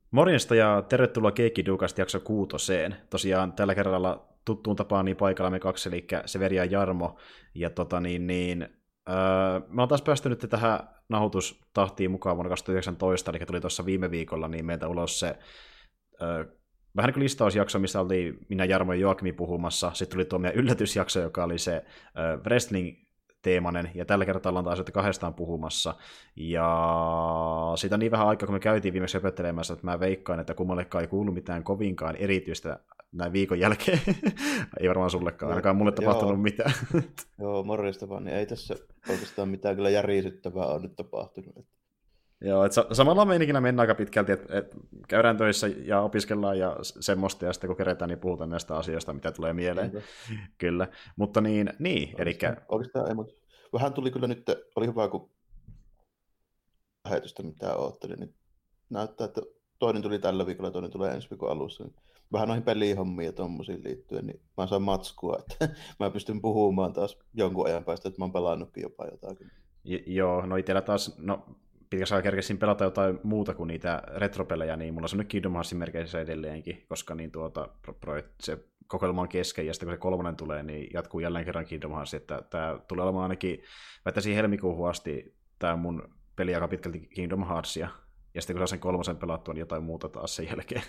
Morjesta ja tervetuloa Keikkidukasta jakso 6. Tosiaan tällä kerralla tuttuun tapaan niin paikalla me kaksi, eli Severi ja Jarmo. Ja me on taas päästy nyt tähän nauhoitustahtiin mukaan vuonna 2019, eli tuli tuossa viime viikolla niin meiltä ulos se vähän niin kuin listausjakso, missä oltiin minä, Jarmo ja Joakimi puhumassa. Sitten tuli tuo meidän yllätysjakso, joka oli se wrestling-teemainen, ja tällä kertaa ollaan taas kahdestaan puhumassa. Ja siitä on niin vähän aikaa, kun me käytiin viimeksi höpöttelemässä, että mä veikkaan, että kummallekaan ei kuulu mitään kovinkaan erityistä näin viikon jälkeen. Ei varmaan sullekaan, ainakaan mulle tapahtunut mitään. Joo, morjesta vaan, niin ei tässä oikeastaan mitään kyllä järisyttävää ole nyt tapahtunut. Joo, että samalla meininkinä mennään aika pitkälti, että käydään töissä ja opiskellaan ja semmoista, ja sitten kun keretään, niin puhutaan näistä asioista, mitä tulee mieleen. Kyllä, mutta eli... Oikeastaan ei, mutta vähän tuli kyllä nyt, oli hyvä, kun lähetystä mitä oottelin, niin näyttää, että toinen tuli tällä viikolla ja toinen tulee ensi viikon alussa. Niin vähän noihin pelihommiin ja tommosiin liittyen, niin mä saan matskua, että mä pystyn puhumaan taas jonkun ajan päästä, että mä oon pelannutkin jopa jotakin. Joo, no itsellä taas, pitäisi aikaa kerkesin pelata jotain muuta kuin niitä retropelejä, niin mulla on nyt Kingdom Heartsin merkeissä edelleenkin, koska niin se kokoelma on kesken, ja sitten kun se 3 tulee, niin jatkuu jälleen kerran Kingdom Hearts, että tämä tulee olemaan ainakin, väittäisin helmikuuhun asti, tämä mun peli aika pitkälti Kingdom Heartsia, ja sitten kun saa sen 3 pelattua, niin jotain muuta taas sen jälkeen.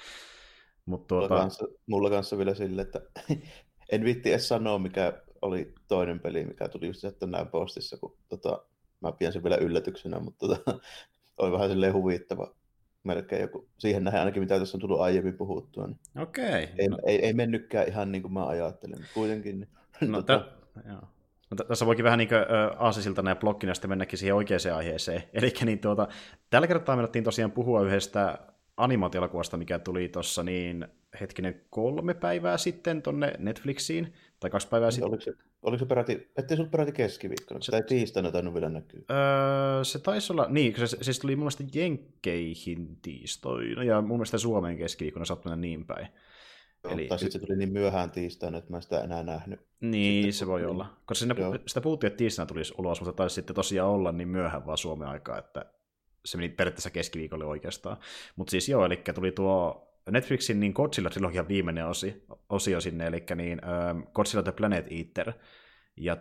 Mulla kanssa vielä silleen, että en viitti edes sanoa, mikä oli toinen peli, mikä tuli just tänään postissa, kun mä pidän sen vielä yllätyksenä, mutta oli vähän silleen huvittava melkein joku. Siihen nähdään ainakin, mitä tässä on tullut aiemmin puhuttua. Niin Okei. ei mennytkään ihan niin kuin mä ajattelin, mutta kuitenkin. Niin, joo. No, tässä voikin vähän niin kuin aasisiltana ja blokkina sitten mennäkin siihen oikeaan aiheeseen. Eli niin tällä kertaa me tosiaan puhua yhdestä animaatiolokuvasta, mikä tuli tuossa 3 päivää sitten tonne Netflixiin, tai 2 päivää sitten. Oliko se peräti, ettei se ollut peräti keskiviikkona, tai tiistaina tainnut vielä näkyy? Se taisi olla, niin, se siis tuli mun mielestä Jenkkeihin tiistoina, ja mun mielestä Suomeen keskiviikkona saattoi mennä niin päin. Eli tai sitten se tuli niin myöhään tiistaina, että mä sitä enää nähnyt. Niin, se voi olla. Koska sitä puhuttiin, että tiistaina tulisi ulos, mutta taisi sitten tosiaan olla niin myöhään vaan Suomen aikaa, että se meni periaatteessa keskiviikolle oikeastaan. Mutta siis joo, eli tuli tuo Netflixin niin Godzilla-trilogian viimeinen osio sinne, eli Godzilla the Planet Eater. Ja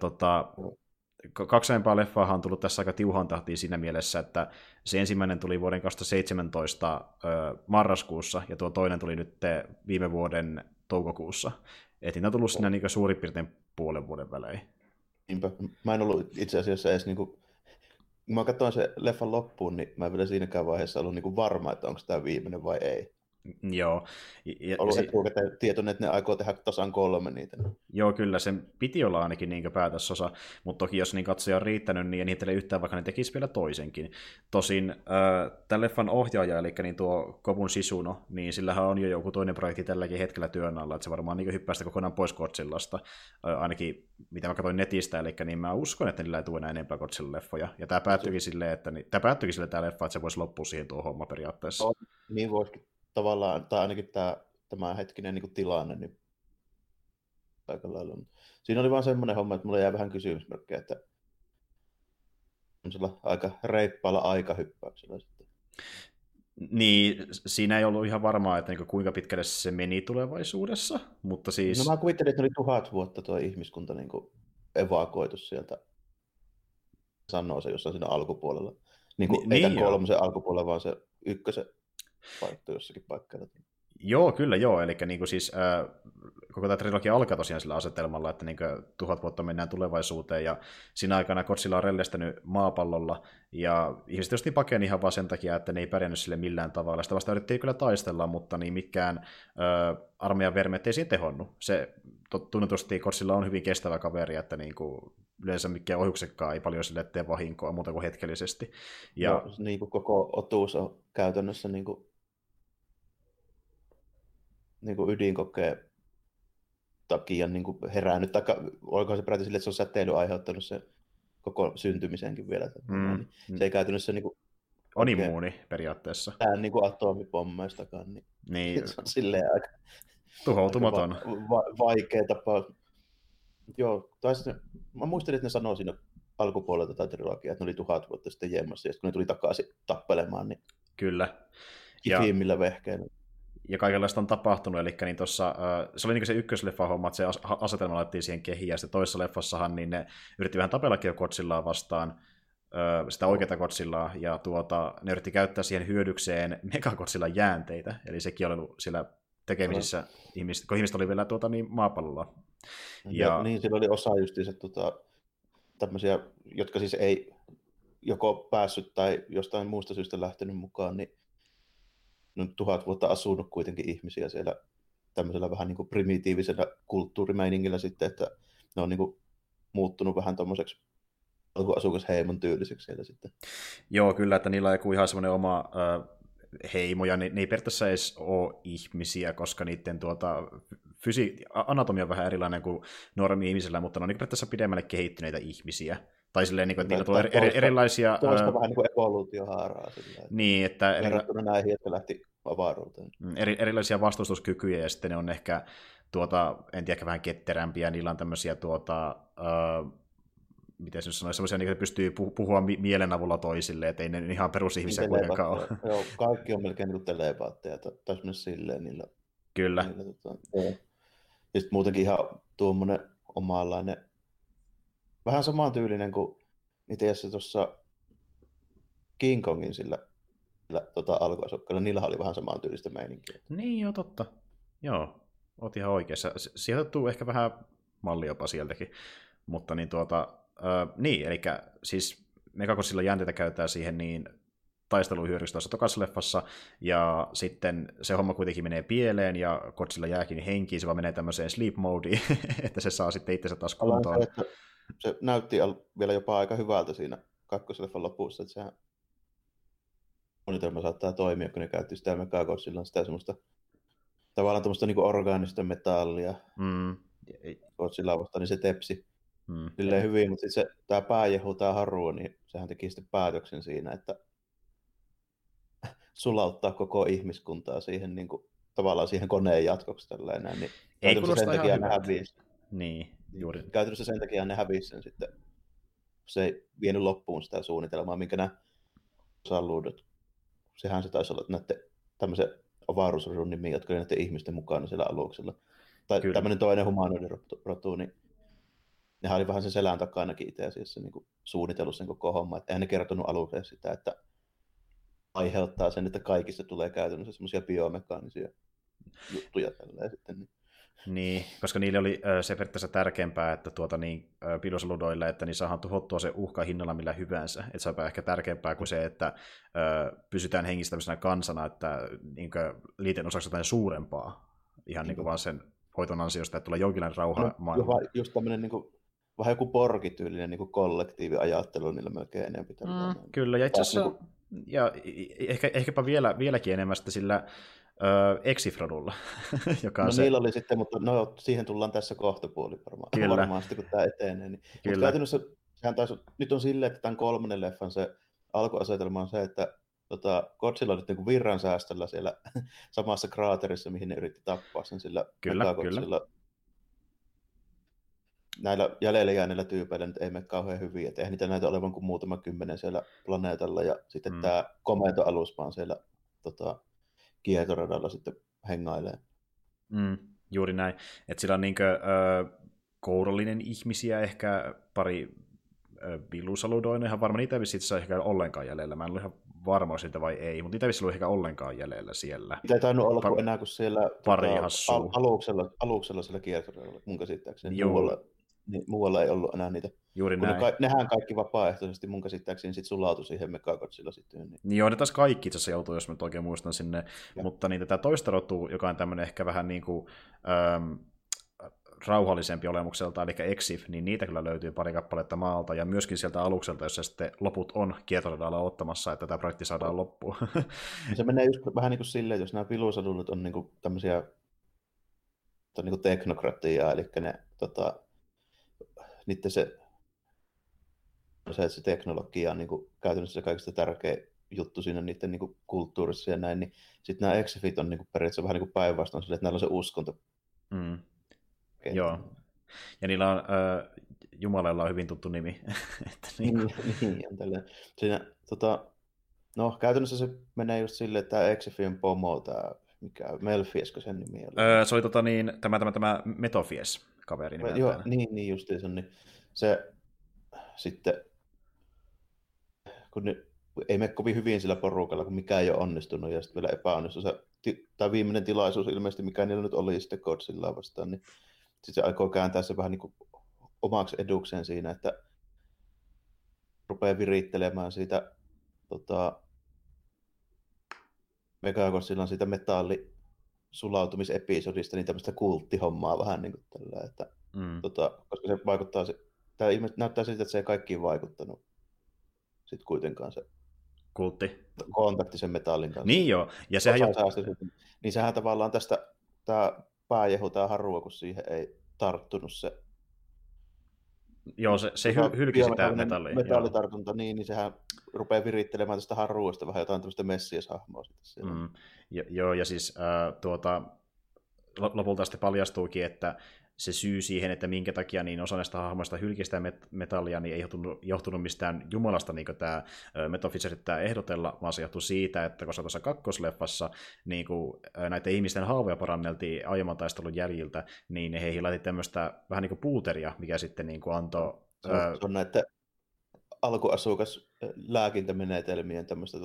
2 aiempaa leffaahan on tullut tässä aika tiuhaan tahtiin siinä mielessä, että se ensimmäinen tuli vuoden 2017 marraskuussa, ja tuo toinen tuli nyt viime vuoden toukokuussa. Että niitä on tullut siinä niin suurin piirtein puolen vuoden välein. Niinpä. Mä en ollut itse asiassa edes kun mä katsoin se leffan loppuun, niin mä en vielä siinäkään vaiheessa ollut varma, että onko tämä viimeinen vai ei. Joo. Ollut etukäteen tietoinen, että ne aikoo tehdä tasan 3 niitä. Joo, kyllä, sen piti olla ainakin niin päätösosa, mutta toki jos niin katsoja on riittänyt, niin niitä ei yhtään, vaikka ne tekisi vielä toisenkin. Tosin tämän leffan ohjaaja, eli niin tuo Kobun Shisuno, niin sillähän on jo joku toinen projekti tälläkin hetkellä työn alla, että se varmaan niin hyppää sitä kokonaan pois Godzillasta, ainakin mitä mä katsoin netistä, eli niin mä uskon, että niillä ei tule enää enempää Godzilla-leffoja, ja tämä päättyikin silleen, että tämä leffa, että se voisi loppua siihen tuo homma periaatteessa. Niin voisikin tavallaan, tai ainakin tämä hetkinen niin tilanne, niin aika lailla. Siinä oli vaan semmoinen homma, että mulla jäi vähän kysymysmerkkejä, että on aika reippaalla aikahyppäyksellä sitten. Niin, siinä ei ollut ihan varmaa, että kuinka pitkälle se meni tulevaisuudessa, mutta siis... No mä kuvittelin, että oli 1000 vuotta tuo ihmiskunta evakuoitu sieltä, sanoo se jossain siinä alkupuolella. Ei tämän 3 alkupuolella, vaan se 1 paikka jossakin paikalla. Joo, kyllä joo, eli siis koko tämä trilogia alkaa tosiaan sillä asetelmalla, että 1000 vuotta mennään tulevaisuuteen, ja siinä aikana Godzilla on rellestänyt maapallolla, ja ihmiset just niin pakeni ihan vaan sen takia, että ne ei pärjännyt sille millään tavalla. Sitä vasta yritettiin kyllä taistella, mutta niin mitkään armeijan vermet ei siinä tehonnut. Se tunnetusti Godzilla on hyvin kestävä kaveri, että yleensä mikään ohjuksekaan ei paljon sille tee vahinkoa muuta kuin hetkellisesti. Ja... No, niin kuin koko otuus on käytännössä ydinkokeen takia herännyt, tai oliko se peräti sille, että se on säteily aiheuttanut se koko syntymisenkin vielä. Se ei käytännössä on immuuni periaatteessa. Tämä atomipommeistakaan, niin se on silleen aika tuhoutumaton. Vaikea tapaus. Joo, mä muistelin, että ne sanoi siinä alkupuolella tätä trilogiaa, että ne oli 1000 vuotta sitten jemmassa, ja kun ne tuli takaisin tappelemaan. Niin... Kyllä. kiviimmillä vehkeillä. Ja kaikenlaista on tapahtunut, eli niin tossa, se oli niin se ykkösleffa homma, että se asetelma laitettiin siihen kehiin, ja sitten toisessa leffassahan niin ne yritti vähän tapellakin jo Godzillaa vastaan, sitä oikeata Godzillaa, ja ne yritti käyttää siihen hyödykseen Megagodzillan jäänteitä, eli sekin oli ollut siellä tekemisissä, kun ihmiset oli vielä maapallolla. Ja niin, siellä oli osa justiinsa tämmöisiä, jotka siis ei joko päässyt tai jostain muusta syystä lähtenyt mukaan, niin on 1000 vuotta asunut kuitenkin ihmisiä siellä tämmöisellä vähän niin kuin primitiivisellä kulttuurimeiningillä sitten, että ne on niin kuin muuttunut vähän tommoseksi asukasheimon tyyliseksi siellä sitten. Joo, kyllä, että niillä on joku ihan semmoinen oma heimo, ja ne ei periaatteessa edes ole ihmisiä, koska niiden anatomia on vähän erilainen kuin normi ihmisillä, mutta ne on periaatteessa pidemmälle kehittyneitä ihmisiä. Tai silleen, että niillä tulee erilaisia... Toista vähän niin kuin evoluutiohaaraa. Niin, että... Verrattuna näihin, jotka lähti avaruuteen. Erilaisia vastustuskykyjä, ja sitten ne on ehkä, en tiedä, vähän ketterämpiä, niillä on tämmöisiä, miten se nyt sanoisi, semmoisia, että pystyy puhua mielen avulla toisille, että ei ne ihan perusihmisiä kuitenkaan ole. Joo, kaikki on melkein niin kuin telepaatteja, tai semmoinen silleen niillä. Kyllä. Ja sitten muutenkin ihan tuommoinen omanlainen, vähän samantyylinen kuin itse asiassa tuossa King Kongin sillä alkuasukkailla, niillä oli vähän samantyylistä meininkiä. Niin, joo, totta. Joo, oot ihan oikeassa. Sieltä tuu ehkä vähän malli jopa sieltäkin, mutta niin, eli siis Megagodzilla jäänteitä käytetään siihen niin taisteluhyödyksi tuossa tokassa leffassa, ja sitten se homma kuitenkin menee pieleen, ja Godzilla jääkin henkiin, se vaan menee tämmöiseen sleep modeen, että se saa sitten itsensä taas kuntoon. Se näytti vielä jopa aika hyvältä siinä kakkosleffan lopussa, että sehän suunnitelma saattaa toimia, kun ne käytti sitä Megagodzillan sitä semmoista tavallaan tämmöistä niin kuin orgaanista metallia Godzillaa vastaan, niin se tepsi silleen hyvin, mutta sitten tämä pääjehu, tämä Haru, niin sehän teki sitten päätöksen siinä, että sulauttaa koko ihmiskuntaa siihen niin kuin, tavallaan siihen koneen jatkoksi tällainen, niin ei kuulosta sen takia ne hävisi. Niin, juuri. Käytännössä sen takia ne hävisi sen sitten. Se ei vienyt loppuun sitä suunnitelmaa, minkä nämä saluudot. Sehän se taisi olla näiden tämmöisen avaruusrodun nimi, jotka oli näiden ihmisten mukana siellä aluksella. Tai kyllä. Tämmöinen toinen humanoidirotu, niin nehän oli vähän sen selän takanakin itse asiassa niin kuin suunnitellut sen koko homma. Eihän ne kertonut alukseen sitä, että aiheuttaa sen, että kaikissa tulee käytännössä semmoisia biomekaanisia juttuja tälleen sitten. Niin, koska niille oli se periaatteessa tärkeämpää, että pilosaludoille, että niin saadaan tuhottua se uhka hinnalla millä hyvänsä. Että se on ehkä tärkeämpää kuin se, että pysytään hengissä tämmöisenä kansana, että liiteen osaksi jotain suurempaa. Ihan niin kuin vaan sen hoiton ansiosta, että tulee jonkinlainen rauha maailmaan. Just tämmöinen niin kuin, vähän joku porkityylinen niin kuin kollektiiviajattelu niillä melkein enemmän. Kyllä, ja itse asiassa ja ehkäpä vieläkin enemmän sillä Exifrodulla. Joka on niillä oli sitten, mutta siihen tullaan tässä kohtapuoli varmaan sitten, kun tämä etenee. Niin. Mutta käytännössä sehän nyt on silleen, että tämän 3. leffan se alkuasetelma on se, että Godzilla oli niin virran säästöllä siellä samassa kraaterissa, mihin ne yritti tappaa sen sillä Megagodzilla. Näillä jäljellä jääneillä tyypeillä nyt ei mene kauhean hyvin, että eihän niitä näitä olevan kuin muutama kymmenen siellä planeetalla, ja sitten tämä komentoalus vaan siellä kiertoradalla sitten hengailee. Juuri näin, että sillä on kourallinen ihmisiä, ehkä pari vilusaludoina, ihan varmaan niitä ei vissi ehkä ollenkaan jäljellä, mä en ole ihan varma siitä vai ei, mutta niitä ei vissi ehkä ollenkaan jäljellä siellä. Niitä ei tainnut olla enää kuin siellä aluksella siellä kiertoradalla, mun käsittääkseni. Muualla ei ollut enää niitä. Juuri näin. Nehän kaikki vapaaehtoisesti mun käsittääkseni sit sulautui siihen Megagodzilla sitten. Niin joo, ne taas kaikki itse asiassa joutuu, jos mä oikein muistan sinne. Ja. Mutta niin tätä toista rotua, joka on tämmöinen ehkä vähän niin kuin rauhallisempi olemukselta, eli Exif, niin niitä kyllä löytyy pari kappaletta maalta, ja myöskin sieltä alukselta, jossa sitten loput on kiertoradalla ottamassa, että tämä projekti saadaan loppuun. Se menee just vähän niin kuin silleen, jos nämä pilusadulut on niin kuin tämmöisiä niin kuin teknokratiaa, eli ne niiden se teknologia on niin kuin käytännössä kaikista tärkein juttu siinä niiden niin kuin kulttuurissa ja näin, niin sitten nämä Exifit on niin kuin periaatteessa vähän niin kuin päinvastoin sille, että näillä on se uskonto. Joo. Ja niillä on Jumalalla on hyvin tuttu nimi. Niin on tälleen. Siinä No, käytännössä se menee just silleen, että tämä Exifien pomo, tämä mikä Melfiesko sen nimi oli. Se oli tämä Metofies kaveri Joo, nimeltään. niin justiinsa, niin se sitten, kun ei mene kovin hyvin sillä porukalla, kun mikään ei ole onnistunut ja sitten vielä epäonnistuu. Tämä viimeinen tilaisuus ilmeisesti, mikä niillä nyt oli sitten Godzillaa vastaan, niin sitten se aikoo kääntää se vähän niin kuin omaksi edukseen siinä, että rupeaa virittelemään siitä Megagodzillan siitä metallisulautumisepisodista niin tämmöistä kulttihommaa vähän niin kuin tällä, että koska se vaikuttaa, tämä näyttää siltä, että se ei kaikkiin vaikuttanut sitten kuitenkaan se kontakti sen metallin kanssa. Niin joo, ja sehän niin sehän tavallaan tästä, tämä pääjehu, tämä Harua, kun siihen ei tarttunut se. Joo, se hylki sitä metallia. Metallitartunta, niin sehän rupeaa virittelemään tästä Haruista vähän jotain tämmöistä messias-hahmoa sitten siellä. Joo, ja siis lopulta sitten paljastuukin, että se syy siihen, että minkä takia niin osa näistä hahmoista hylki sitä metallia, niin ei johtunut mistään jumalasta, niin kuin tämä Metaphys yrittää ehdotella, vaan se johtui siitä, että koska tuossa kakkosleffassa niin kuin, näiden ihmisten haavoja paranneltiin aiemman taistelun jäljiltä, niin heihin laitettiin tämmöistä vähän niin kuin puuteria, mikä sitten niin kuin antoi... Se on näiden alkuasukas lääkintämenetelmien tämmöistä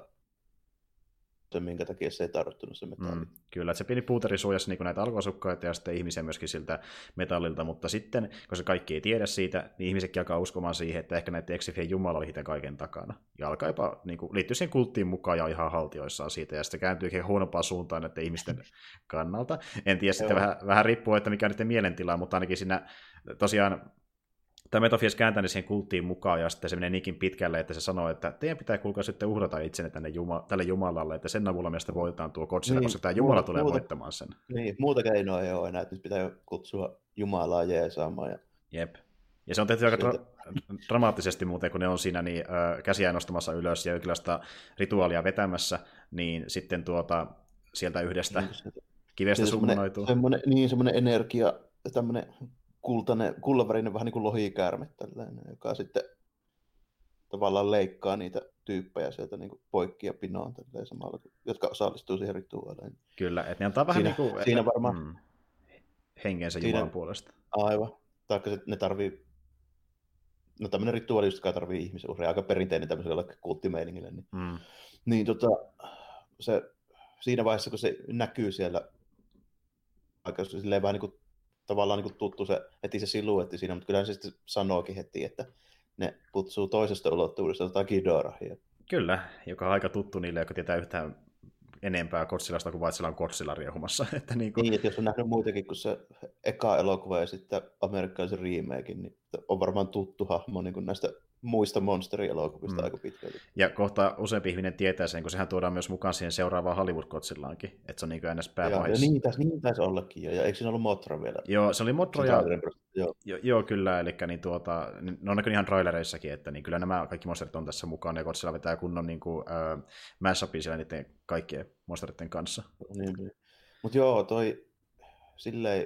minkä takia se ei tarttunut se metalli. Kyllä, että se pieni puuteri suojasi niin näitä alkuasukkaita ja sitten ihmisiä myöskin siltä metallilta, mutta sitten, koska kaikki ei tiedä siitä, niin ihmisetkin alkaa uskomaan siihen, että ehkä näiden Exifien jumala oli hiitä kaiken takana. Ja alkaa jopa liittyä siihen kulttiin mukaan ja ihan haltioissaan siitä, ja sitten kääntyy ehkä huonompaan suuntaan näiden ihmisten kannalta. En tiedä, sitten vähän riippuu, että mikä on niiden mielentila, mutta ainakin siinä tosiaan tämä Metafies kääntää siihen kulttiin mukaan, ja sitten se menee niinkin pitkälle, että se sanoo, että teidän pitää kuulkaa sitten uhrata itsenne tälle Jumalalle, että sen avulla meistä voitetaan tuo Godzilla, niin, koska tämä Jumala tulee voittamaan sen. Niin, muuta keinoa ei ole enää, että nyt pitää jo kutsua Jumalaa jeesaamaan. Jep. Ja se on tehty aika dramaattisesti muuten, kun ne on siinä niin, käsiä nostamassa ylös ja jonkinlaista rituaalia vetämässä, niin sitten sieltä yhdestä kivestä summonoituu. Semmoinen energia, tämmöinen kullanvärinen vähän niin kuin lohikäärme tällainen, joka sitten tavallaan leikkaa niitä tyyppejä sieltä niin kuin poikki ja pinoon samalla, jotka osallistuu siihen rituaaliin. Kyllä, että ne antaa vähän siinä, niin kuin... Siinä varmaan... Hengeensä Jumalan puolesta. Aivan. Taikka ne tarvii... No tämmöinen rituaali, joka tarvii ihmisuhria, aika perinteinen tämmöisellä kulttimeiningillä. Niin se, siinä vaiheessa, kun se näkyy siellä, aika silleen vähän niin kuin tavallaan niin kuin tuttu heti se siluetti siinä, mutta kyllähän se sitten sanookin heti, että ne kutsuu toisesta ulottuvuudesta Ghidorahia. Kyllä, joka on aika tuttu niille, jotka tietää yhtään enempää Godzillasta kuin vain siellä on Godzilla riehumassa. Että niin, että jos on nähnyt muitakin kuin se eka elokuva ja sitten amerikkalaisen remakein, niin on varmaan tuttu hahmo niin kuin näistä muista monsteri-elokuvista aika pitkälti. Ja kohta useampi ihminen tietää sen, kun sehän tuodaan myös mukaan siihen seuraavaan Hollywood-Godzillaankin, että se on niin kuin ns. pääpahis. Ja niin taisi ollakin jo, ja eikö siinä ollut Mothra vielä? Joo, se oli Mothra joo, kyllä, eli niin ne on näkynyt ihan trailereissakin, että niin kyllä nämä kaikki monsterit on tässä mukaan, ja Godzilla vetää kunnon niin mash-upia siellä niiden kaikkien monsteritten kanssa. Niin. Mutta joo, toi silleen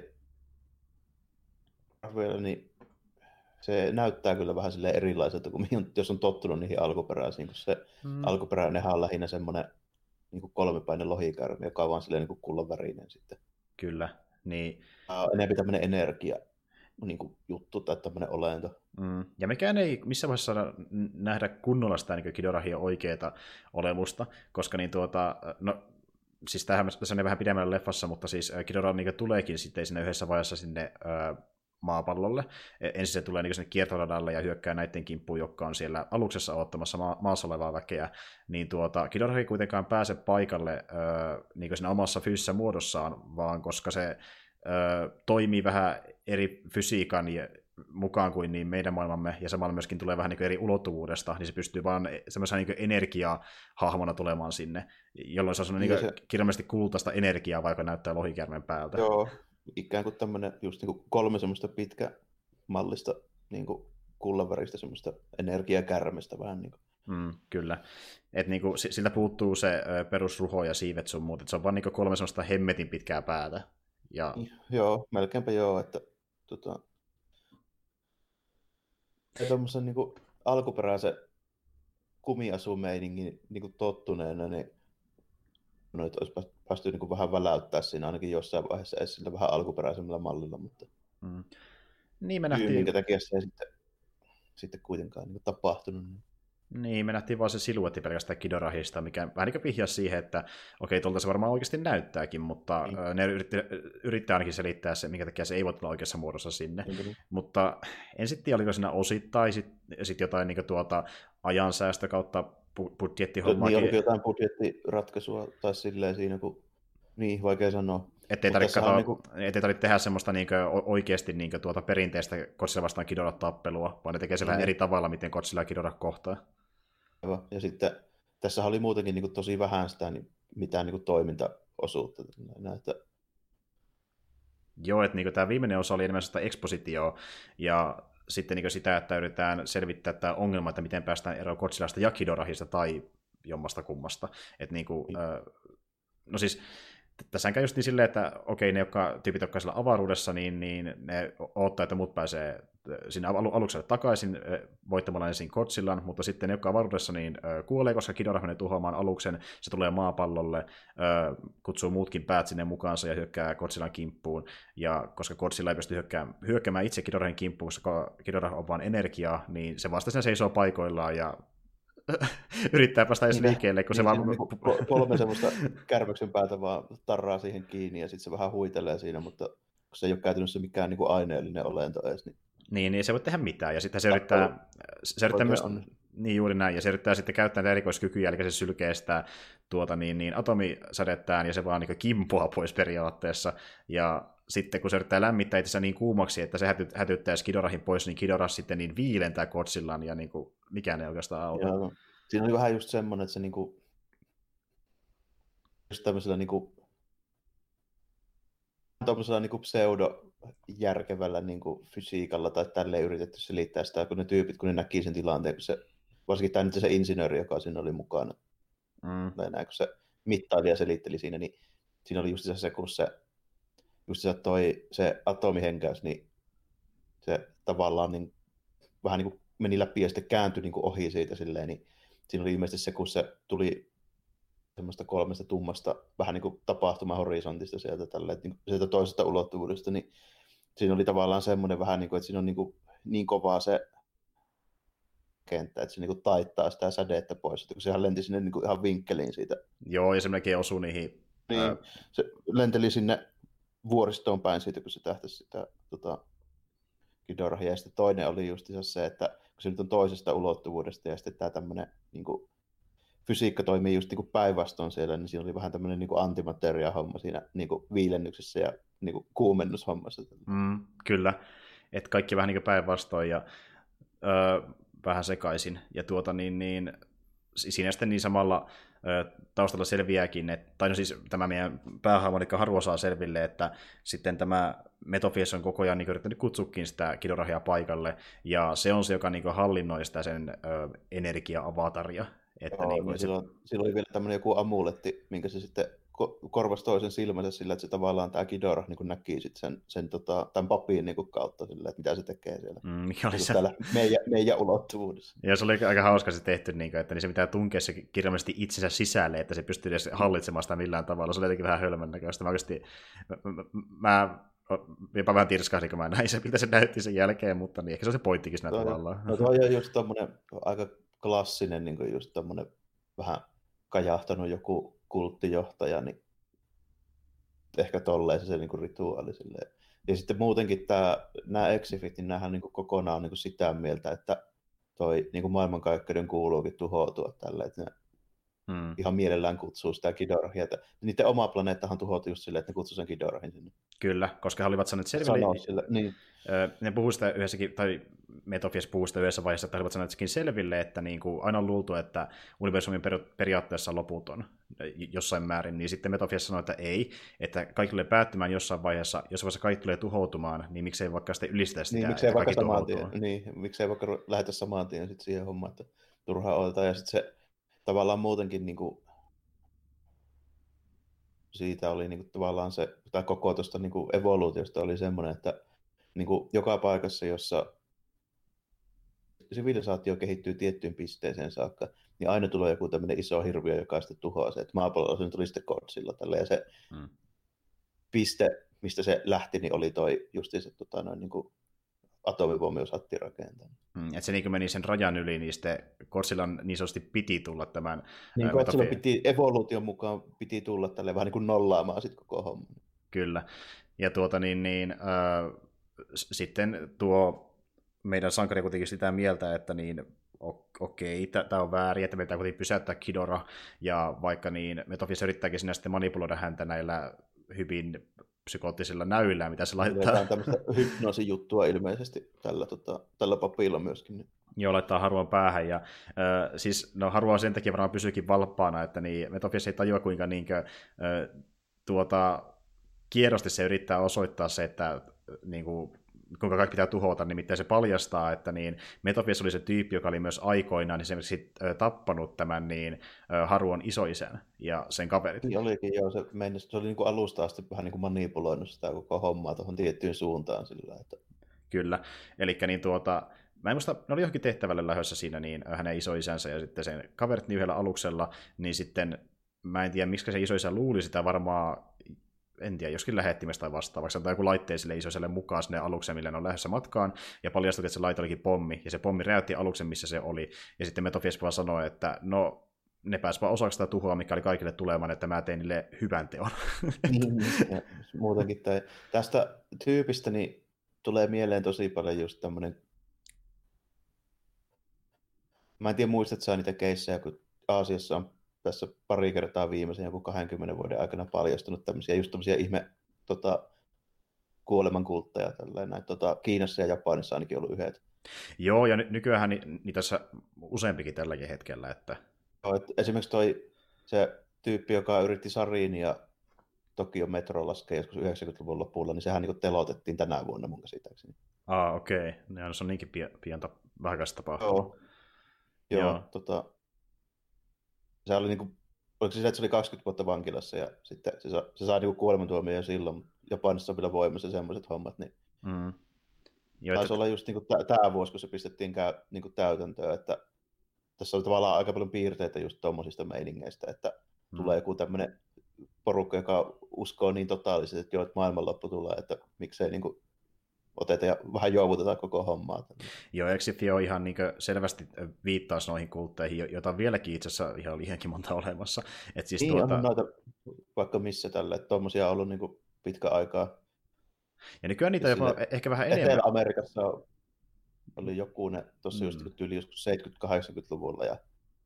niin se näyttää kyllä vähän silleen erilaiselta, kuin jos on tottunut niihin alkuperäisiin, kun se alkuperäinenhän on lähinnä semmoinen niin kolmipäinen lohikäärme, joka on vaan silleen niin kullanvärinen sitten. Kyllä, niin. Enemmän tämmöinen energia niin kuin juttu tai tämmöinen olento. Ja mekään ei missään vaiheessa saada nähdä kunnolla sitä niin Ghidorahien oikeaa olemusta, koska niin no, siis tässä on vähän pidemmällä leffassa, mutta siis Ghidorah niin tuleekin sitten siinä yhdessä vaiheessa sinne maapallolle. Ensin se tulee niin sinne kiertoradalle ja hyökkää näiden kimppuun, jotka on siellä aluksessa odottamassa maassa olevaa väkeä, niin Ghidorah ei kuitenkaan pääse paikalle niin siinä omassa fyysisessä muodossaan, vaan koska se toimii vähän eri fysiikan mukaan kuin niin meidän maailmamme, ja samalla myöskin tulee vähän niin eri ulottuvuudesta, niin se pystyy vaan semmoisena niin energiahahmona tulemaan sinne, jolloin se on niin kirjallisesti kultaista energiaa, vaikka näyttää lohikäärmeen päältä. Joo, ikään kuin tämmöinen just niin kuin 3 semmoista pitkämallista niin kuin kullanväristä semmoista energiakärmestä vähän niin kuin. Kyllä. Että niin kuin, siltä puuttuu se perusruho ja siivet sun muut, että se on vaan niin kuin 3 semmoista hemmetin pitkää päätä. Ja... Joo, melkeinpä joo, että tuommoisen niin alkuperäisen kumiasumeiningin niin tottuneena, niin että olisi päästy niin vähän väläyttää siinä ainakin jossain vaiheessa edes sillä vähän alkuperäisemmillä mallilla, mutta Niin me nähtiin... minkä takia se ei sitten kuitenkaan niin tapahtunut. Niin, me nähtiin vaan se siluetti pelkästään Kidorahista, mikä vähän niin vihjasi siihen, että okei, tuolta se varmaan oikeasti näyttääkin, mutta ne yrittää ainakin selittää se, minkä takia se ei voi tulla oikeassa muodossa sinne. Mutta en sitten tiedä, oliko siinä osittain sit jotain niin ajansäästö kautta budjettihommaakin. Niin, oliko jotain budjettiratkaisua tai silleen siinä, kun niin, vaikea sanoa. Ettei tarvitse tehdä semmoista oikeasti perinteistä Godzilla vastaan Ghidorah-tappelua, vaan ne tekee se vähän eri tavalla, miten Godzilla ja Ghidorah kohtaa. Ja sitten tässä oli muutenkin tosi vähän sitä mitään toimintaosuutta. Että... Joo, että tämä viimeinen osa oli enemmän sitä expositioa, ja sitten sitä, että yritetään selvittää tämä ongelma, että miten päästään eroon Godzillasta ja Ghidorahista tai jommasta kummasta. Että no siis... Tässä käy just niin silleen, että okei, ne tyypit, jotka siellä avaruudessa, niin ne odottaa, että muut pääsee sinne alukselle takaisin voittamalla ensin Godzillan, mutta sitten ne, jotka avaruudessa, niin kuolee, koska Ghidorah menee tuhoamaan aluksen, se tulee maapallolle, kutsuu muutkin päät sinne mukaansa ja hyökkää Godzillan kimppuun, ja koska Godzilla ei pysty hyökkäämään itse Ghidorahin kimppuun, koska Ghidorah on vain energiaa, niin se vasta siinä seisoo paikoillaan ja yrittää päästä edes liikkeelle, kun se vaan... 3 semmoista kärpäksen päätä vaan tarraa siihen kiinni ja sitten se vähän huitelee siinä, mutta kun se ei ole käytännössä mikään aineellinen olento edes. Niin ei se voi tehdä mitään, ja sitten se yrittää myös... Niin juuri näin, ja se yrittää sitten käyttää näitä erikoiskykyjä, eli se sylkee sitä atomisädettään, ja se vaan kimpoaa pois periaatteessa, ja sitten kun se yrittää lämmittää itse niin kuumaksi, että se hätyttää Ghidorahin pois, niin Ghidorah sitten niin viilentää Godzillan, ja mikään ei oikeastaan auta. Joo, siinä oli vähän just semmoinen, että se just tämmöisellä tuollaisella pseudo-järkevällä fysiikalla tai tälleen yritetty selittää sitä, kun ne tyypit, kun ne näki sen tilanteen, kun se, varsinkin tämä nyt se insinööri, joka siinä oli mukana, tai näin, kun se mittailija selitteli siinä, niin siinä oli just se, kun se atomihenkäys, niin se tavallaan vähän meni läpi ja sitten kääntyi ohi siitä silleen, niin siinä oli ilmeisesti se, kun se tuli semmoista 3 tummasta vähän tapahtumahorisontista sieltä toisesta ulottuvuudesta, niin siinä oli tavallaan semmoinen vähän että siinä on niin kovaa se kenttä, että se taittaa sitä sädettä pois, että kun sehän lenti sinne ihan vinkkeliin siitä. Joo, ja se melkein osui niihin. Niin, se lenteli sinne vuoristoon päin siitä, kun se tähtäisi sitä Ghidorahia. Ja sitten toinen oli just se, että kun se nyt on toisesta ulottuvuudesta ja sitten tämä tämmöinen fysiikka toimii just päinvastoin siellä, niin siinä oli vähän tämmöinen antimateria-homma siinä viilennyksessä ja kuumennushommassa. Kyllä, että kaikki vähän päinvastoin ja vähän sekaisin. Ja siinä sitten niin samalla taustalla selviääkin, tai no siis tämä meidän päähahmo, eli Haru saa selville, että sitten tämä Metofies on koko ajan yrittänyt kutsukin sitä Ghidorahia paikalle, ja se on se, joka hallinnoi sitä sen energia-avataria. Että joo, sillä oli vielä tämmöinen joku amuletti, minkä se sitten korvasi toisen silmänsä sillä, että se tavallaan tämä Ghidorah näki sitten sen tämän papin kautta sillä, että mitä se tekee siellä. Täällä meidän ulottuvuudessa. Ja se oli aika hauska se tehty, että se pitää tunkea se kirjallisesti itsensä sisälle, että se pystyy edes hallitsemaan sitä millään tavalla. Se oli jotenkin vähän hölmön näköistä. Mä jopa vähän tirskahdin, kun mä näin se, mitä se näytti sen jälkeen, mutta niin ehkä se on se pointtikin siinä tavallaan. No tuo on just tommoinen aika klassinen, just tommoinen vähän kajahtanut joku kulttijohtaja, niin ehkä tolleen se rituaali silleen. Ja sitten muutenkin nämä exifit, niin nämähän kokonaan on sitä mieltä, että toi maailmankaikkeuden kuuluukin tuhoutua tälle, että ne ihan mielellään kutsuu sitä Ghidorahia. Että niiden oma planeettahan tuhoutui just silleen, että ne kutsui sen Ghidorahin sinne. Kyllä, koska he olivat saaneet selville. Niin. Ne puhuu sitä yhdessäkin, tai Metofies puhuu sitä yhdessä vaiheessa, että he olivat saaneet selville, että aina on luultu, että universumin periaatteessa on loputon jossain määrin, niin sitten Metofies sanoi, että ei, että kaikki tulee päättymään jossain vaiheessa, jos vaiheessa kaikki tulee tuhoutumaan, niin miksei vaikka sitten ylistetä sitä, niin, miksei vaikka samaan tien, miksei vaikka lähetä samaan tien sitten siihen hommaan, että turhaa otetaan, ja sitten se tavallaan muutenkin siitä oli tavallaan se, tai koko tuosta evoluutiosta oli semmoinen, että joka paikassa, jossa sivilisaatio kehittyy tiettyyn pisteeseen saakka, niin aina tulee joku tämmöinen iso hirviö, joka sitten tuhoaa se. Että maapallolla se tuli sitten Godzilla tälle, ja se piste, mistä se lähti, niin oli toi justiin se niin kuin atomipommi osattiin rakentaa. Että se niin meni sen rajan yli, niin sitten Godzillan niin sanotusti piti tulla tämän... Niin Godzilla evoluution mukaan piti tulla tälle vähän niin kuin nollaamaan sitten koko homma. Kyllä. Ja sitten tuo meidän sankari kuitenkin sitä mieltä, että niin okei, tämä on väärin, että meidän kuitenkin pysäyttää Ghidorah, ja vaikka niin Metophis yrittääkin sinä sitten manipuloida häntä näillä hyvin psykoottisilla näyillä, mitä se laittaa. Tämä on tämmöistä hypnoosijuttua ilmeisesti tällä papilla myöskin. Joo, laittaa Haruan päähän, ja siis Harua sen takia varmaan pysyykin valppaana, että niin Metophis ei tajua kuinka kierrosti se yrittää osoittaa se, että kuinka kaikki pitää tuhota, nimittäin se paljastaa, että niin Metophis oli se tyyppi, joka oli myös aikoinaan esimerkiksi tappanut tämän Haruan isoisän ja sen kaverit. Niin olikin, joo, se oli alusta asti vähän manipuloinut sitä koko hommaa tuohon tiettyyn suuntaan sillä, että... Kyllä, eli mä en muista, ne oli johonkin tehtävälle lähdössä siinä hänen isoisänsä ja sitten sen kaverit yhdellä aluksella, niin sitten mä en tiedä, miksi se isoisä luuli sitä varmaan, en tiedä, joskin lähettimestä tai vastaavaksi, tai joku laitteen sille isoiselle mukaan sinne alukseen, millä ne on lähdössä matkaan, ja paljastui, että se laite olikin pommi, ja se pommi räjäytti aluksen, missä se oli, ja sitten Metophis vaan sanoi, että no, ne pääsivät vaan osaksi sitä tuhoa, mikä oli kaikille tulemaan, että mä tein niille hyvän teon. Ja muutenkin tästä tyypistä niin tulee mieleen tosi paljon just tämmöinen, mä en tiedä muistatko sä niitä keissejä, kun Aasiassa on tässä pari kertaa viimeisen joku 20 vuoden aikana paljastunut tämmöisiä ihme kuolemankultteja. Kiinassa ja Japanissa ainakin ollut yhdet. Joo, ja nykyään niitä tässä useampikin tälläkin hetkellä. Että... Esimerkiksi se tyyppi, joka yritti Sarinia Tokion metro laskea joskus 90-luvun lopulla, niin sehän niin telotettiin tänä vuonna mun käsittääkseni. Okei. Okay. Se on niinkin pian vähäkäistä tapahtunut. Joo. Se oli oliko se, että se oli 20 vuotta vankilassa ja sitten se sai kuolemantuomio jo silloin, mutta Japanissa on vielä voimassa semmoiset hommat, niin taisi olla just tämä vuosi, kun se pistettiin täytäntöön, että tässä oli tavallaan aika paljon piirteitä just tuommoisista meiningeistä, että tulee joku tämmöinen porukka, joka uskoo niin totaalisesti, että joo, että maailmanloppu tulee, että miksei otetaan ja vähän juovutetaan koko hommaa. Joo, Exifio on ihan selvästi viittaus noihin kultteihin, joita on vieläkin itse asiassa ihan liiankin monta olemassa. Et siis niin, on noita vaikka missä tällä, että tuommoisia on ollut pitkä aikaa. Ja nykyään niitä jopa ehkä vähän enemmän. Etelä-Amerikassa oli joku ne tuossa just yli joskus 70-80-luvulla ja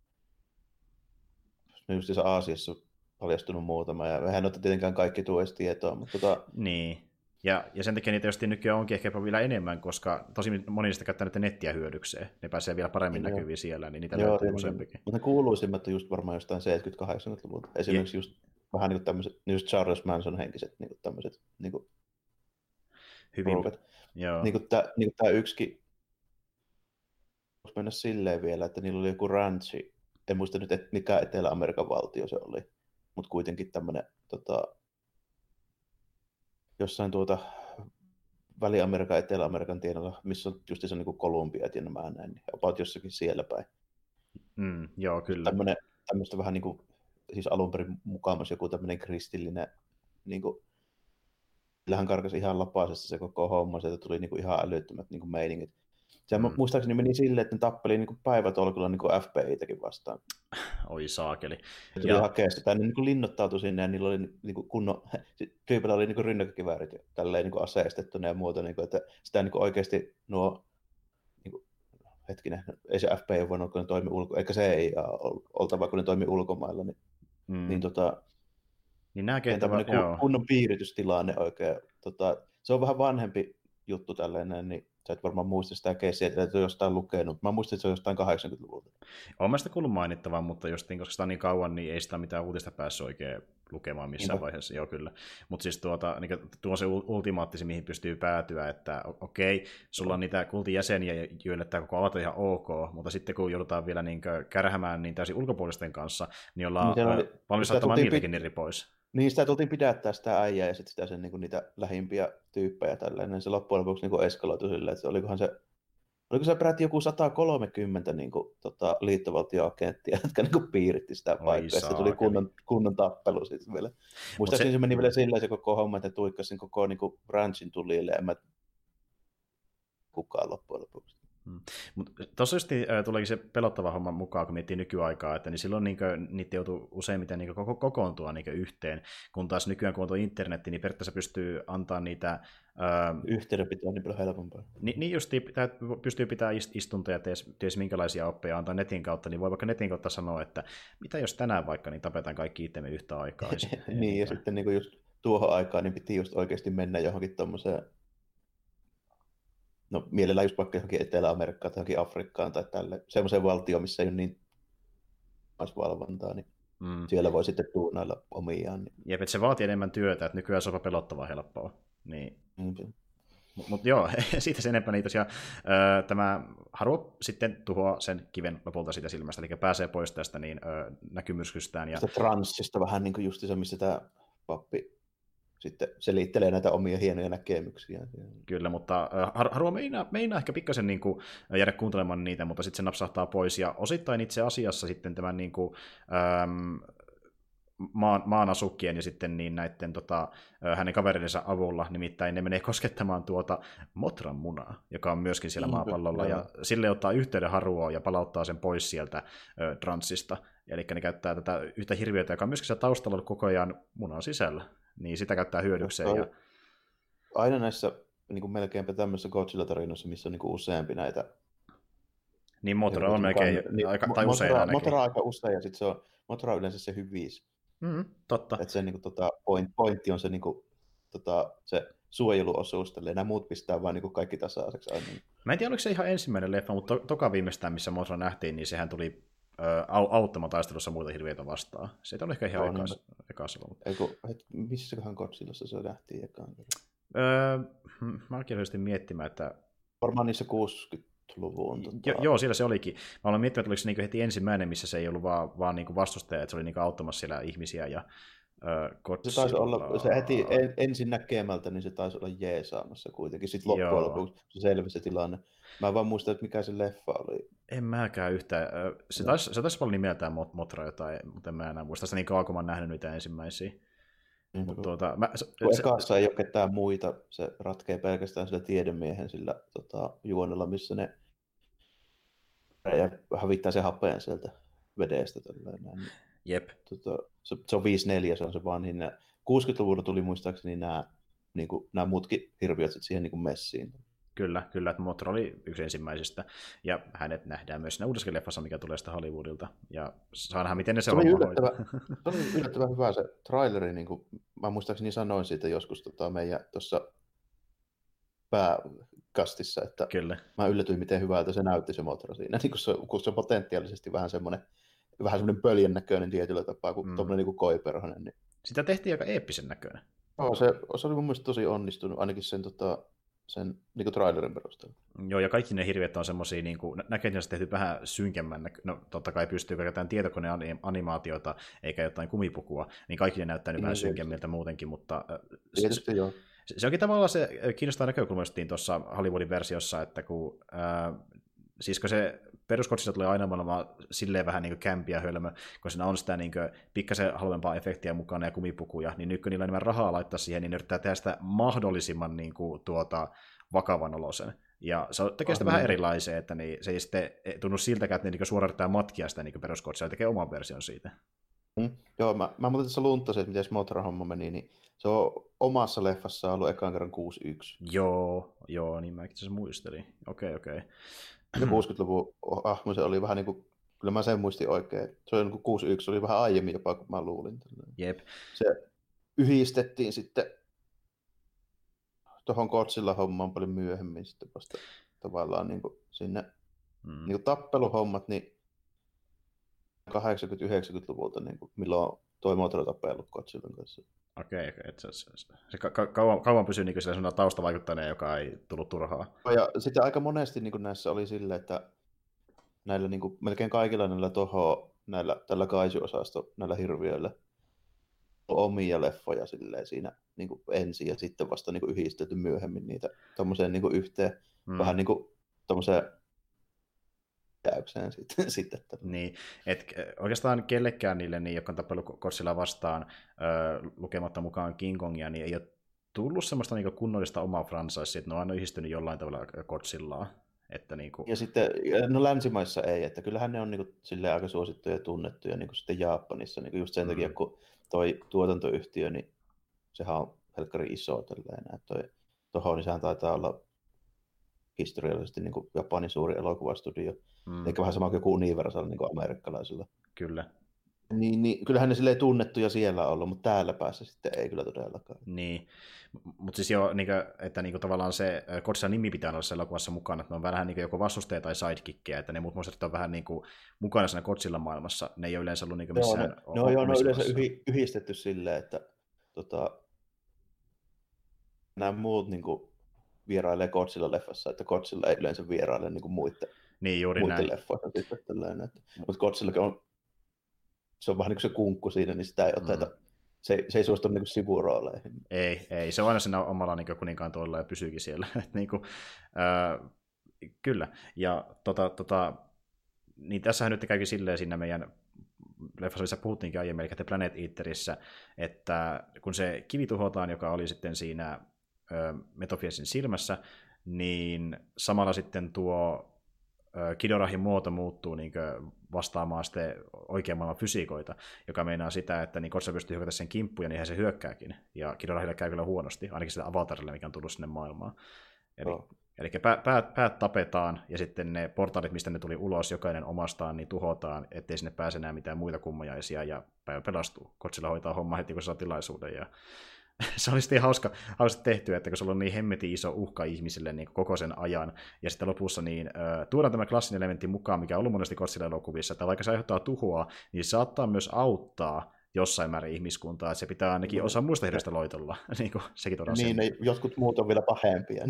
just Aasiassa paljastunut muutama, ja mehän ei tietenkään kaikki tuo edes tietoa, mutta Niin. Ja sen takia niitä just nykyään onkin ehkä vielä enemmän, koska tosi moni niistä käyttää näitä nettiä hyödykseen. Ne pääsee vielä paremmin näkyviin siellä, niin niitä löytyy useampikin. Mutta ne kuuluisimmat on just varmaan jostain 70-80-luvulta. Esimerkiksi just vähän tämmöiset, just Charles Manson henkiset tämmöiset hyvin. Joo. Tämä yksikin, voisi mennä silleen vielä, että niillä oli joku ranchi. En muista nyt, mikä Etelä-Amerikan valtio se oli, mutta kuitenkin tämmöinen jossain Väli-Amerikan, Etelä-Amerikan tienoilla, missä on justiinsa Kolumbiat ja nämä näin, niin about jossakin siellä päin. Joo, kyllä. Tämmöistä vähän siis alun perin mukaamassa joku tämmöinen kristillinen, sillähän karkasi ihan lapaisesta se koko homma, sieltä tuli ihan älyttömät meiningit. Sehän muistaakseni meni silleen, että ne tappeli päivätolkulla FBI:täkin vastaan. Oi saakeli. Se tuli hakea sitä, ne linnoittautui sinne ja niillä oli tyypillä oli rynnäkkökiväärit tälleen aseistettuna ja muuta, että sitä oikeasti hetkinen, ei se FBI voinut, kun ne toimi eikä se ei oltava, kun ne toimi ulkomailla, niin näkee kunnon piiritystilanne oikein. Se on vähän vanhempi juttu tällainen, niin sä et varmaan muista sitä keissiä, että et ole jostain lukenut. Mä muistin, että se on jostain 80-luvulta. Olen mä sitä kuullut mainittavan, mutta koska sitä on niin kauan, niin ei sitä mitään uutista päässyt oikein lukemaan missään vaiheessa. Joo, kyllä. Mutta siis tuo on se ultimaattisin, mihin pystyy päätyä, että okei, sulla on niitä kultin jäseniä, joille tämä koko aloite on ihan ok, mutta sitten kun joudutaan vielä kärhämään niin täysin ulkopuolisten kanssa, niin ollaan valmis saattamaan niiltäkin eri pois. Niin, sitä tultiin pidättää sitä äijää ja sitten sitä niitä lähimpiä tyyppejä tällainen. Se loppujen lopuksi eskaloitui silleen, että olikohan se oliko se peräti joku 130 niin kuin, liittovaltioagenttia, jotka niin kuin, piiritti sitä paikkaa. Se tuli kunnon tappelu siitä vielä. Muistaakseni se meni vielä silleen se koko homma, että tuikkasin koko niin kuin, ranchin tulille, en mä kukaan loppujen lopuksi. Mutta tuossa just tuleekin se pelottava homma mukaan, kun miettii nykyaikaa, että niin silloin niitä joutuu useimmiten kokoontua yhteen, kun taas nykyään kun on tuo internetti, niin periaatteessa pystyy antaa niitä... Yhteydenpitoa niin paljon helpompaa. Niin just pystyy pitämään istuntoja, ties minkälaisia oppeja antaa netin kautta, niin voi vaikka netin kautta sanoa, että mitä jos tänään vaikka, niin tapetaan kaikki itsemme yhtä aikaa. Niin, ja sitten niin just tuohon aikaan niin piti just oikeasti mennä johonkin tommoseen, no mielellään just vaikka johonkin Etelä-Amerikkaan tai johonkin Afrikkaan tai tälle, semmoiseen valtioon, missä ei ole niin valvontaa, niin siellä voi sitten tuunailla omiaan. Niin. Jep, että se vaatii enemmän työtä, että nykyään se on pelottavaa helppoa. Niin. Mutta joo, siitä sen enempää. Niin tosiaan tämä Haru sitten tuhoaa sen kiven lopulta siitä silmästä, eli pääsee pois tästä niin, näkymyrskystään. Ja... Sitä transsista vähän niin kuin just se, missä tämä pappi sitten selittelee näitä omia hienoja näkemyksiä. Kyllä, mutta Haru meinaa ehkä pikkasen niin kuin jäädä kuuntelemaan niitä, mutta sitten se napsahtaa pois, ja osittain itse asiassa sitten tämän niin kuin, maan asukkien ja sitten niin näiden hänen kaverinsa avulla, nimittäin ne menee koskettamaan Motran munaa, joka on myöskin siellä maapallolla, ja sille ottaa yhteyden Haruoon ja palauttaa sen pois sieltä transsista. Eli ne käyttää tätä yhtä hirviötä, joka on myöskin siellä taustalla ollut koko ajan munan sisällä, niin sitä käyttää hyödykseen. Ja... Aina näissä niin kuin melkeinpä tämmöisissä Godzilla-tarinoissa, missä on niin kuin useampi näitä... Niin Motra on melkein, tai usein ainakin. Motra on aika usein, ja sitten se on Motra yleensä se hyvissä. Totta. Että se niinku, pointti on se, niinku, se suojeluosuus, nämä muut pistää vaan niinku, kaikki tasa-aiseksi aina. Mä en tiedä, oliko se ihan ensimmäinen leffa, mutta toka viimeistään, missä Mothra nähtiin, niin sehän tuli auttamaan taistelussa muita hirviöitä vastaan. Se on ehkä ihan ekassa. Missäköhän Godzillassa se nähtiin ekaan? Mä olen kirjallisesti miettimään, että... Varmaan niissä 60-luvun. Joo, siellä se olikin. Mä olen miettinyt, että oliko se niinku heti ensimmäinen, missä se ei ollut vaan niinku vastustaja, että se oli niinku auttamassa siellä ihmisiä ja se taisi olla, se heti ensin näkemältä, niin se taisi olla jeesaamassa kuitenkin. Sitten loppujen lopuksi se selvisi se tilanne. Mä en vaan muista, että mikä se leffa oli. En mäkään yhtään. Se taisi olla nimeltään Motra jotain, mutta en mä enää muista. Sitä niin kauan, kun mä oon nähnyt niitä ensimmäisiä. Ekassa ei ole ketään muita. Se ratkee pelkästään sillä tiedemiehen sillä juonella, missä ne hävittää se hapeen sieltä vedestä. Tällainen. Jep. Se on 5-4, se on se vaan, niin 60-luvulla tuli muistaakseni nämä muutkin hirviöt siihen niin kuin messiin. Kyllä, että Mothra oli yksi ensimmäisistä, ja hänet nähdään myös siinä uudessa leffassa, mikä tulee sitä Hollywoodilta, ja saa nähdä, miten ne se on hoitaa. Se oli yllättävän hyvä se traileri, niin kuin mä muistaakseni sanoin siitä joskus meidän tuossa pääkastissa, että Kyllä. Mä yllätyin, miten hyvältä se näytti se Mothra siinä, niin kun se on potentiaalisesti vähän semmoinen pöljän näköinen tietyllä tapaa kuin tuommoinen niin kuin koiperhonen. Niin... Sitä tehtiin aika eeppisen näköinen. Se oli mun mielestä tosi onnistunut, ainakin sen niin kuin trailerin perusteella. Joo, ja kaikki ne hirviöt on semmosia, niin kuin näköjään tehty vähän synkemmän, no totta kai pystyy käyttämään tietokoneanimaatiota, eikä jotain kumipukua, niin kaikki ne näyttää nyt vähän synkemmiltä muutenkin, mutta tietysti joo. Se onkin tavallaan se kiinnostaa näkökulma tuossa Hollywoodin versiossa, että kun se peruskotsista tulee aina maailman silleen vähän niin kuin kämpi ja hölmö, kun siinä on sitä niin kuin pikkasen halvempaa efektiä mukana ja kumipukuja, niin nyt kun niillä on enemmän rahaa laittaa siihen, niin ne yrittää tehdä sitä mahdollisimman niin kuin, vakavan olosen. Ja se tekee sitä vähän erilaisia, että se ei sitten tunnu siltäkään, että ne niin suoraan yrittää matkia sitä niin peruskotsista, ja tekee oman version siitä. Joo, mä muuten tässä lunttasin, että miten se Mothra-homma meni, niin se on omassa leffassa ollut ekaan kerran 61. Joo, niin mäkin tässä muistelin. Okei. Se 60-luvun ahmo, se oli vähän niin kuin, kyllä mä sen muistin oikein. Se oli niin kuin 61, se oli vähän aiemmin jopa, kun mä luulin. Jep. Se yhdistettiin sitten tuohon Godzilla-hommaan paljon myöhemmin sitten vasta tavallaan niin kuin sinne niin kuin tappeluhommat, niin 80-90-luvulta, niin kuin, milloin toi Mothra tapellut Godzillan kanssa. Okei. Se kauan pysyy niin sellaisena taustavaikuttajana, joka ei tullut turhaa. Ja sitten aika monesti niin näissä oli silleen, että näillä niin kuin, melkein kaikilla näillä tällä kaiju-osasto, näillä hirviöillä on omia leffoja silleen siinä niin kuin ensin ja sitten vasta niin kuin yhdistetty myöhemmin niitä tommoseen niin kuin yhteen vähän niin kuin tommoseen täykseen sitten. Niin, että oikeastaan kellekään niille, niin, jotka on tapellut Godzilla vastaan lukematta mukaan King Kongia, niin ei ole tullut semmoista niin kunnollista omaa franchisea, että ne on aina yhdistynyt jollain tavalla Godzillaan. Että niin kuin... Ja sitten, no länsimaissa ei, että kyllähän ne on niin kuin, aika suosittuja ja tunnettuja niin kuin sitten Japanissa, niin kuin just sen takia, kun toi tuotantoyhtiö, niin sehän on helkkari iso tälleen, tuohon, niin sehän taitaa olla historiallisesti niin kuin Japanin suuri elokuvastudio, eikä vähän sama kuin joku Universal niin kuin amerikkalaisilla. Kyllä. Niin, kyllähän ne silleen tunnettuja siellä on ollut, mutta täällä päässä sitten ei kyllä todellakaan. Niin, mutta siis jo, että tavallaan se Godzilla-nimi pitää olla elokuvassa mukana, että ne on vähän niin joko vastustaja tai sidekickkejä, että ne muut monsterit on vähän niin kuin mukana siinä Godzilla-maailmassa, ne ei ole yleensä ollut niin missään... Ne on yleensä yhdistetty silleen, että nämä muut niin kuin vierailee Godzilla-leffassa, että Godzilla ei yleensä vieraile niin kuin muiden leffoissa. Mutta Godzillakin on, se on vähän niin kuin se kunkku siinä, niin sitä ei oteta. Se ei suostu niin kuin sivurooleihin. Ei, se on aina siinä omalla niin kuninkaan tuolla ja pysyykin siellä. niin kuin, kyllä, ja niin tässähän nyt käykin silleen siinä meidän leffassa, missä puhuttiinkin aiemmin, eli The Planet Eaterissä, että kun se kivi tuhotaan, joka oli sitten siinä Metofiesin silmässä, niin samalla sitten tuo Kidorahin muoto muuttuu niin vastaamaan sitten oikean maailman fysiikoita, joka meinaa sitä, että niin Godzilla pystyy hyökätä sen kimppuun, ja niinhän se hyökkääkin. Ja Kidorahille käy kyllä huonosti, ainakin sitä avatarille, mikä on tullut sinne maailmaan. Eli päät tapetaan, ja sitten ne portaalit, mistä ne tuli ulos, jokainen omastaan, niin tuhotaan, ettei sinne pääse enää mitään muita kummajaisia, ja päivä pelastuu. Godzilla hoitaa hommaa heti, kun saa tilaisuuden, ja se oli sitten hauska tehty, että kun sulla on niin hemmetin iso uhka ihmisille niin koko sen ajan, ja sitten lopussa niin tuodaan tämä klassinen elementti mukaan, mikä on ollut monesti Godzilla-elokuvissa, että vaikka se aiheuttaa tuhoa, niin se saattaa myös auttaa jossain määrin ihmiskuntaa, että se pitää ainakin osa muista hirveistä loitolla. niin kuin sekin niin, ne jotkut muut on vielä pahempia.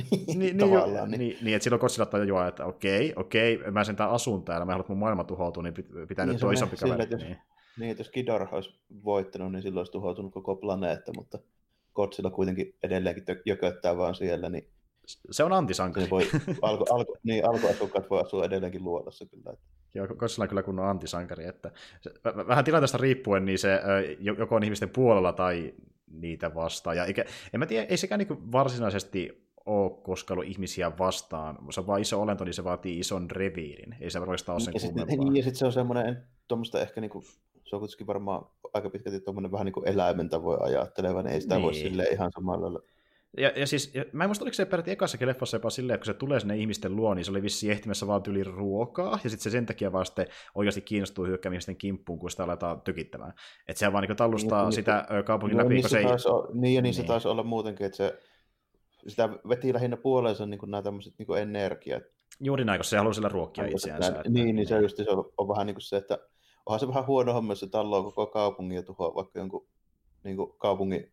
Niin, että silloin Godzilla tajua, että okei, mä sentään asun täällä, mä haluan, että mun maailma tuhoutuu, niin pitää nyt tuo isompi kaveri. Niin, että jos Ghidorah olisi voittanut, niin silloin olisi tuhoutunut koko planeetta, mutta Godzilla kuitenkin edelleenkin jököttää vaan siellä, niin se on antisankari. Alkuasukkaat voi asua edelleenkin luodossa kyllä. Joo, Godzilla on kyllä kunnon antisankari. Että vähän tilanteesta riippuen, niin se joko on ihmisten puolella tai niitä vastaan. Ja en mä tiedä, ei sekään niin varsinaisesti ole koskaan ollut ihmisiä vastaan. Se on vaan iso olento, niin se vaatii ison reviirin. Ei se oikeastaan ole sen kummempaa. Ja sitten se on semmoinen, tuommoista ehkä niinku, se on kuitenkin varmaan aika pitkälti tuommoinen vähän niin kuin eläimen tavoin ajatteleva, niin ei sitä voi silleen ihan samalla lailla. Ja siis, mä en muista, oliko se peräti ekassakin leffassa jopa silleen, että kun se tulee sinne ihmisten luo, niin se oli vissiin ehtimässä vaan yli ruokaa, ja sitten se sen takia vaan sitten oikeasti kiinnostuu hyökkäämään ihmisten kimppuun, kun sitä aletaan tykittämään. Että se vaan niin tallustaa sitä kaupungin läpi, niin kun se ei... se taisi olla muutenkin, että sitä veti lähinnä puoleensa niin nämä tämmöiset niin energiat. Juuri näin, kun se haluaa sillä ruokkia itseänsä. Niin se just se on vähän niin kuin se, että onhan se vähän huono homma, jos se talloo koko kaupungin ja tuhoaa vaikka jonkun niin kuin kaupungin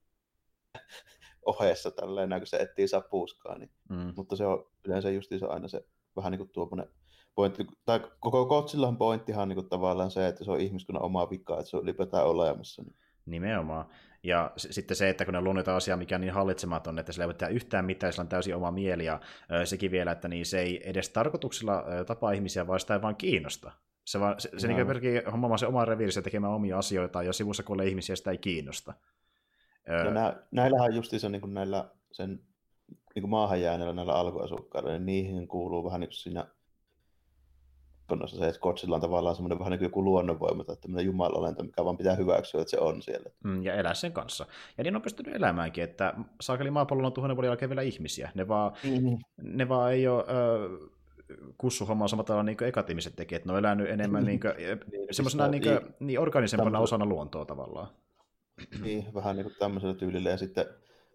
ohessa tälleen, kun se etsii sapuuskaa. Niin. Mutta se on yleensä justiinsa aina se vähän niin kuin tuommoinen pointti, tai koko Godzillan pointtihan on niin kuin tavallaan se, että se on ihmiskunnan oma vika, että se on ylipäätään olemassa. Niin. Nimenomaan. Ja sitten se, että kun ne on luonnetaan asiaa, mikä on niin hallitsematon, että sillä ei voi tehdä yhtään mitään, sillä on täysin oma mieli, ja sekin vielä, että niin se ei edes tarkoituksella tapaa ihmisiä, vaan sitä ei vaan kiinnosta. Se niin pyrkii hommaamaan se oman reviirinsä tekemään omia asioita, ja sivussa kuolee ihmisiä, sitä ei kiinnosta. Ja näillähän justiinsa niin kuin näillä sen niin kuin maahan jääneillä näillä alkuasukkailla, niin niihin kuuluu vähän niin kuin siinä se, että Godzilla on tavallaan semmoinen vähän niin kuin joku luonnonvoima tai tämmöinen jumalolento, mikä vaan pitää hyväksyä, että se on siellä. Ja elää sen kanssa. Ja niin on pystynyt elämäänkin, että saakeli maapallolla on 1000 vuoden jälkeen vielä ihmisiä. Ne vaan ei ole kussuhommaa samalla tavalla niin kuin ekat ihmiset tekee, että ne on elänyt enemmän semmoisena niin organisempana osana luontoa tavallaan. Niin, vähän niin kuin tämmöisellä tyylillä, ja sitten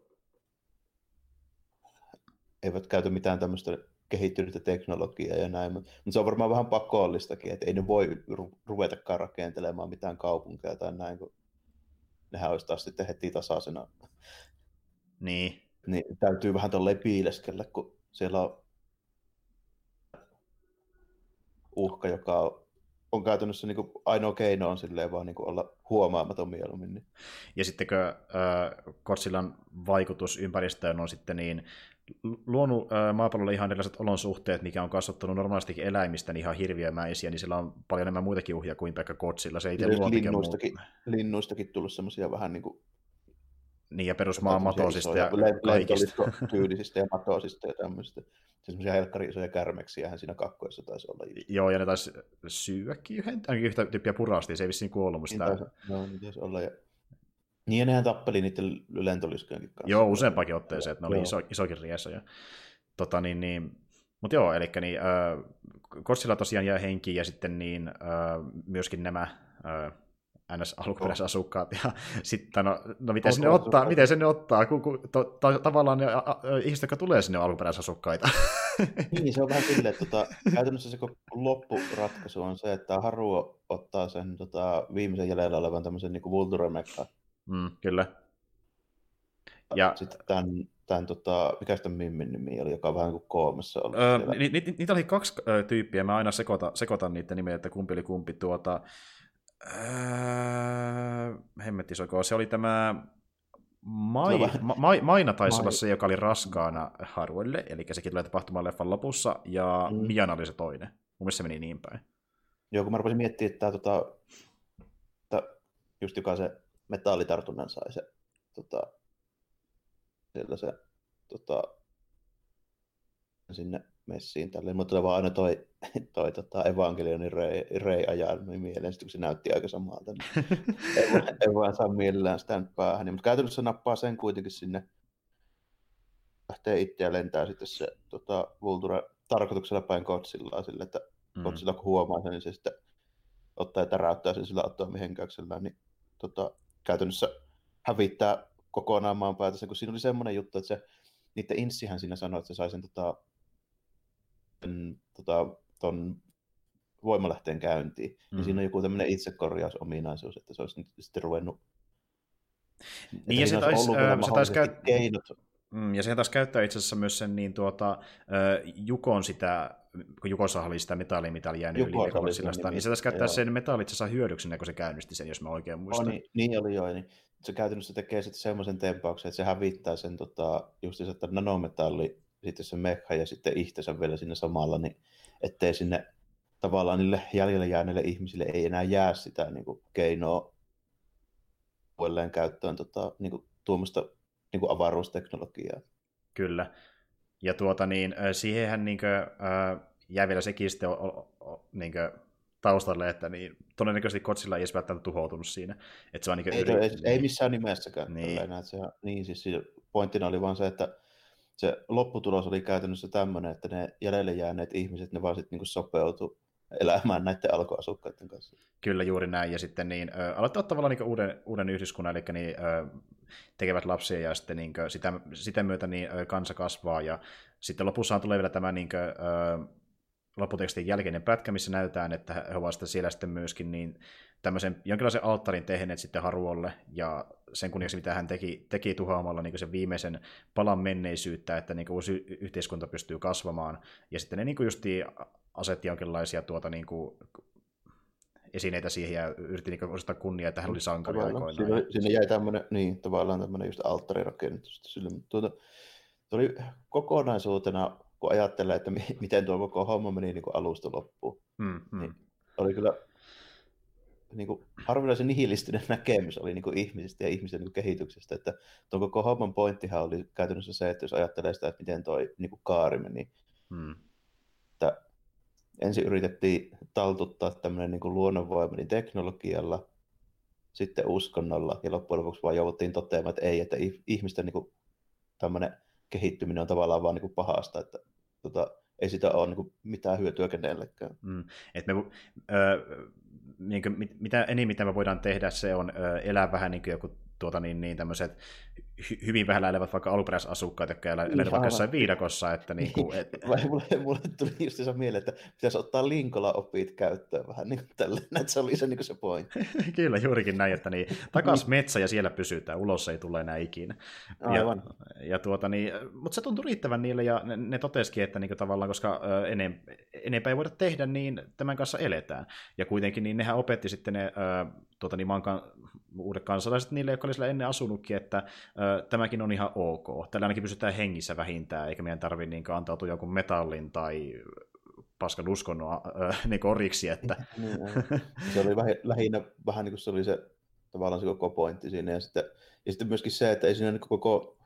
eivät käytä mitään tämmöistä kehittynyttä teknologiaa ja näin, mutta se on varmaan vähän pakollistakin, että ei ne voi ruvetakaan rakentelemaan mitään kaupunkeja tai näin, kun nehän olisi taas sitten heti tasaisena. Niin täytyy vähän tolleen piileskellä, kun siellä on uhka, joka on käytännössä niin kuin ainoa keino on silleen vaan niin kuin olla huomaamaton mieluummin. Niin. Ja sittenkö Godzillan vaikutus ympäristöön on sitten niin luonut maapallolle ihan erilaiset olonsuhteet, mikä on kasvattanut normaalistikin eläimistä niin ihan hirviömäisiä, niin sillä on paljon enemmän muitakin uhia kuin pelkkä Godzilla. Se ei itse luontikin linnuistakin tullut semmoisia vähän niin kuin niin, ja perusmaan matosista ja kaikista. Tyylisistä ja matosista ja tämmöisistä. Semmoisia helkkari isoja kärmeksiähän siinä kakkoissa taisi olla. Joo, ja ne taisi syödäkin ainakin yhtä tyyppiä purasti, se ei vissiin kuollut mistään. Niin taisi olla. Niin, ja nehän tappeli niiden lentoliskujenkin kanssa. Joo, useampakin otteeseen, että ne oli isokin riesoja. Mutta joo, eli niin, Godzilla tosiaan jää henkiin, ja sitten niin, myöskin nämä NS-alkuperäisasukkaat, ja sitten, miten se ne ottaa, tavallaan ne ihmiset, jotka tulee sinne alkuperäisasukkaita. Niin, se on vähän silleen, että käytännössä se loppuratkaisu on se, että Haruo ottaa sen viimeisen jäljellä olevan tämmöisen niin Vulture-mekka. Kyllä. Ja sitten tämän mikä sitä Mimmin nimi oli, joka on vähän kuin koomassa ollut. Niitä oli 2 tyyppiä, mä aina sekoitan niiden nimeä, että kumpi oli kumpi. Hemmettisoikoa, se oli tämä Maina taisi olla se, joka oli raskaana Haruelle, eli sekin tulee tapahtumaan leffan lopussa, ja Miana oli se toinen. Mun mielestä se meni niin päin. Joo, kun mä rupesin miettimään, että just joka se metallitartunnan sai se sinne messiin tälleen, mutta vaan aina toi Evangelionin Rey ajaa mieleen, kun se näytti aika samalta. Ei vaan saa mielellään sitä nyt päähän. Mutta käytännössä nappaa sen kuitenkin sinne, lähtee itse ja lentää sitten se Vulture tarkoituksella päin Godzillaa sille, että Godzilla kun huomaa sen, niin se sitten ottaa ja täräyttää sen sillä atomihenkäyksellä, niin käytännössä hävittää kokonaan maan päätössä, kun siinä oli semmoinen juttu, että se niiden inssihän siinä sanoi, että se sai sen ton voimalähteen käyntiin. Ja siinä on joku tämmöinen itsekorjausominaisuus, että se olisi nyt sitten ruvennut. Niin, ja se taisi keinot. Ja sehän taisi käyttää itse asiassa myös sen Jukon sitä, kun Jukossa oli sitä metallia jäänyt yli Godzillasta, niin se taisi käyttää sen metalli itse asiassa hyödyksenä, kun se käynnisti sen, jos mä oikein muistan. Niin oli joo. Niin. Se käytännössä tekee sitten semmoisen tempauksen, että se hävittää sen just se, että nanometalli, sitten se mekha ja sitten itsensä vielä siinä samalla, niin ettei sinne tavallaan niille jäljelle jääneille ihmisille ei enää jää sitä niin kuin keinoa uudelleen käyttöön niin kuin tuommoista niin kuin avaruusteknologiaa. Kyllä. Ja siihenhän jää vielä sekin sitten taustalle, että niin, todennäköisesti Godzilla ei edes välttämättä tuhoutunut siinä. Että se on ei missään nimessäkään. Niin. Siis pointtina oli vaan se, että se lopputulos oli käytännössä tämmöinen, että ne jäljelle jääneet ihmiset, ne vaan sitten niin sopeutu elämään näiden alkuasukkaiden kanssa. Kyllä, juuri näin. Ja sitten aloittaa tavallaan uuden yhdyskunnan, eli tekevät lapsia, ja sitten sitä myötä kansa kasvaa. Ja sitten lopussaan tulee vielä tämä lopputekstin jälkeinen pätkä, missä näytetään, että he ovat siellä sitten myöskin tämmöisen jonkinlaisen alttarin tehneet sitten Haruolle, ja sen kunniaksi, mitä hän teki tuhoamalla sen viimeisen palan menneisyyttä, että uusi yhteiskunta pystyy kasvamaan, ja sitten ne justiin asetti jonkinlaisia esineitä siihen, ja yritti ostaa kunniaa, että hän oli sankari aikoinaan. Siinä jäi tavallaan tämmöinen just alttarirakennus sille, mutta tuli kokonaisuutena, kun ajattelee, että miten tuo koko homma meni niin kuin alusta loppuun, niin oli kyllä niin kuin harvinaisen nihilistinen näkemys oli niin kuin ihmisistä ja ihmisen niin kuin kehityksestä, että tuon koko homman pointtihan oli käytännössä se, että jos ajattelee sitä, että miten toi niin kuin kaari meni, että ensin yritettiin taltuttaa tämmöinen niin kuin luonnonvoimainen teknologialla, sitten uskonnolla, ja loppujen lopuksi vaan jouduttiin toteamaan, että ei, että ihmisten niin kuin tämmöinen kehittyminen on tavallaan vaan niin kuin pahasta, että ei sitä ole niin kuin mitään hyötyä kenellekään. Mitä enimmiten me voidaan tehdä, se on elää vähän niin kuin joku tämmöiset hyvin vähällä elävät vaikka alkuperäisasukkaat, jotka elävät vaikka jossain viidakossa. Että mulle tuli just se mieleen, että pitäisi ottaa Linkola-opit käyttöön vähän niin kuin tälle, että se oli se pointti. Kyllä, juurikin näin, että takas metsä ja siellä pysytään, ulos ei tule enää ikinä. Aivan. Mutta se tuntui riittävän niille, ja ne totesikin, että tavallaan, koska enempää ei voida tehdä, niin tämän kanssa eletään. Ja kuitenkin niin nehän opetti sitten ne uudet kansalaiset niille, jotka oli siellä ennen asunutkin, että tämäkin on ihan ok. Tällä ainakin pysytään hengissä vähintään, eikä meidän tarvitse antautua jonkun metallin tai paskan uskonnon oriksi. Että... Se oli lähinnä vähän niin kuin se oli se tavallaan se koko pointti siinä. Ja sitten myöskin se, että ei siinä niin koko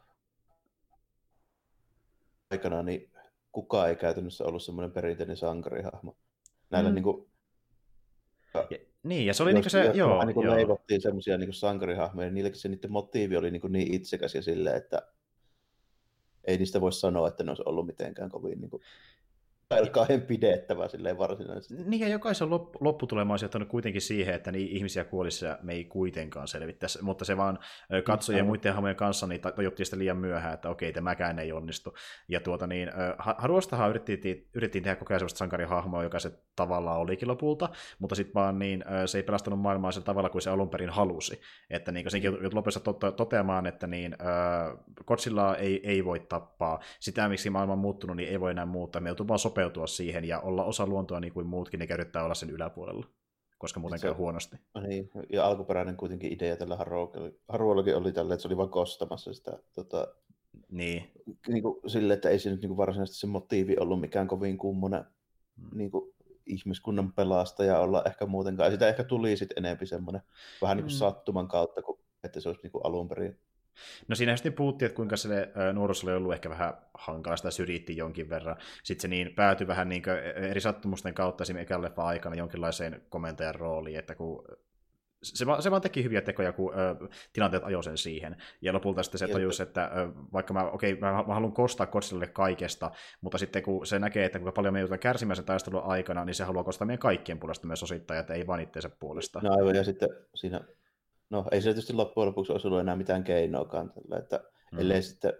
aikana niin kukaan ei käytännössä ollut semmoinen perinteinen sankarihahmo. Näillä niin kuin niin, ja se oli se, niin leivottiin semmoisia niin sankarihahmoja, niin niilläkin se niiden motiivi oli niin itsekäs ja silleen, että ei niistä voi sanoa, että ne olisi ollut mitenkään kovin niin kauhean pidettävää silleen varsinaisesti. Niin, ja jokaisen lopputulema on sijoittanut kuitenkin siihen, että niin ihmisiä kuolisi ja me ei kuitenkaan selvittäisi, mutta se vaan katsojien ja muiden hahmojen kanssa niin tajuttiin sitä liian myöhään, että okei, tämäkään ei onnistu. Ja Haruostahan yritettiin tehdä koko ajan sellaista sankarihahmoa, joka se tavallaan olikin lopulta, mutta sitten vaan se ei pelastanut maailmaa sillä tavalla kuin se alun perin halusi. Että senkin joutui lopussa toteamaan, että Godzillaa ei voi tappaa. Sitä, miksi maailma on muuttunut, niin ei voi enää muuttaa. Me joutuu vaan sopeutua siihen ja olla osa luontoa niin kuin muutkin, ne yrittää olla sen yläpuolella, koska muuten käy huonosti. Niin, ja alkuperäinen kuitenkin idea tällä Haruollakin oli tällä, että se oli vaan kostamassa sitä niin kuin sille, että ei se nyt niin kuin varsinaisesti se motiivi ollut mikään kovin kummonen niin kuin ihmiskunnan pelastaja olla ehkä muutenkaan. Ja sitä ehkä tuli sitten enemmän semmoinen vähän niin kuin sattuman kautta, että se olisi niin kuin alun perin. No siinä just puhuttiin, että kuinka se nuoruus oli ollut ehkä vähän hankala, sitä syrjittiin jonkin verran. Sitten se päätyi vähän niin eri sattumusten kautta esimerkiksi ekan leffan aikana jonkinlaiseen komentajan rooliin, että kun se vaan teki hyviä tekoja, kun tilanteet ajoi sen siihen. Ja lopulta sitten se tajusi, että vaikka mä haluan kostaa Godzillalle kaikesta, mutta sitten kun se näkee, että kuinka paljon me joudutaan kärsimään sen taistelun aikana, niin se haluaa kostaa meidän kaikkien puolesta myös osittajat, ei vain itseensä puolesta. No aivan, ja sitten siinä ei se tietysti loppujen lopuksi olisi ollut enää mitään keinoakaan tällä, että ellei sitten,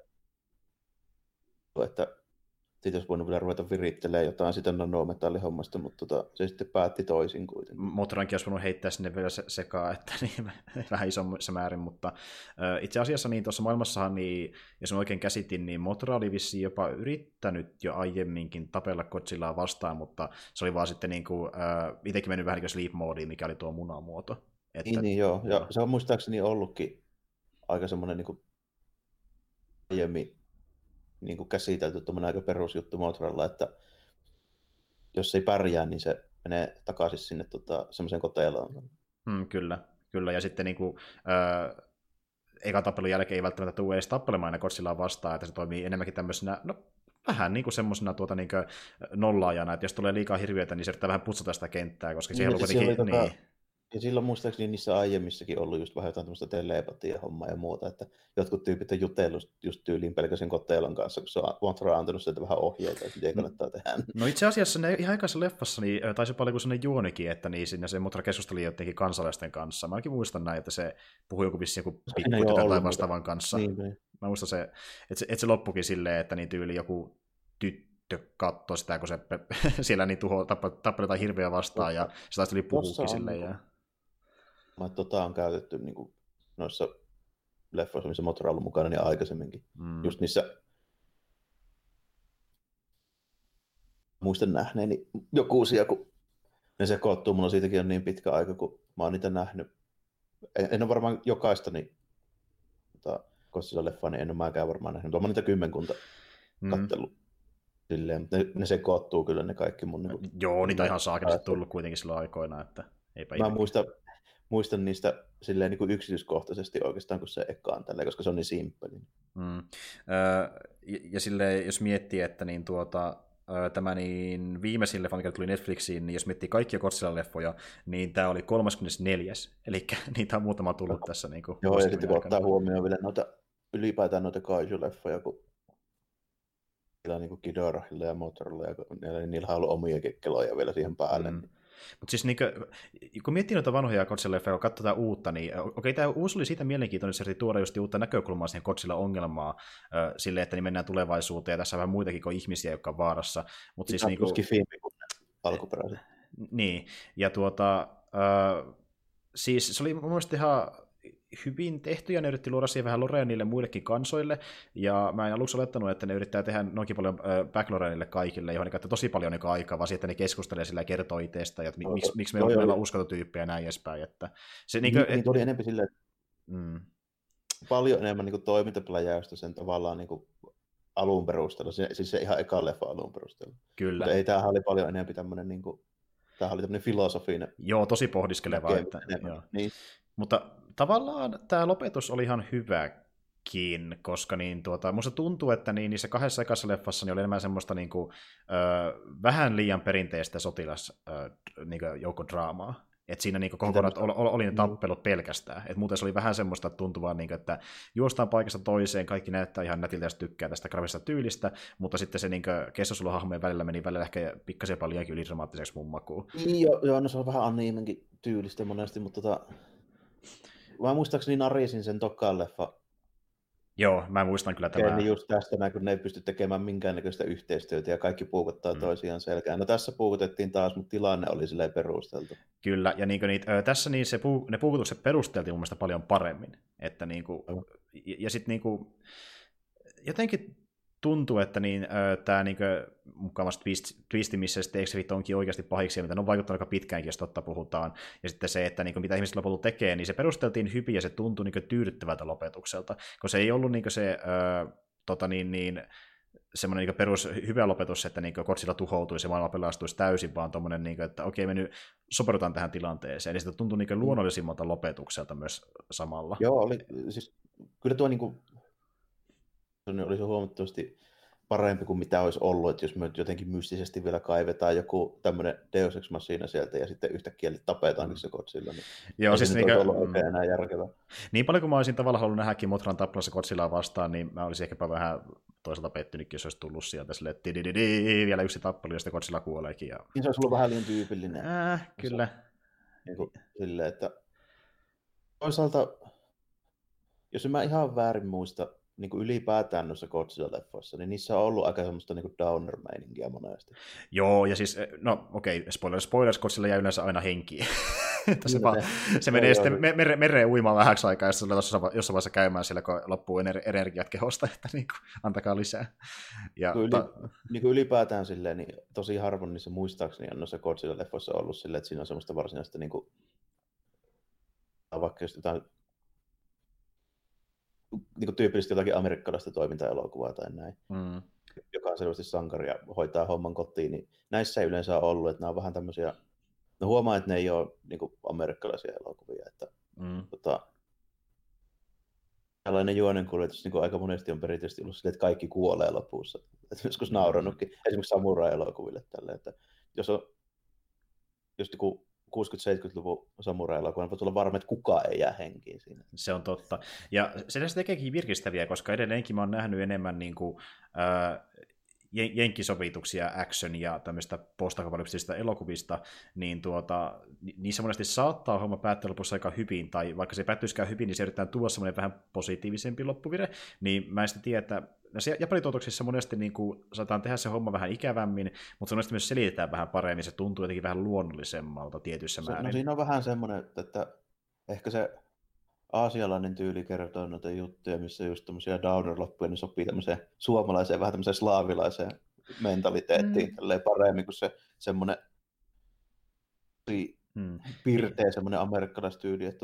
että siitä olisi voinut vielä ruveta virittelemään jotain sitä nanometallihommasta, mutta se sitten päätti toisin kuitenkin. Motorankin olisi voinut heittää sinne vielä sekaan, että niin, vähän isommassa määrin, mutta itse asiassa niin tuossa maailmassahan, niin, jos mä oikein käsitin, niin Motora oli vissiin jopa yrittänyt jo aiemminkin tapella Godzillaa vastaan, mutta se oli vaan sitten niin kuin, itsekin mennyt vähän niin kuin sleep modeen, mikä oli tuo munamuoto. Niin, joo. Ja se on muistaakseni ollutkin aika semmoinen niin kuin aiemmin niin kuin käsitelty tuommoinen aika perusjuttu Motoralla, että jos ei pärjää, niin se menee takaisin sinne semmoiseen koteloon. Kyllä. Ja sitten niin kuin, ekan tappelun jälkeen ei välttämättä tule edes tappelemaan aina Godzillaa vastaan, että se toimii enemmänkin tämmöisenä, vähän niin kuin semmoisena niin nollaajana, että jos tulee liikaa hirviöitä, niin se yrittää vähän putsata sitä kenttää, koska siihen on kuitenkin... Ja silloin muistaakseni niissä aiemmissakin ollut just vähän jotain tämmöistä telepatia-hommaa ja muuta, että jotkut tyypit on jutellut just tyyliin pelkäsen koteelon kanssa, kun se on Motora antanut sieltä vähän ohjeita, että miten kannattaa tehdä. No itse asiassa ne ihan aikaisessa leffassa niin taisi paljon kuin sellainen juonikin, että niin siinä se Motora keskusteli jotenkin kansalaisten kanssa. Mä ainakin muistan näin, että se puhui joku vissiin joku pikkutytön tai vastaavan kanssa. Niin. Mä muistan se, että se loppukin silleen, että niin tyyli joku tyttö katsoi sitä, kun se siellä niin tappeletaan hirveä vastaan ja se taisi tuli puhuukin silleen. On käytetty niin kuin noissa leffoissa, missä Motora on ollut mukana, niin aikaisemminkin. Just niissä muistan nähneeni jokuisia, kun ne sekoittuu. Mulla siitäkin on niin pitkä aika, kun mä oon niitä nähnyt. En ole varmaan jokaista niin, Godzilla-leffaa, niin en ole mäkään varmaan nähnyt. Olen niitä kymmenkunta kattellut. Silleen, ne sekoittuu kyllä ne kaikki mun... Niin joo, niitä ihan saakellisesti tullut kuitenkin silloin aikoina, että eipä mä muistan niistä silleen niin kuin yksityiskohtaisesti oikeastaan kuin se ekaan tälleen, koska se on niin simppeli. Ja silleen, jos miettii, että niin tämä niin viimeisin leffa, mikä tuli Netflixiin, niin jos miettii kaikkia Godzilla-leffoja, niin tämä oli 34. Eli niitä on muutama tullut tässä. Niin kuin joo, ja sitten kun ottaa huomioon vielä ylipäätään noita kaiju-leffoja, kun niillä on niin Ghidorahilla ja Motoralla, ja niillä on ollut omia kekkeloja vielä siihen päälle. Mutta siis kun miettii noita vanhoja Godzilla-leffoja, kun katsotaan uutta, niin okei, tämä uusi oli siitä mielenkiintoinen, että se tuoda just uutta näkökulmaa siihen Godzilla-ongelmaan, silleen, että niin mennään tulevaisuuteen, ja tässä on vähän muitakin kuin ihmisiä, jotka on vaarassa. Mutta siis filmi kuin alkuperäisen. Niin, ja siis se oli mun mielestä ihan hyvin tehty, ja ne yritti luoda siihen vähän lorea niille muillekin kansoille, ja mä en aluksi olettanut, että ne yrittää tehdä noinkin paljon backlorea niille kaikille, johon ne käyttää tosi paljon aikaa, vaan siitä ne keskustelee sillä ja kertoo itsestä, ja miksi meillä on uskontotyyppejä ja näin edespäin. Että se, niin oli enemmän silleen, paljon enemmän niin toimintapläjäystä sen tavallaan niin alun perusteella, siis se ihan eka leffa alun perusteella. Kyllä. Mutta ei, tämähän oli paljon enemmän tämmöinen, niin kuin, tämähän oli tämmöinen filosofinen. Joo, tosi pohdiskeleva. Niin. Mutta tavallaan tämä lopetus oli ihan hyväkin, koska musta tuntuu, että niissä kahdessa ekassa leffassa oli enemmän semmoista vähän liian perinteistä sotilasjoukkodraamaa. Että siinä kokonaan oli ne tappelut pelkästään. Et muuten se oli vähän semmoista tuntuvaa, että juostaan paikasta toiseen, kaikki näyttää ihan nätiltä, jos tykkää tästä grafisesta tyylistä, mutta sitten se keskusteluhahmojen välillä meni välillä ehkä pikkasen paljon ylidramaattiseksi mun makuun. Joo, no se on vähän animenkin tyylistä monesti, mutta mä muistaakseni narisin sen tokaan leffa. Joo, mä muistan kyllä tämän. Niin just tästä, kun ne ei pysty tekemään minkäännäköistä yhteistyötä ja kaikki puukottaa toisiaan selkään. No tässä puukotettiin taas, mutta tilanne oli silleen perusteltu. Kyllä, ja tässä ne puukotukset perusteltiin mun mielestä paljon paremmin. Että ja sitten jotenkin tuntuu, että tämä mukavasti twisti, missä sitten exit onkin oikeasti pahiksi, mitä ne on vaikuttanut aika pitkäänkin, jos totta puhutaan. Ja sitten se, että mitä ihmiset lopulta tekee, niin se perusteltiin hyvin ja se tuntui tyydyttävältä lopetukselta. Kun se ei ollut semmoinen perus hyvä lopetus, että Godzilla tuhoutuisi ja maailma pelastuisi täysin, vaan tuommoinen, että okei, me nyt sopeudutaan tähän tilanteeseen. Ja sitä tuntui luonnollisimmalta lopetukselta myös samalla. Joo, siis kyllä tuo olisi huomattavasti parempi kuin mitä olisi ollut, että jos me jotenkin mystisesti vielä kaivetaan joku tämmöinen Deus Ex Machina sieltä ja sitten yhtäkkiä tapetaankin se Godzilla, niin joo, siis ei ollut oikein enää järkevää. Niin paljon kuin mä olisin tavallaan halunnut nähdäkin Motran tappelassa Godzillaa vastaan, niin mä olisin ehkäpä vähän toisaalta pettynytkin, jos olisi tullut sieltä silleen, että vielä yksi tappelu, ja sitten Godzilla kuoleekin. Ja niin se olisi ollut vähän liian tyypillinen. Kyllä. Silleen, että toisaalta, jos en mä ihan väärin muista, ylipäätään noissa Godzilla-leffoissa, niin niissä on ollut aika semmoista downer-meininkiä monesti. Joo, ja siis, no okei, spoilers, Godzilla jää yleensä aina henkiin. Se menee sitten mereen uimaan vähäksi aikaa, jos tulee jossain vaiheessa käymään siellä, kun loppuu energiat kehosta, että antakaa lisää. Ja, ylipäätään silleen, niin tosi harvoin niissä muistaakseni on noissa Godzilla-leffoissa ollut silleen, että siinä on semmoista varsinaista, vaikka just jotain tyypillisesti jotakin amerikkalaista toimintaelokuvaa tai näin, joka on selvästi sankari ja hoitaa homman kotiin, niin näissä ei yleensä ole ollut, että nämä on vähän tämmöisiä, no huomaa, että ne ei ole amerikkalaisia elokuvia, että tällainen juonenkuljetus aika monesti on perinteisesti ollut silleen, että kaikki kuolee lopussa. Et joskus naurannutkin, esimerkiksi samurai-elokuville tälleen, että jos 60-70-luvun samurai-elokuva, voi olla varma, että kukaan ei jää henkiin siinä. Se on totta. Ja se tekeekin virkistäviä, koska edelleenkin mä oon nähnyt enemmän jenkkisovituksia, action ja tämmöistä post-apokalyptisista elokuvista, niin niissä monesti saattaa homma päättää lopussa aika hyvin, tai vaikka se päättyisikään hyvin, niin se yritetään tuoda semmoinen vähän positiivisempi loppuvire, niin mä en sitten tiedä, että Japanituotoksissa monesti saataan tehdä se homma vähän ikävämmin, mutta se monesti myös selitetään vähän paremmin, se tuntuu jotenkin vähän luonnollisemmalta tietyissä määrin. No siinä on vähän semmoinen, että ehkä se aasialainen tyyli kertoo noita juttuja, missä just tämmöisiä downer-loppuja, niin sopii tämmöiseen suomalaiseen, vähän tämmöiseen slaavilaiseen mentaliteettiin paremmin kuin se semmoinen pirteä semmoinen amerikkalaistyyli, että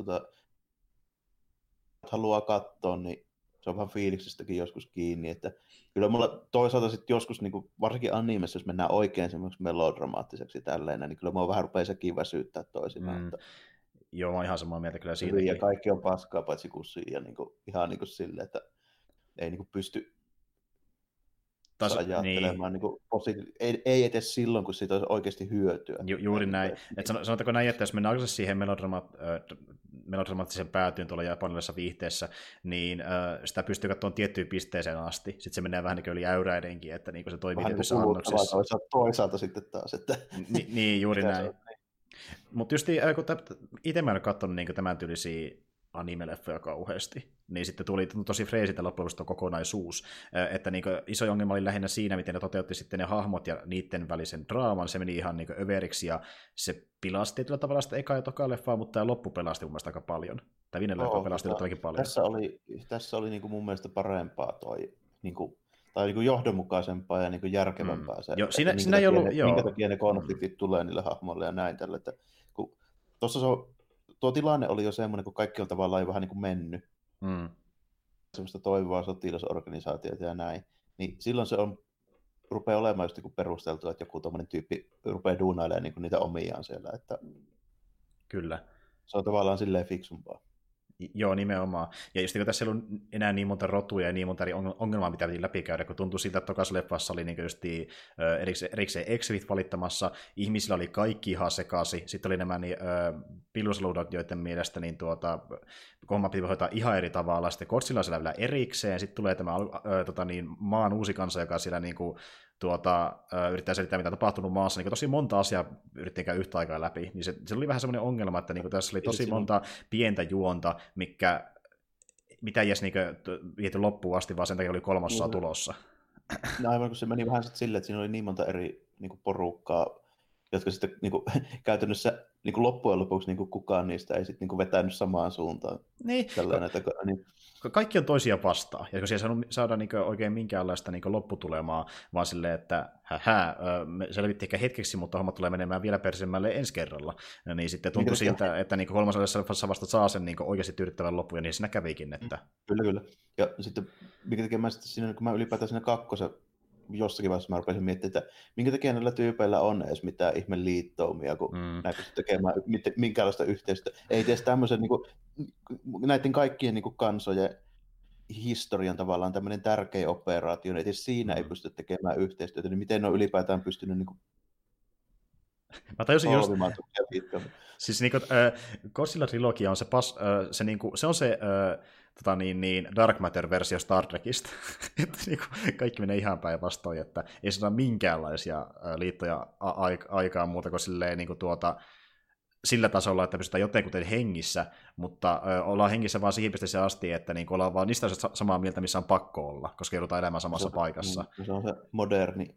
haluaa katsoa, niin se on vähän fiiliksestäkin joskus kiinni, että kyllä mulla toisaalta sitten joskus, varsinkin animessa, jos mennään oikein semmoiseksi melodramaattiseksi tälleen, niin kyllä mua vähän rupeaa sekin väsyttää toisinaan. Että joo, mä oon ihan samaa mieltä kyllä siitä. Ja kaikki on paskaa paitsi kussiin ja ihan silleen, että ei pysty ajattelemaan ei edes silloin, kun siitä olisi oikeasti hyötyä. Juuri näin. Sanotaanko näin, että jos mennään oikeasti siihen melodramaattisen päätyyn tuolla japanilaisessa viihteessä, niin sitä pystyy katsomaan tiettyyn pisteeseen asti. Sitten se menee vähän yli äyräidenkin, että se toimii tietyissä annoksissa. Toisaalta sitten taas. Että niin, juuri näin. Mutta just kun itse mä en ole katsonut niin tämän tyylisiä anime-leffoja kauheasti, niin sitten tuli tosi freesiltä loppujen lopuksi kokonaisuus, että niin iso ongelma oli lähinnä siinä, miten ne toteutti sitten ne hahmot ja niiden välisen draaman, se meni ihan niin överiksi, ja se pilasti tietyllä tavalla sitä eka ja toka leffaa, mutta tämä loppu pelasti mun mielestä aika paljon. Tämä viimeinen leffa pelasti yllättävänkin paljon. Tässä oli niin kuin mun mielestä parempaa toi, niin kuin, tai niin kuin johdonmukaisempaa ja niin kuin järkevämpää se, jo, siinä ei ollut, minkä takia ne konfliktit tulee niille hahmoille ja näin tällä, että kun tuossa tuo tilanne oli jo semmoinen, kun kaikki on tavallaan jo vähän niin kuin mennyt. Semmoista toimivaa sotilasorganisaatiota ja näin. Niin silloin se rupeaa olemaan just niin perusteltua, että joku tommoinen tyyppi rupeaa duunailemaan niin niitä omiaan siellä. Että kyllä. Se on tavallaan silleen fiksumpaa. Joo, nimenomaan. Ja just kun tässä ei ollut enää niin monta rotuja ja niin monta eri ongelmaa, mitä piti läpikäydä, kun tuntui siltä, että tokaisessa leffassa oli niin erikseen exivit valittamassa, ihmisillä oli kaikki ihan sekaisin, sitten oli nämä pilusaluudat, joiden mielestä homma piti hoitaa ihan eri tavalla, sitten Godzilla siellä vielä erikseen, sitten tulee tämä maan uusi kansa, joka siellä yrittää selittää, mitä on tapahtunut maassa, niin tosi monta asiaa yritti käydä yhtä aikaa läpi, niin se oli vähän semmoinen ongelma, että tässä oli tosi monta pientä juonta, mitä ei edes viety loppuun asti, vaan sen takia oli kolmasosa tulossa. No aivan, kun se meni vähän silleen, että siinä oli niin monta eri porukkaa, jotka sitten käytännössä loppujen lopuksi kukaan niistä ei sitten vetänyt samaan suuntaan. Niin. Kaikki on toisia vastaan, ja kun siellä saada oikein minkäänlaista lopputulemaa, vaan silleen, että me selvittiin ehkä hetkeksi, mutta homma tulee menemään vielä persemmälle ensi kerralla. Niin sitten tuntui siltä, että kolmasosassa vasta saa sen oikeasti tyydyttävän lopun, ja niin siinä kävikin. Että... Kyllä. Ja sitten minkä takia mä sitten siinä, kun mä ylipäätään siinä kakkosen jossakin vaiheessa mä rupesin miettimään, että minkä takia näillä tyypeillä on edes mitään ihme liittoumia, kun näin pystyy tekemään minkäänlaista yhteistyötä. Ei edes tämmöisen näiden kaikkien kansojen historian tavallaan tämmöinen tärkeä operaatio, niin edes siinä ei pysty tekemään yhteistyötä, niin miten ne on ylipäätään pystynyt mä tajusin just... Siis Godzilla-trilogia on se on se Dark Matter-versio Star Trekista. Että kaikki menee ihan päinvastoin, että ei saada minkäänlaisia liittoja aikaan muuta kuin silleen, sillä tasolla, että pystytään jotenkin hengissä, mutta ollaan hengissä vaan siihen pisteeseen asti, että ollaan vaan niistä samaa mieltä, missä on pakko olla, koska joudutaan elämään samassa paikassa. Se on se moderni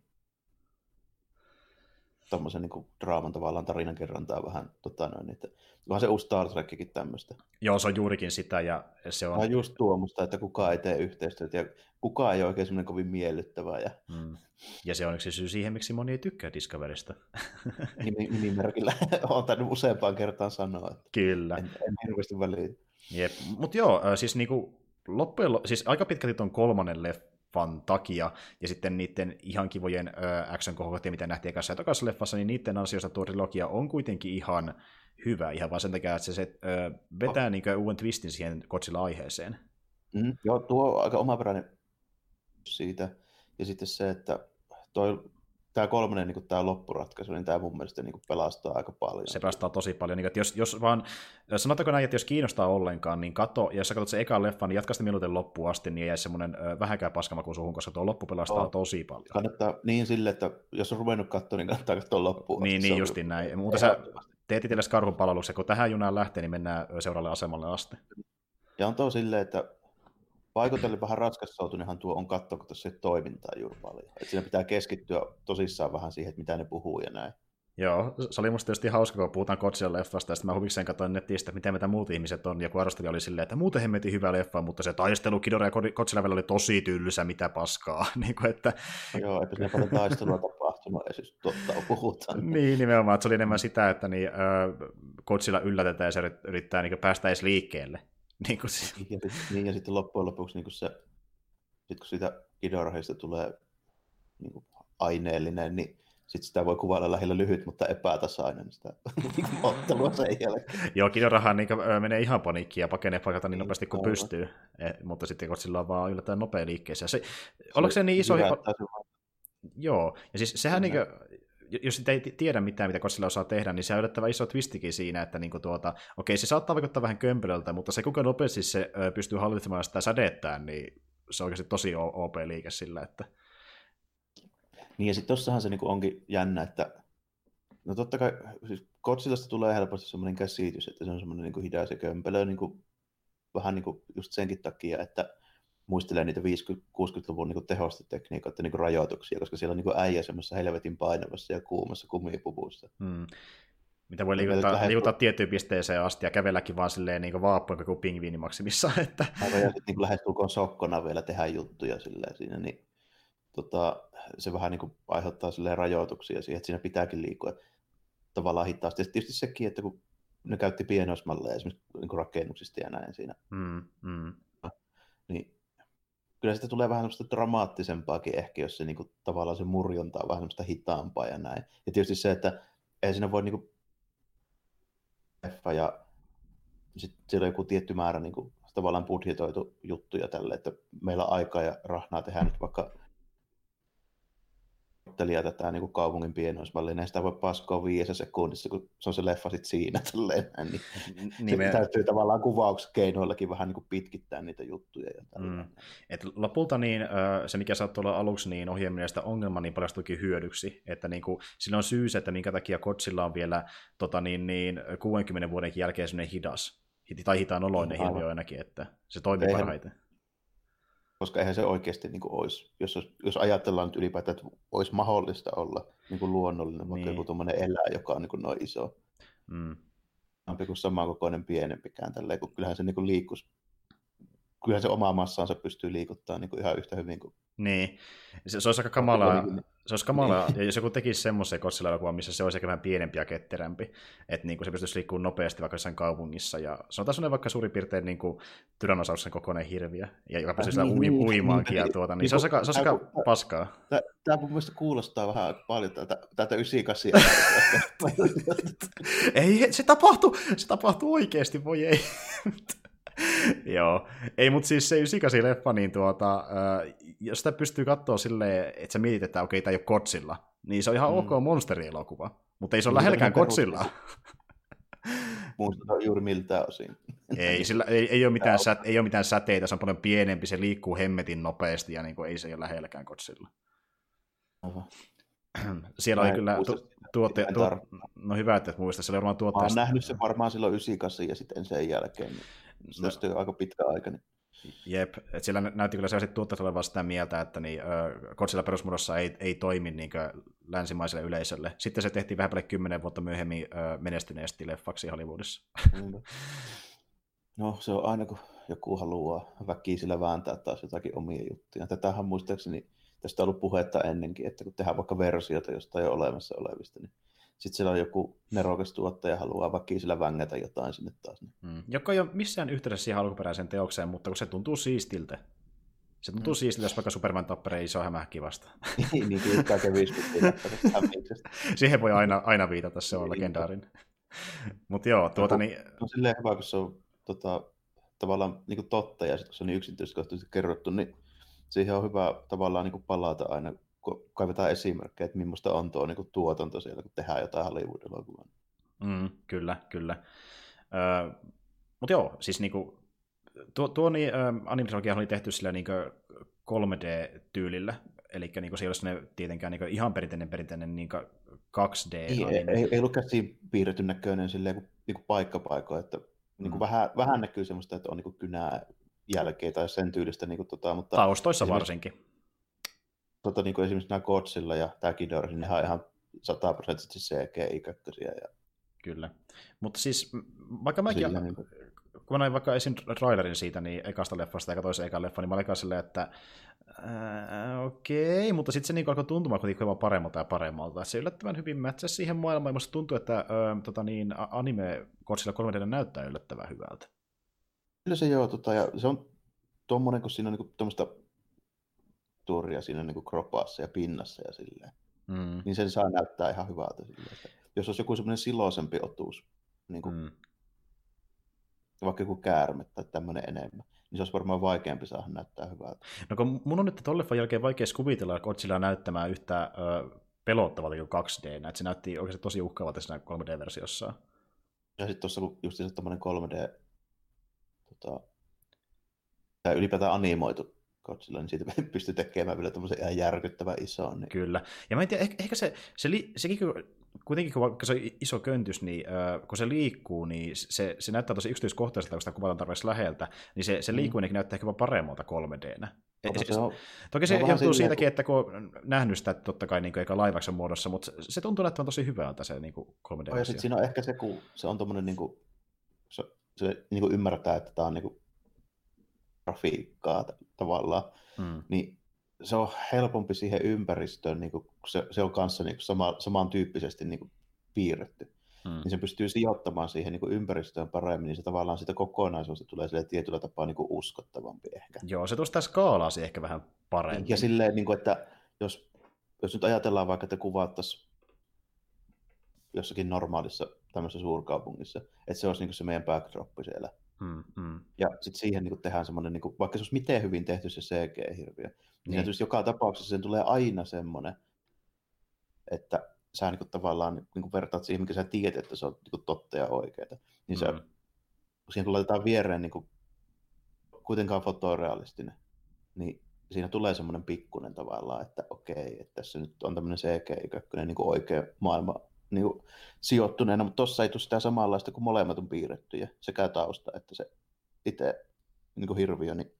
tommosen draaman tavallaan tarinankerrontaa vähän, että onhan se uusi Star Trekkikin tämmöistä. Joo, se on juurikin sitä, ja se on... Vähän just tuommoista, että kukaan ei tee yhteistyötä, ja kukaan ei ole oikein semmoinen kovin miellyttävää. Ja se on yksi syy siihen, miksi moni ei tykkää Discoverystä. Nimimerkillä olen tainnut useampaan kertaan sanoa, että kyllä. En hirveästi väliä. Jep, mutta joo, siis siis aika pitkälti tuon kolmannen leffan takia, ja sitten niiden ihan kivojen action-kohokohtia, mitä nähtiin ekassa ja tokassa leffassa, niin niiden ansiosta tuo trilogia on kuitenkin ihan hyvä, ihan vaan sen takia, että se vetää uuden twistin siihen Godzilla-aiheeseen. Joo, tuo on aika omaperäinen siitä, ja sitten se, että tämä kolmonen tämä loppuratkaisu, niin tämä mun mielestä pelastaa aika paljon. Se pelastaa tosi paljon. Että jos vaan, sanotaanko näin, että jos kiinnostaa ollenkaan, niin katso, ja jos sä katsot sen ekan leffan, niin jatka sitä minuutin loppuun asti, niin ei jäi semmoinen vähäkään paskamakuun suhun, koska tuo loppu pelastaa tosi paljon. Kannattaa niin sille, että jos on ruvennut katsoa, niin kannattaa katsoa loppuun. Niin justiin näin. Mutta sä teet itsellesi karhunpalveluksen, kun tähän junaan lähtee, niin mennään seuraavalle asemalle asti. Ja on tuo silleen, että paikoitellen vähän raskassoutunenhan tuo on katsoa, kun tuossa ei toimintaa juuri paljon. Että siinä pitää keskittyä tosissaan vähän siihen, että mitä ne puhuu ja näin. Joo, se oli musta tietysti hauska, kun puhutaan Godzilla-leffasta, ja sitten mä huvikseen katsoin netistä, miten mitä muut ihmiset on, ja kun arvostelija oli silleen, että muuten hemmetin hyvä leffa, mutta se taistelu Ghidorah ja Godzilla välillä oli tosi tylsä, mitä paskaa. että... Joo, eipä siinä paljon taistelua tapahtunut, ei siis totta puhutaan. Niin, nimenomaan, että se oli enemmän sitä, että Godzilla yllätetään, ja se yrittää päästä edes liikkeelle. Ja sitten loppujen lopuksi kun siitä Ghidorahista tulee aineellinen, niin sitten sitä voi kuvailla lähinnä lyhyt, mutta epätasainen sitä ottelua sen jälkeen. Joo, Ghidorahhan menee ihan paniikkiin ja pakenee paikalta niin nopeasti kuin pystyy, mutta sitten Godzilla on vaan yllättäen nopea liikkeessä. Ollaanko se niin iso... Joo, ja siis sehän jos sitä ei tiedä mitään, mitä Godzilla osaa tehdä, niin se on yllättävän iso twistikin siinä, että okei, se saattaa vaikuttaa vähän kömpelöltä, mutta se kuinka nopeasti se pystyy hallitsemaan sitä sädettään, niin se on oikeasti tosi OP-liike sillä, että... Niin ja sitten tossahan se onkin jännä, että no totta kai, siis Godzillasta tulee helposti semmoinen käsitys, että se on semmoinen niin kuin hidas ja kömpelö niin kuin, vähän niin kuin just senkin takia, että muistelee niitä 50-60-luvun niin tehostetekniikoiden niin rajoituksia, koska siellä on niin äijä semmoisessa helvetin painavassa ja kuumassa kumipuvussa. Mitä voi liikuttaa tiettyyn pisteeseen asti ja kävelläkin vaan silleen niin vaappuin kuin pingviini maksimissa. Että... Ja sitten niin lähestulkoon sokkona vielä tehdä juttuja silleen siinä, niin se vähän niin kuin aiheuttaa silleen rajoituksia siihen, että siinä pitääkin liikkua tavallaan hitaasti. Ja tietysti sekin, että kun ne käytti pienoismalleja esimerkiksi niin rakennuksista ja näin siinä, niin kyllä sitä tulee vähän semmoista dramaattisempaakin ehkä, jos se niin kuin, tavallaan se murjonta on vähän semmoista hitaampaa ja näin. Ja tietysti se, että ei siinä voi niin kuin leffa ja sitten siellä on joku tietty määrä niin kuin, tavallaan budjetoitu juttuja tälle, että meillä on aikaa ja rahnaa tehdä nyt vaikka tätä niin kuin kaupungin pienoismallia, niin sitä voi paskoa 5 sekunnissa, kun se on se leffa sitten siinä. Tälleen, niin se täytyy tavallaan kuvauskeinoillakin vähän niin kuin pitkittää niitä juttuja. Ja et lopulta niin, se, mikä saattoi olla aluksi niin ohjelmien sitä ongelma, niin paljastuikin hyödyksi. Että niin kuin, sillä on syy, että minkä takia Godzilla on vielä 60 vuoden jälkeen sellainen hidas. Tai hitaan oloinen hirviö ainakin, että se toimii parhaiten. Koska eihän se oikeasti niin kuin olisi, jos ajatellaan nyt ylipäätään, että olisi mahdollista olla niin kuin luonnollinen, vaikka joku tuommoinen eläin, joka on niin kuin noin iso. Ampi kuin samankokoinen pienempikään, tälleen, kun kyllähän se niin kuin liikkuisi. Kyllähän se omaa massaansa pystyy liikuttamaan niin kuin ihan yhtä hyvin kuin... Niin, se olisi aika kamalaa. Se olisi kamalaa, ja jos joku tekisi semmoisen Godzilla-elokuvan, missä se olisi ehkä vähän pienempi ja ketterämpi, että niin kuin se pystyisi liikkumaan nopeasti vaikka jossain kaupungissa, ja sanotaan sellainen vaikka suurin piirtein niin kuin Tyrannosauruksen kokoinen hirviö, ja joka pystyisi uimaankin, ja niin se olisi aika paskaa. Tämä mun mielestä kuulostaa vähän paljon täältä 98. Ei, se tapahtuu oikeasti, voi ei. Joo, ei, mutta siis se 98-leffa, niin jos sitä pystyy katsoa silleen, että sä mietit, että okei, tämä ei ole Godzilla, niin se on ihan ok monsterielokuva, mutta ei se ole lähelläkään Godzillaa. Muistutaan juuri miltään osin. Ei ole mitään säteitä, se on paljon pienempi, se liikkuu hemmetin nopeasti, ja niin kuin, ei se ole lähelläkään Godzilla. Siellä oli kyllä no hyvä, että muistat, siellä oli varmaan tuotteesta. Olen nähnyt se varmaan silloin 98 ja sitten sen jälkeen. Tästä on aika pitkä aika. Niin. Jep, että siellä näytti kyllä sellaiset tuotteet olevan sitä mieltä, että niin, Godzilla perusmuodossa ei toimi niin länsimaiselle yleisölle. Sitten se tehtiin vähän 10 vuotta myöhemmin menestyneesti leffaksi Hollywoodissa. No se on aina, kun joku haluaa väkisillä vääntää taas jotakin omia juttuja. Tätähän muistaakseni tästä on ollut puhetta ennenkin, että kun tehdään vaikka versiota jostain jo olemassa olevista, niin sitten siellä on joku nerokas tuottaja haluaa väkisillä vängätä jotain sinne taas. Joka ei ole missään yhteydessä siihen alkuperäiseen teokseen, mutta kun se tuntuu siistiltä. Se tuntuu siistiltä, jos vaikka Superman tappere iso hämähäkki vastaan. Niin kuin yhtään kevyys. Siihen voi aina viitata, se on legendaarinen. Mutta joo, niin... On silleen hyvä, kun se on tavallaan niin kuin totta, ja sitten kun se on niin yksityiskohtaisesti kerrottu, niin siihen on hyvä tavallaan niin kuin palata aina, kun kaivetaan esimerkkejä, että millaista on tuo niin kuin tuotanto siellä, kun tehdään jotain Hollywood-elokuvaa. Kyllä. Mutta joo, siis niinku, tuo niin, animatrologia oli tehty sillä niinku 3D-tyylillä, eli niinku, se ei ole tietenkään niinku, ihan perinteinen niinku 2D. Ei ollut käsiin piirretty näköinen silleen, niinku paikkapaikoin, että niinku vähän näkyy semmoista, että on niinku kynää jälkeen tai sen tyylistä. Niinku, mutta taustoissa varsinkin. Niin kuin esimerkiksi nämä Godzilla ja tämä Ghidorah, niin nehän on ihan 100% CGI-kökkösiä. Kyllä. Mutta siis, vaikka mäkin, kun mä näin vaikka esim. Trailerin siitä, niin ekasta leffasta ja toisen ekan leffa, niin mä olin silleen, että okei, mutta sitten se niin alkoi tuntumaan kuitenkin hieman paremmalta ja paremmalta. Se yllättävän hyvin mätsäsi siihen maailmaan, ja musta tuntuu, että anime Godzilla 3D näyttää yllättävän hyvältä. Kyllä se joo, ja se on tuommoinen, kun siinä on niin tuommoista turria siinä niin kropaassa ja pinnassa ja silleen. Niin sen saa näyttää ihan hyvältä silleen. Että jos olisi joku semmoinen siloisempi otuus, niin kuin, vaikka joku käärme tai tämmöinen enemmän, niin se olisi varmaan vaikeampi saada näyttää hyvältä. No kun mun on nyt tuon leffan jälkeen vaikea kuvitella, että Godzilla näyttämään yhtä pelottavalta kuin 2D, että se näytti oikeasti tosi uhkaavalta siinä 3D-versiossa. Ja sitten tuossa just se tommoinen 3D, tai ylipäätään animoitu Godzilla, niin siitä pystyy tekemään vielä tämmöisen ihan järkyttävän ison. Niin... Kyllä. Ja mä en tiedä, ehkä sekin kuitenkin, kun se on iso köntys, niin kun se liikkuu, niin se näyttää tosi yksityiskohtaiselta, kun sitä kuvataan tarpeeksi läheltä, niin se liikkuminen näyttää ehkä paremmalta 3D:nä. Toki se johtuu siitäkin, että kun on nähnyt sitä totta kai niin eikä live muodossa, mutta se tuntuu näyttävän tosi hyvältä se niin 3D. Ja sitten siinä on ehkä se, kun se on tommoinen, niin kuin, se niin kuin ymmärtää, että tämä on niin kuin grafiikkaa tavallaan, niin se on helpompi siihen ympäristöön, niin kuin, se on kanssa niin kuin samantyyppisesti niin kuin piirretty. Niin se pystyy sijoittamaan siihen niin kuin ympäristöön paremmin, niin se tavallaan sitä kokonaisuudesta tulee tietyllä tapaa niin kuin uskottavampi ehkä. Joo, se tuosta skaalasi ehkä vähän paremmin. Ja silleen, niin kuin, että jos nyt ajatellaan vaikka, että kuvattaisiin jossakin normaalissa tämmöisessä suurkaupungissa, että se olisi niin kuin se meidän backdroppi siellä. Ja sitten siihen niin kuin tehdään semmoinen, niin kuin, vaikka se olisi miten hyvin tehty se CG-hirviö, niin joka tapauksessa sen tulee aina semmoinen, että sä niin kuin tavallaan niin kuin vertaat siihen, mikä sä tiedät, että se on niin kuin totta ja oikeaa. Niin se, kun siihen laitetaan viereen niin kuin, kuitenkaan fotorealistinen, niin siinä tulee semmoinen pikkunen tavallaan, että okei, että tässä nyt on tämmöinen CG-kökkönen niin kuin oikea maailma niin kuin sijoittuneena, mutta tossa ei tule sitä samanlaista, kuin molemmat on piirrettyjä, sekä tausta että se itse niin kuin hirviö, niin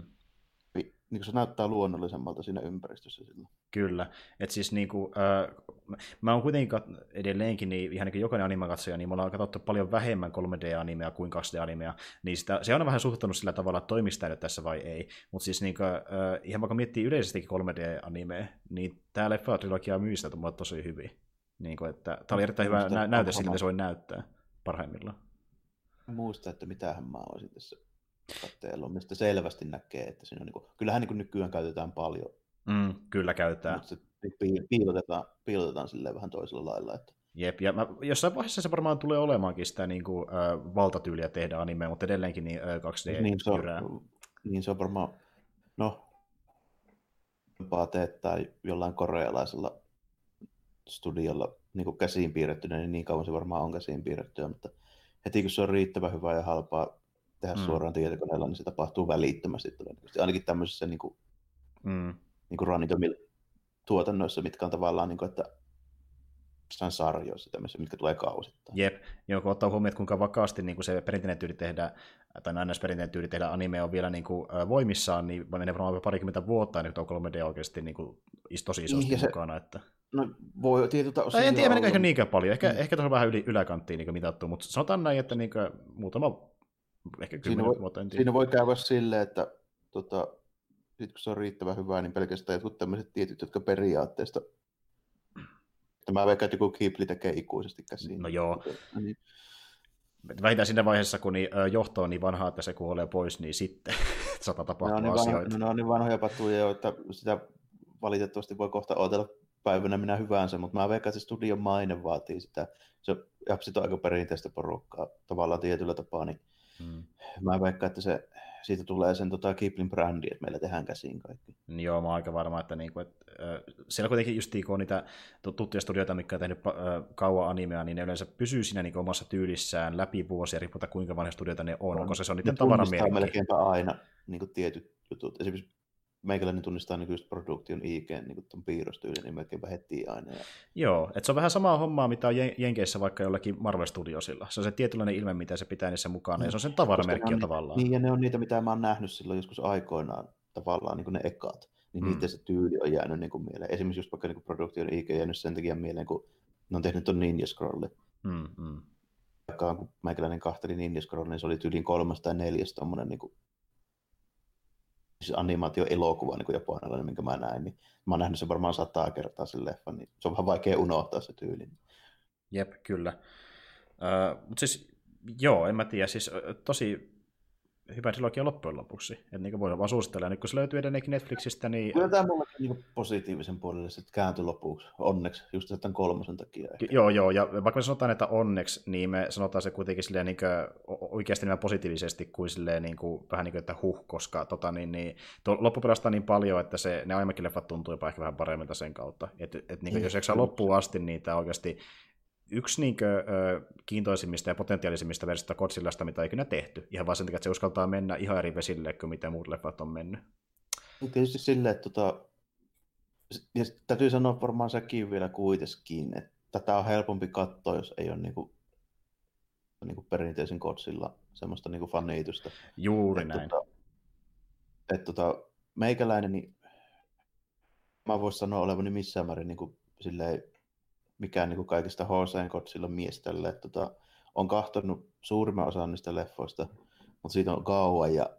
niin se näyttää luonnollisemmalta siinä ympäristössä silloin. Kyllä, että siis niinku, mä oon kuitenkin edelleenkin, niin ihan niin kuin jokainen animakatsoja, niin me ollaan katsottu paljon vähemmän 3D-animea kuin 2D-animea, niin se on vähän suhtautunut sillä tavalla, että toimisi tämä nyt tässä vai ei. Mutta siis niinku, ihan vaikka miettii yleisestikin 3D-animea, niin tämä leffa-trilogia myy sitä tosi hyvin. Niinku, että tämä oli erittäin hyvä näyte siltä, se voi näyttää parhaimmillaan. Muista, että mitähän mä olisin tässä katteella, mistä selvästi näkee, että siinä on niinku, kyllähän niinku nykyään käytetään paljon. Kyllä käytetään. Mutta se piilotetaan silleen vähän toisella lailla. Että... Jep, ja jossain vaiheessa se varmaan tulee olemaankin sitä niinku, valtatyyliä tehdä animea, mutta edelleenkin niin 2D-jyrää. Niin se on varmaan, teettää jollain korealaisella studiolla niin käsiin piirrettynä, niin kauan se varmaan on käsiin piirrettyä, mutta heti kun se on riittävän hyvää ja halpaa tehdä suoraan tietokoneella, niin se tapahtuu välittömästi. Ainakin tämmöisissä niin kuin randomilla tuotannoissa, mitkä on tavallaan, niin kuin, että jossain sarjoissa tämmöisissä, mitkä tulee kausittain. Jep, kun ottaa huomioon, että kuinka vakaasti niin kuin se perinteinen tyyli tehdä, tai perinteinen tyyli tehdä anime on vielä niin kuin, voimissaan, niin menee varmaan parikymmentä vuotta, niin tuo 3D oikeasti niin kuin, tosi isosti mukana. Että... No voi tietyltä osin. En tiedä, menikö niinkään paljon. Ehkä tuossa on vähän yläkanttiin niin mitattu, mutta sanotaan näin, että niin kuin, muutama, ehkä 10 vuotta, en tiedä. Siinä voi käydä silleen, että sit kun se on riittävän hyvää, niin pelkästään jotkut tämmöiset tietyt, jotka periaatteesta, että mä veikkaan, että joku Ghibli tekee ikuisesti käsiin. No joo. Niin. Vähintään siinä vaiheessa, kun johto on niin vanhaa, että se kuolee pois, niin sitten saattaa tapahtua asioita. Ne on niin vanhoja patuja, että sitä valitettavasti voi kohta odotella päivänä minä hyvänsä, mutta mä veikkaan, että se studion maine vaatii sitä. Japsit on aika perinteistä porukkaa tavallaan tietyllä tapaa, niin mä veikkaan, että siitä tulee sen Ghiblin brändi, että meillä tehdään käsiin kaikki. Joo, mä oon aika varma, että, niinku, siellä kuitenkin just kun on niitä tuttuja studioita, mitkä on tehnyt kauan animea, niin ne yleensä pysyy siinä niinku omassa tyylissään läpi vuosia, riippuen kuinka vanha studioita ne on, koska se on niiden tavaramerkki. Ne melkeinpä aina niinku tietyt jutut. Esimerkiksi meikäläinen tunnistaa niin Production IG niin tuon piirrostyylin, niin melkeinpä heti aina. Joo, että se on vähän samaa hommaa, mitä on Jenkeissä vaikka jollakin Marvel Studiosilla. Se on se tietynlainen ilme, mitä se pitää niissä mukana, ja se on sen tavaramerkki tavallaan. Niin, ja ne on niitä, mitä mä oon nähnyt silloin joskus aikoinaan, tavallaan niin kuin ne ekat. Niin niiden se tyyli on jäänyt niin kuin mieleen. Esimerkiksi just vaikka niin Production IG jäänyt sen takia mieleen, kun ne on tehnyt tuon Ninja Scrolli. Vaikka kun meikäläinen kahteli Ninja Scrolli, niin se oli tyyliin 3 tai 4 tommonen niin kuin animaatio-elokuva niin kuin japanilainen, minkä mä näin, niin mä oon nähnyt sen varmaan 100 kertaa sen leffan, niin se on vähän vaikea unohtaa se tyyli. Jep, kyllä. Mutta siis, joo, en mä tiedä, siis tosi hyvä trilogia loppujen lopuksi, että niin voidaan vaan suositella, ja nyt kun se löytyy edelleenkin Netflixistä, niin... Kyllä tämä mulle niin positiivisen puolelle sitten kääntyi lopuksi, onneksi, just tämän 3 takia. Ehkä. Joo, ja vaikka me sanotaan, että onneksi, niin me sanotaan se kuitenkin silleen niin oikeasti niin positiivisesti kuin silleen niin kuin, vähän niin kuin, että koska loppu pelastaa niin paljon, että ne aiemminkin leffat tuntuu jopa ehkä vähän paremmilta sen kautta. Niin jos jaksaa loppuun asti, niin tämä oikeasti yksi kiintoisimmista ja potentiaalisimmista versioista Godzillasta, mitä on ikinä tehty. Ihan vaan sen takia, että se uskaltaa mennä ihan eri vesille kuin mitä muut leffat on mennyt. Tietysti silleen, että ja täytyy sanoa varmaan sekin vielä kuitenkin, että tätä on helpompi katsoa, jos ei ole niinku perinteisen Godzilla semmoista niinku fanitusta. Juuri näin. Meikäläinen, niin mä voisin sanoa olevani missään määrin niinku silleen mikään niinku kaikista H.C. Godzilla mies tälle. On katsonut suurimman osan niistä leffoista, mutta siitä on kauan ja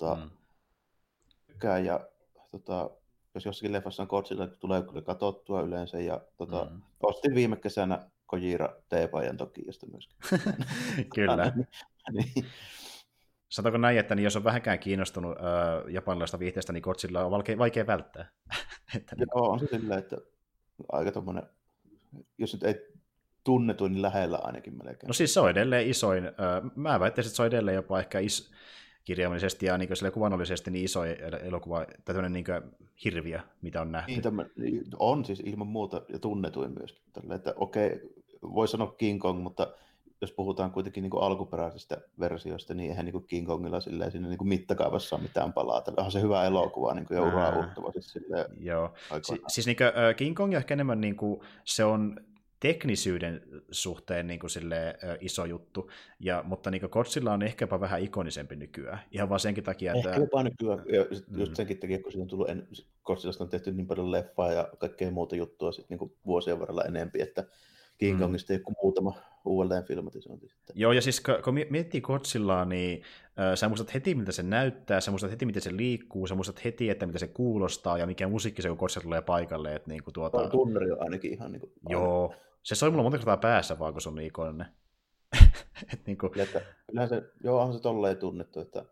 jos jossakin leffassa on Godzilla, tulee kyllä katsottua yleensä. Ja ostin viime kesänä Kojira teepaidan Tokiosta myöskin. Kyllä. Niin. Sanotaanko näin, että jos on vähänkään kiinnostunut japanilaista viihteestä, niin Godzilla on vaikea välttää. Joo, on se silleen, että aika tommonen, jos nyt ei tunnetu, niin lähellä ainakin melkein. No siis se on edelleen isoin. Mä väittäisin, että se on edelleen jopa ehkä kirjaimellisesti ja niin kuvannollisesti niin iso elokuva, tai tämmöinen niin hirviö, mitä on nähty. Niin, on siis ilman muuta ja tunnetuin myöskin. Tällä, että okei, voi sanoa King Kong, mutta jos puhutaan kuitenkin niin kuin alkuperäisistä versioista, niin eihän niin kuin King Kongilla siinä niin kuin mittakaavassa ole mitään palaa. Onhan se hyvä elokuva niin kuin, ja ura-uuttava. Joo. Siis niin kuin, King Kong ehkä enemmän niin kuin, se on teknisyyden suhteen niin kuin iso juttu, mutta niin Godzilla on ehkäpä vähän ikonisempi nykyään. Ihan vaan senkin takia, että... Ehkä jopa nykyään, just senkin takia, kun siitä on tullut Godzillasta on tehty niin paljon leffaa ja kaikkea muuta juttua sit, niin kuin vuosien varrella enempi, että King Kongista ei ole muutama uudelleen filmatisointi. Joo, ja siis kun miettii Godzillaa, niin sä muistat heti, miltä se näyttää, sä muistat heti, miten se liikkuu, sä muistat heti, että mitä se kuulostaa, ja mikä musiikki se, kun Godzilla tulee paikalle. Että niin kuin tunnari on ainakin ihan... Niin kuin, joo, se soi mulla monta kertaa päässä vaan, kun se on niin ikoninen. niin kuin... onhan se tolleen tunnettu, että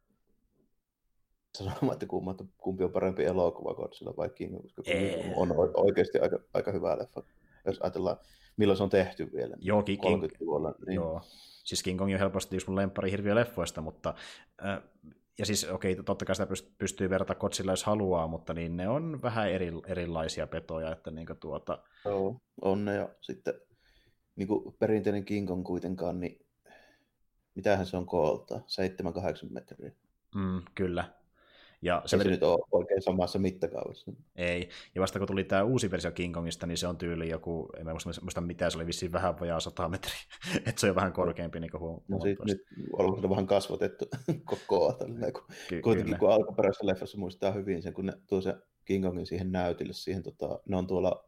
sanomaan, että kumpi on parempi elokuva Godzilla vai King Kong, koska on oikeasti aika hyvä leffa, jos ajatellaan, milloin se on tehty vielä. Joo, 30-luvulla. Niin. Joo. Siis King Kong on helposti just mun lemppari hirviö leffoista, mutta ja siis okei, totta kai sitä pystyy verrata Godzilla, jos haluaa, mutta niin ne on vähän erilaisia petoja, että niin kuin Joo, on ne, ja sitten niin kuin perinteinen King Kong kuitenkaan, niin mitähän se on koolta? 7-8 metriä. Kyllä. Ja se nyt ole oikein samassa mittakaavassa. Ei. Ja vasta kun tuli tämä uusi versio King Kongista, niin se on tyyli joku, en muista mitä, se oli vissiin vähän vajaa 100 metriä. Että se on jo vähän korkeampi. Niin no sitten nyt on vähän kasvatettu kokoa. Kuitenkin kun alkuperäisessä leffassa muistaa hyvin sen, kun ne tuo se King Kongin siihen näytille, siihen, ne on tuolla,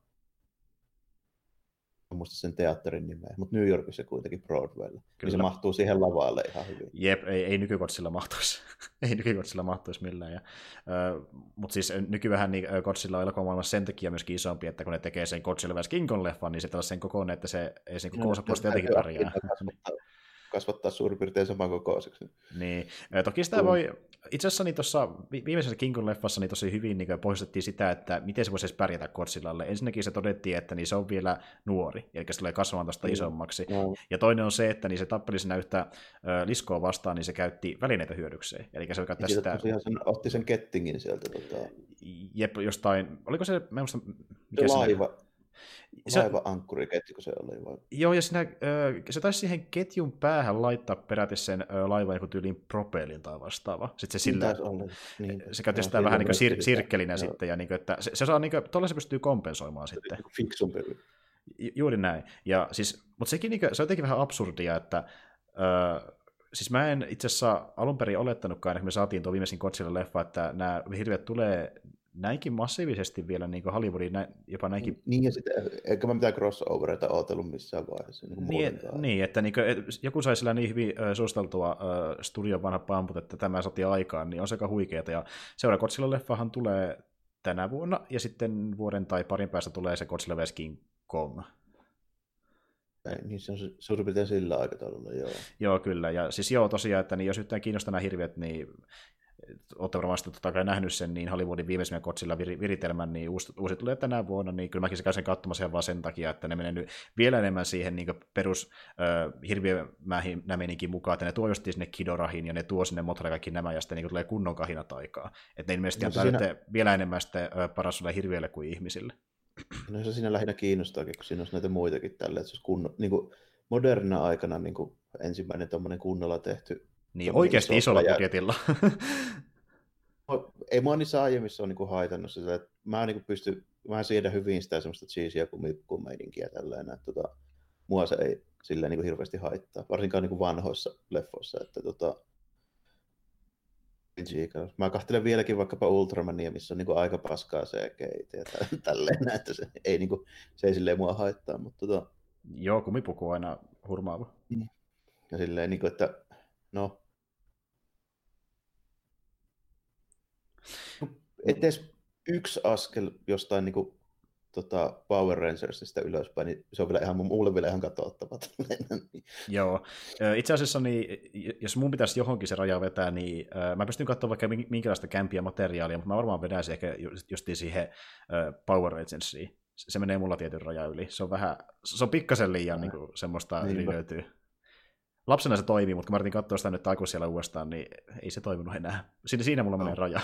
en muista sen teatterin nimeä, mutta New Yorkissa kuitenkin Broadwaylla. Niin se mahtuu siihen lavalle ihan hyvin. Jep, ei nykygodzilla mahtuisi. Ei nykygodzilla mahtuisi millään. Mutta siis nykyään niin Godzilla on elokuvamaailmassa sen takia myöskin isompi, että kun ne tekee sen Godzilla vs. King Kong-leffan, niin se tällaisen sen kokoinen, että se ei sen kokoonsa puolesta jotenkin pärjää. Kasvattaa suurin piirtein saman kokoiseksi. Niin, toki sitä voi, itse asiassa niin tuossa viimeisessä King Kong-leffassa niin tosi hyvin niin pohjustettiin sitä, että miten se voisi edes pärjätä Godzillalle. Ensinnäkin se todettiin, että niin se on vielä nuori, eli se tulee kasvamaan tuosta isommaksi. Ja toinen on se, että niin se tappeli siinä yhtä liskoa vastaan, niin se käytti välineitä hyödykseen. Eli se käyttää sitä... Otti sen kettingin sieltä. Jep, jostain, oliko se, mä en muista, mikä se laiva. Laiva-ankkuriketju, kun se oli. Vai? Joo, ja se taisi siihen ketjun päähän laittaa peräti sen laivan joku tyyliin propellin tai vastaava. Sitten se sillä, se käytti sitä vähän niin sirkkelinä sitten, ja niin, että se saa niin kuin, se pystyy kompensoimaan sitten. Fiksumpi. Juuri näin. Ja siis, mutta sekin niin kuin, se on jotenkin vähän absurdia, että siis mä en itse asiassa alun perin olettanutkaan, että me saatiin tuo viimeisin Godzilla-leffa, että nämä hirviöt tulee näinkin massiivisesti vielä niin kuin Hollywoodin, jopa näinkin... Niin, ja sitten eikä mä mitään crossovereita odotellut missään vaiheessa. Niin että niin kuin, joku sai sillä niin hyvin suositeltua studion vanha pamput, että tämä saatiin aikaan, niin on se aika huikeeta. Ja seuraava Godzilla-leffahan tulee tänä vuonna, ja sitten vuoden tai parin päästä tulee se Godzilla vs. King Kong. Niin se on suurin piirtein sillä aikataululla, joo. Joo, kyllä. Ja siis tosiaan, että niin jos yhtään kiinnostaa nämä hirviöt, niin olette varmasti totta kai nähnyt sen, niin Hollywoodin viimeisimmän Godzilla viritelmän, niin uusi tulee tänä vuonna, niin kyllä mäkin se käyn sen katsomassa vaan sen takia, että ne menee nyt vielä enemmän siihen niin perus hirviömähinnämenikin mukaan, että ne tuo justiin sinne Kidorahin ja ne tuo sinne Mothra kaikki nämä, ja sitten niin tulee kunnon kahinat aikaa. Että ne ilmeisesti antaa vielä enemmän sitten paras olla hirviöille kuin ihmisille. No se siinä lähinnä kiinnostaakin, kun siinä olisi näitä muitakin tällä, että se olisi niin modernina aikana niin ensimmäinen tuommoinen kunnolla tehty. Niin oikeasti isolla budjetilla. Ei mua niissä aiemmissa ole niinku haitannut sitä, että mä siedän hyvin sitä semmoista cheesia kumeininkiä tällainen, että mua se ei silleen niinku hirveästi haittaa, varsinkaan niinku vanhoissa leffoissa, että mä katselen vieläkin vaikkapa Ultramania, missä on niinku aika paskaa CGI ja tälleen, että se ei silleen mua haittaa, mutta Joo, kumipuku on aina hurmaava. Ja silleen niinku, että no edes yksi askel jostain niinku Power Rangersista ylöspäin, niin se on mulle vielä ihan katsottava. Joo. Itse asiassa, niin, jos mun pitäisi johonkin se raja vetää, niin mä pystyn katsomaan vaikka minkälaista kämpiä materiaalia, mutta mä varmaan vedäisin ehkä justiin siihen Power Rangersiin. Se menee mulla tietyn raja yli. Se on pikkasen liian niin kuin, semmoista löytyy. Lapsena se toimii, mutta kun mä yritin katsoa sitä nyt aikuisella uudestaan, niin ei se toiminut enää. Siinä mulla menee raja.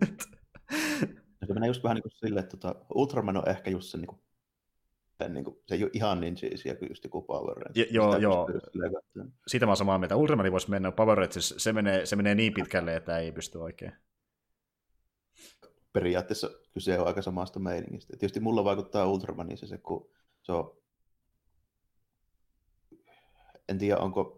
Se menee just vähän niin kuin silleen, että Ultraman on ehkä just se, se ei ole ihan niin cheesyä kuin just joku Power Rangers. Joo. Siitä mä oon samaa mieltä. Ultramani voisi mennä, Power Rangers, se menee niin pitkälle, että ei pysty oikein. Periaatteessa kyse on aika samasta meiningistä. Tietysti mulla vaikuttaa Ultramaniin se, kun se on... En tiedä, onko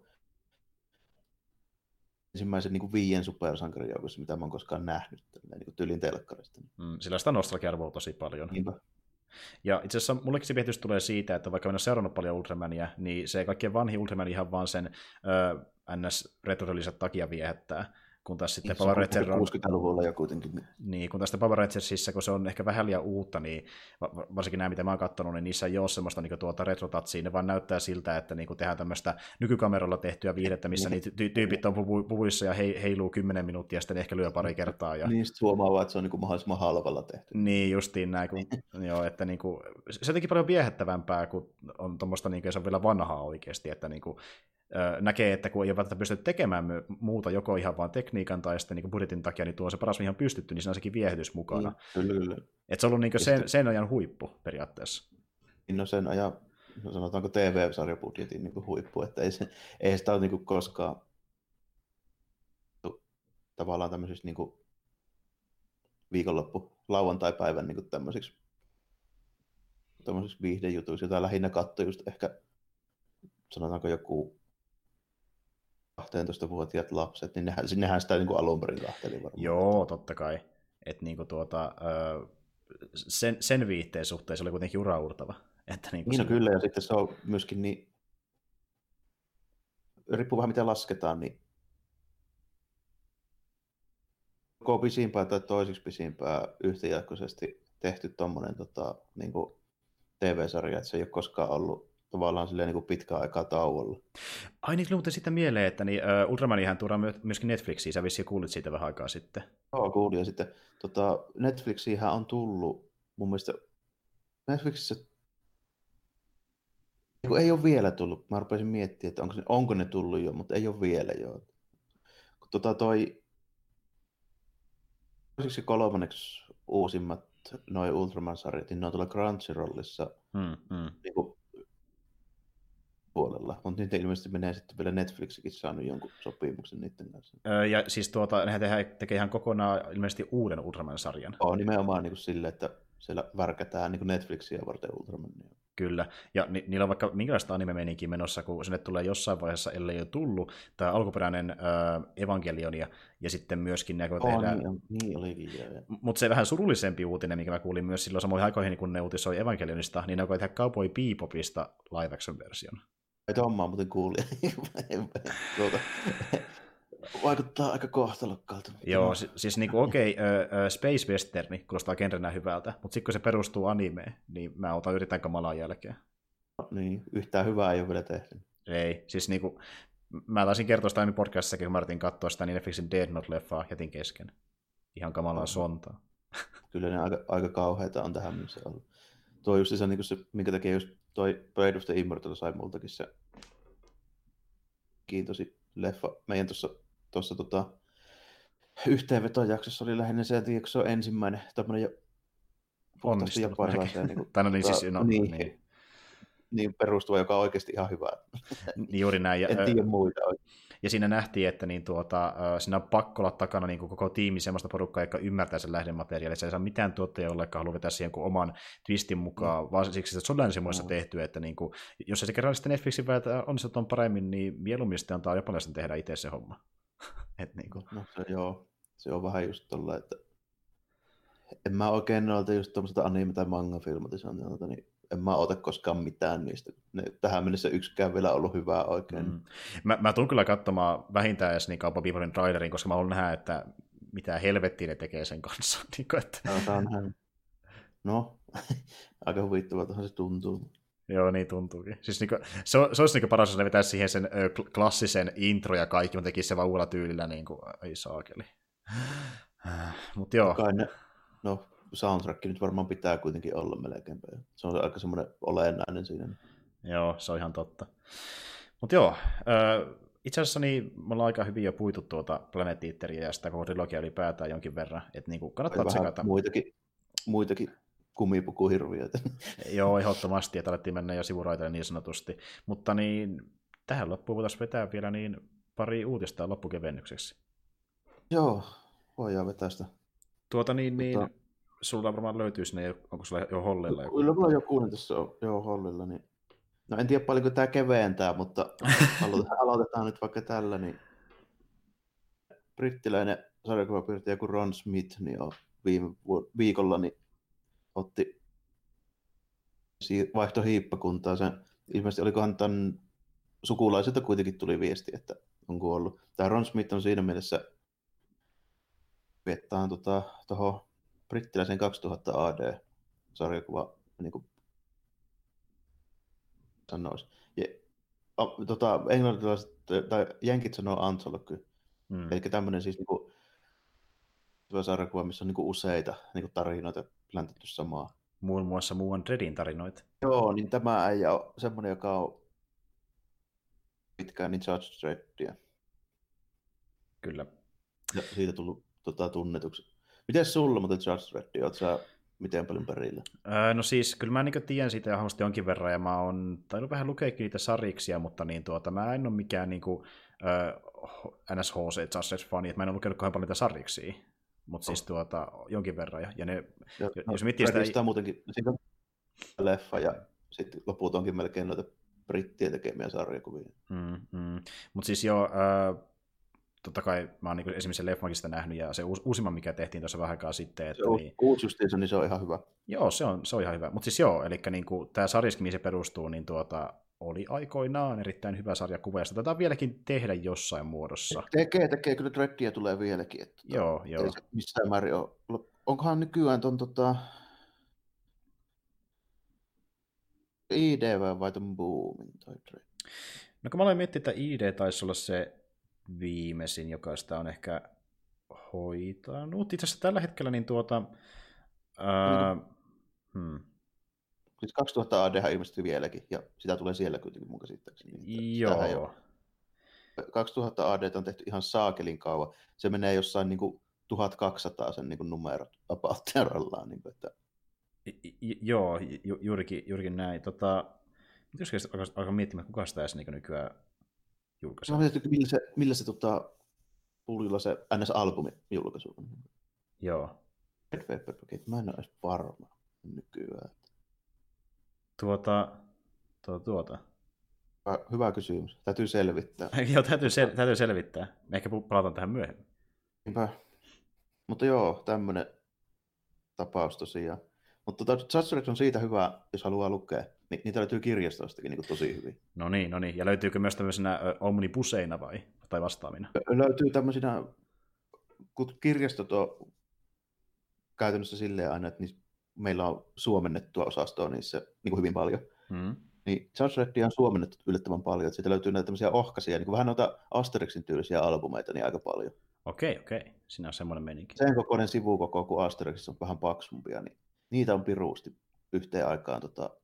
ensimmäisen niin kuin 5 supersankarin joukossa, mitä mä oon koskaan nähnyt niin tyylin telkkarista. Sillä sitä nostalgia-arvoa tosi paljon. Niinpä. Ja itse asiassa mullekin se viehätys tulee siitä, että vaikka minä olen seurannut paljon Ultramania, niin se kaikkien vanhin Ultraman ihan vaan sen NS-retroreliset takia viehättää. Kun taas sitten Power Rangers 60-luvulla jo kuitenkin. Niin, kun tästä Power Rangersissa, kun se on ehkä vähän liian uutta, niin varsinkin nämä, mitä mä oon katsonut, niin niissä ei ole semmoista niin retro-tatsia, ne vaan näyttää siltä, että niin tehdään tämmöistä nykykameralla tehtyä viihdettä, missä niin tyypit on puvuissa ja heiluu 10 minuuttia, ja sitten ehkä lyö pari kertaa. Ja... Niin, sitten huomaa, että se on niin mahdollisimman halvalla tehty. Niin, justiin näin. Joo, että niin kuin, se on jotenkin paljon viehättävämpää, kun on tuommoista, niin se on vielä vanhaa oikeasti, että niin kuin, näkee, että kun ei ole välttämättä pystynyt tekemään muuta joko ihan vaan tekniikan tai sitten niin budjetin takia, niin tuo on se paras, mihin on pystytty, niin siinä on sekin viehätys mukana. Kyllä. Että se on ollut niin sen ajan huippu periaatteessa. No sen ajan, sanotaanko TV-sarjabudjetin niin huippu, että ei sitä ole niin koskaan tavallaan tämmöisistä niin lauantai-päivän niin tämmöisiksi viihdejutuiksi, jota lähinnä katsoi just ehkä, sanotaanko joku 12-vuotiaat lapset, niin nehän sitä niin kuin alun perin kahteli varmaan. Joo, totta kai. Että niin sen viihteen suhteen se oli kuitenkin uraurtava. Että niin no kyllä, ja sitten se on myöskin niin, riippuu vähän miten lasketaan, niin joko pisimpää tai toisiksi pisimpää yhtäjaksoisesti tehty tommonen niin kuin TV-sarja, että se ei ole koskaan ollut tavallaan silleen niin kuin pitkään aikaa tauolla. Ai niin, muuten sitten mieleen, että niin, Ultramanihan tuodaan myöskin Netflixiin, sä vissiin kuulit siitä vähän aikaa sitten. Joo, kuulin, ja sitten Netflixiinhän on tullut, mun mielestä Netflixissä ei ole vielä tullut, mä rupesin miettimään, että onko ne tullut jo, mutta ei ole vielä jo. Kun toiseksi kolmanneksi uusimmat noi Ultraman-sarjat, niin ne on tuolla Crunchyrollissa niin kuin puolella, mutta niitä ilmeisesti menee sitten vielä Netflixikin saanut jonkun sopimuksen niiden kanssa. Ja siis nehän tekee ihan kokonaan ilmeisesti uuden Ultraman-sarjan. Nimenomaan niin kuin sille, että siellä värkätään niin kuin Netflixiä varten Ultramania. Kyllä, ja niillä on vaikka minkälaista anime-meininkiä menossa, kun sinne tulee jossain vaiheessa, ellei ole tullut, tämä alkuperäinen Evangelionia, ja sitten myöskin ne, kun tehdään... Niin olikin, Mutta se vähän surullisempi uutinen, mikä mä kuulin myös silloin samoihin aikoihin, kun ne uutisoi Evangelionista, niin ne alkoi tehdä Cowboy Bebopista live-action-version. Ei tommaa muuten kuulin. Vaikuttaa aika kohtalokkaalta. Joo, siis niinku Space Westerni kuulostaa genrenä hyvältä, mutta sitten kun se perustuu animeen, niin mä yritän kamalan jälkeen. No, niin, yhtään hyvää ei ole vielä tehty. Ei, siis niinku, mä taisin kertoa sitä aiemmin podcastissakin, kun mä yritin katsoa sitä, niin Netflixin Dead Note-leffaa jätin kesken. Ihan kamalaa sontaa. Kyllä ne aika kauheita on tähän mennessä ollut. Tuo on just se, niin se minkä takia just toi Blade of the Immortal sai multakin se kiintosi leffa. Meidän tuossa yhteenvetojaksossa oli lähinnä se, että se on ensimmäinen tämmöinen puhtaasti japanilaiseen niin perustuva, joka on oikeasti ihan hyvä. Juuri näin. En tiedä muita. ja siinä nähtiin, että niin siinä on pakko olla takana niin koko tiimi semmoista porukkaa, joka ymmärtää sen lähdemateriaalin, se ei saa mitään tuottajia ollenkaan halua vetää siihen kuin oman twistin mukaan, vaan siksi, että se on länsimuissa tehty, että niin kuin, jos ei se kerran sitten Netflixin väitä onnistutaan paremmin, niin mieluummin sitten antaa japanilaisten tehdä itse se homma. Niin kuin. No, se on vähän just tolla, että en mä oikein noilta just tommoista anime- tai manga-filmatisointilta, niin en mä ota koskaan mitään niistä. Ne tähän mennessä yksikään vielä ollut hyvää oikein. Mä tuun kyllä katsomaan vähintään edes niin Cowboy Beborin trailerin, koska mä haluan nähdä, että mitä helvettiä ne tekee sen kanssa. Niin kuin, että... No, aika huvittavaltahan se tuntuu. Joo, niin tuntuukin. Siis niinku, se olisi niinku paras, jos ne vetäisi siihen sen klassisen intro ja kaikki, mutta tekisi se vaan uudella tyylillä, niin kuin, ei saakeli. Mut joo. No, soundtrack nyt varmaan pitää kuitenkin olla melkeinpä. Se on aika semmoinen olennainen siinä. Joo, se on ihan totta. Mutta joo, itse asiassa niin me ollaan aika hyvin jo puitu tuota Planet Eateria ja sitä koko trilogia ylipäätään jonkin verran. Että niinku kannattaa tsekata. Muitakin kumipukuhirviöitä. Joo, ehdottomasti, että alettiin mennä jo sivuraiteille niin sanotusti. Mutta niin, tähän loppuun voitaisiin vetää vielä niin pari uutista loppukevennykseksi. Joo, voidaan vetää sitä. Sulla varmaan löytyy sinne, onko sulla jo hollilla joku? Kyllä mulla joku, niin tässä on jo hollilla. Niin... No en tiedä paljonko tämä keventää, mutta aloitetaan nyt vaikka tällä. Niin... Brittiläinen sarjakuvapiirtäjä joku Ron Smith niin on viime viikolla niin vaihto hiippakuntaa. Ilmeisesti olikohan tämän sukulaisilta kuitenkin tuli viesti, että on kuollut. Tämä Ron Smith on siinä mielessä viettaan tuohon brittiläisen 2000 AD-sarjakuva, niin kuin sanoisi. Englantilaiset tai jenkit sanoo anthology. Eli tämmöinen siis niin kuin, sarjakuva, missä on niin kuin useita niin kuin tarinoita pläntetty samaa. Muun muassa muuan Dreadin tarinoita. Joo, niin tämä äijä on semmoinen, joka on pitkään niin Judge Dreddia. Kyllä. Ja siitä tullut tunnetuksi. Miten sulla muuten Judge Dredd? Oletko sä miten paljon perillä? No siis, kyllä mä niin tiedän siitä ja hahmosti jonkin verran, ja mä oon tainnut vähän lukeekin niitä sariksia, mutta niin mä en ole mikään niin kuin, NSHC Judge Dredd-fani, että mä en ole lukenut kauan paljon niitä sariksia, mutta siis jonkin verran. Ja ne, jos miettii sitä... muutenkin, siinä on leffa, ja sitten loput onkin melkein noita brittien tekemiä sarjakuvia. Mutta siis joo... Totta kai mä oon niin esimerkiksi sen leffankin sitä nähnyt, ja se uusimman, mikä tehtiin tuossa vähän aikaa sitten. Että uusi justiinsa, niin se on ihan hyvä. Joo, se on ihan hyvä. Mutta siis joo, eli niin tämä sarjaski, mihin se perustuu, niin oli aikoinaan erittäin hyvä sarjakuva, ja sitä taitaa vieläkin tehdä jossain muodossa. Tekee kyllä Dreddia tulee vieläkin. Että, joo. Ei se missään määrin ole. Onkohan nykyään ton ID vai ton Boomin toi Dredd? No kun mä aloin miettiä, että ID taisi olla se viimeisin, joka sitä on ehkä hoitanut. Itse asiassa tällä hetkellä niin Siis 2000 AD ilmestyi vieläkin, ja sitä tulee siellä kuitenkin mun käsittääkseni. Joo. 2000 AD on tehty ihan saakelin kauan. Se menee jossain niin kuin 1200 sen niin kuin numerot about-terrallaan. Niin että... Joo, juurikin näin. Nyt jos alkaa miettimään, kuka sitä edes niin nykyään julkaisee. No, millä se pullilla se NS-albumi julkaisu? Joo. Red Pepper Pocket, mä en ole edes varma nykyään. Hyvä kysymys. Täytyy selvittää. Joo, täytyy selvittää. Me ehkä palataan tähän myöhemmin. Niinpä. Mutta joo, tämmöinen tapaus tosiaan. Mutta Judge Dredd on siitä hyvä, jos haluaa lukea. Niitä löytyy kirjastoistakin niin tosi hyvin. No niin. Ja löytyykö myös tämmöisenä omnibuseina tai vastaavina? Löytyy tämmöisinä, kun kirjastot on käytännössä silleen aina, että meillä on suomennettua osastoa niissä niin kuin hyvin paljon. Niin Judge Dreddia on suomennettu yllättävän paljon. Että siitä löytyy näitä tämmöisiä ohkaisia, niin kuin vähän noita Asterixin tyylisiä albumeita, niin aika paljon. Okei. Siinä on semmoinen meininki. Sen kokoinen sivukoko, kun Asterixissa on vähän paksumpia, niin niitä on piruusti yhteen aikaan.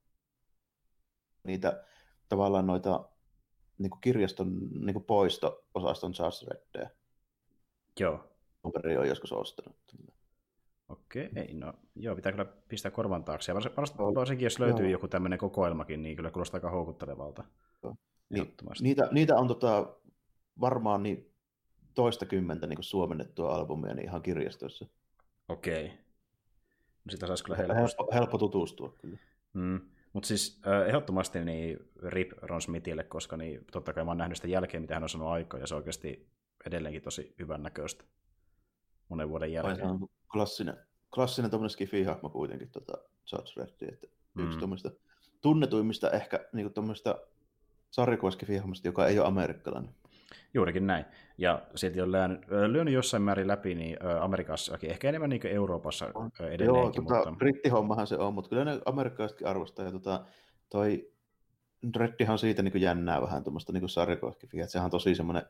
Niitä tavallaan noita niin kuin kirjaston niin kuin poisto-osaston Judge Dreddia. Joo. Operi on joskus ostanut. Okei, no joo, pitää kyllä pistää korvan taakse. Ja varsinkin jos löytyy joku tämmöinen kokoelmakin, niin kyllä kuulostaa aika houkuttelevalta. Niitä on varmaan niin toistakymmentä niin suomennettua albumia niin ihan kirjastoissa. Okei. No sitä saisi kyllä helposti. Helppo tutustua kyllä. Mutta siis ehdottomasti niin RIP Ron Smithille, koska niin, totta kai mä oon nähnyt sitä jälkeen, mitä hän on sanonut aikaa, ja se on oikeasti edelleenkin tosi hyvän näköistä monen vuoden jälkeen. On klassinen tommoinen skifi-hahmo kuitenkin, Judge Dredd, että yksi tuommoista tunnetuimmista ehkä niin tuommoista sarjakuvaskifi-hahmosta, joka ei ole amerikkalainen. Juurikin näin. Ja silti on lyönyt jossain määrin läpi niin Amerikassakin, ehkä enemmän niin kuin Euroopassa edelleenkin. Joo, brittihommahan se on, mutta kyllä ne amerikkalaisetkin arvostaa. Ja toi Dreddihan on siitä niin kuin jännää vähän tuommoista niin sarjakuvaskifiä, että sehän on tosi semmoinen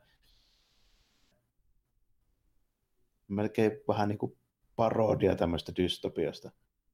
melkein vähän niin kuin parodia tämmöistä dystopiasta.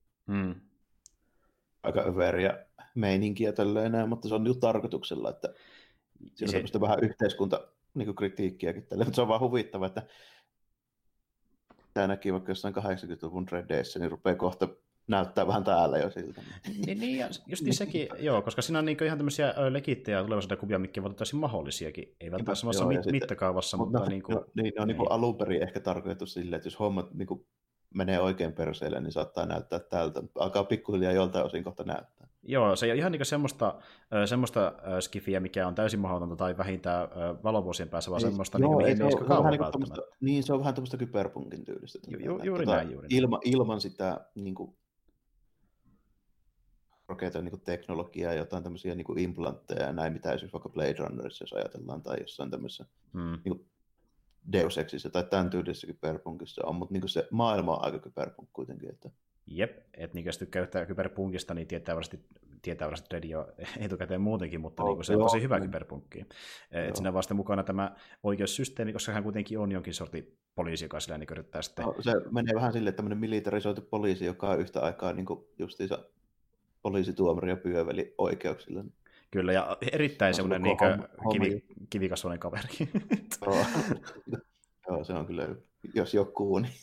Aika överiä meininkiä tälleen, mutta se on niin tarkoituksella, että siinä on tämmöistä vähän yhteiskunta niin kritiikkiäkin tälle, mutta se on vaan huvittava, että tämä näki vaikka jossain 80-luvun Dreddeissä, niin rupeaa kohta näyttää vähän täällä jo siltä. Niin ja justiin sekin, joo, koska siinä on niin ihan tämmöisiä legittejä tulevaisuuden kuvia, mitkä ovat täysin mahdollisiakin. Ei välttämättä samassa mittakaavassa, mutta ne on niin kuin alun perin ehkä tarkoitettu silleen, että jos hommat niin kuin menee oikein perseelle, niin saattaa näyttää tältä. Alkaa pikkuhiljaa joltain osin kohta näyttää. Joo, se on ihan niin semmoista skifiä, mikä on täysin mahdotonta tai vähintään valovuosien päässä, vaan semmoista, mihin ei kauan välttämättä. Niin, se on vähän tämmöistä kyberpunkin tyylistä. Juuri näin. Ilman sitä niin kuin rokeita niin kuin teknologiaa, jotain tämmöisiä niin kuin implantteja ja näin, mitä esimerkiksi vaikka Blade Runnerissa, jos ajatellaan, tai jossain tämmöisessä niin kuin Deus Exissä tai tämän tyylisessä kyberpunkissa on, mutta niin se maailma on aika kyberpunk kuitenkin. Että... Jep, että niin jos tykkää kyberpunkista, niin tietää varmasti Dread jo etukäteen muutenkin, mutta niin se on tosi hyvä kyberpunkki. Että siinä on vasta mukana tämä oikeussysteemi, koska hän kuitenkin on jonkin sortin poliisi, joka sillä niin yrittää sitten... No, se menee vähän silleen, että tämmöinen militarisoitu poliisi, joka on yhtä aikaa niin justiinsa poliisituomari ja pyöveli oikeuksilla. Kyllä, ja erittäin semmoinen niin kivikasvainen kaveri. Joo, se on kyllä, jos joku, niin...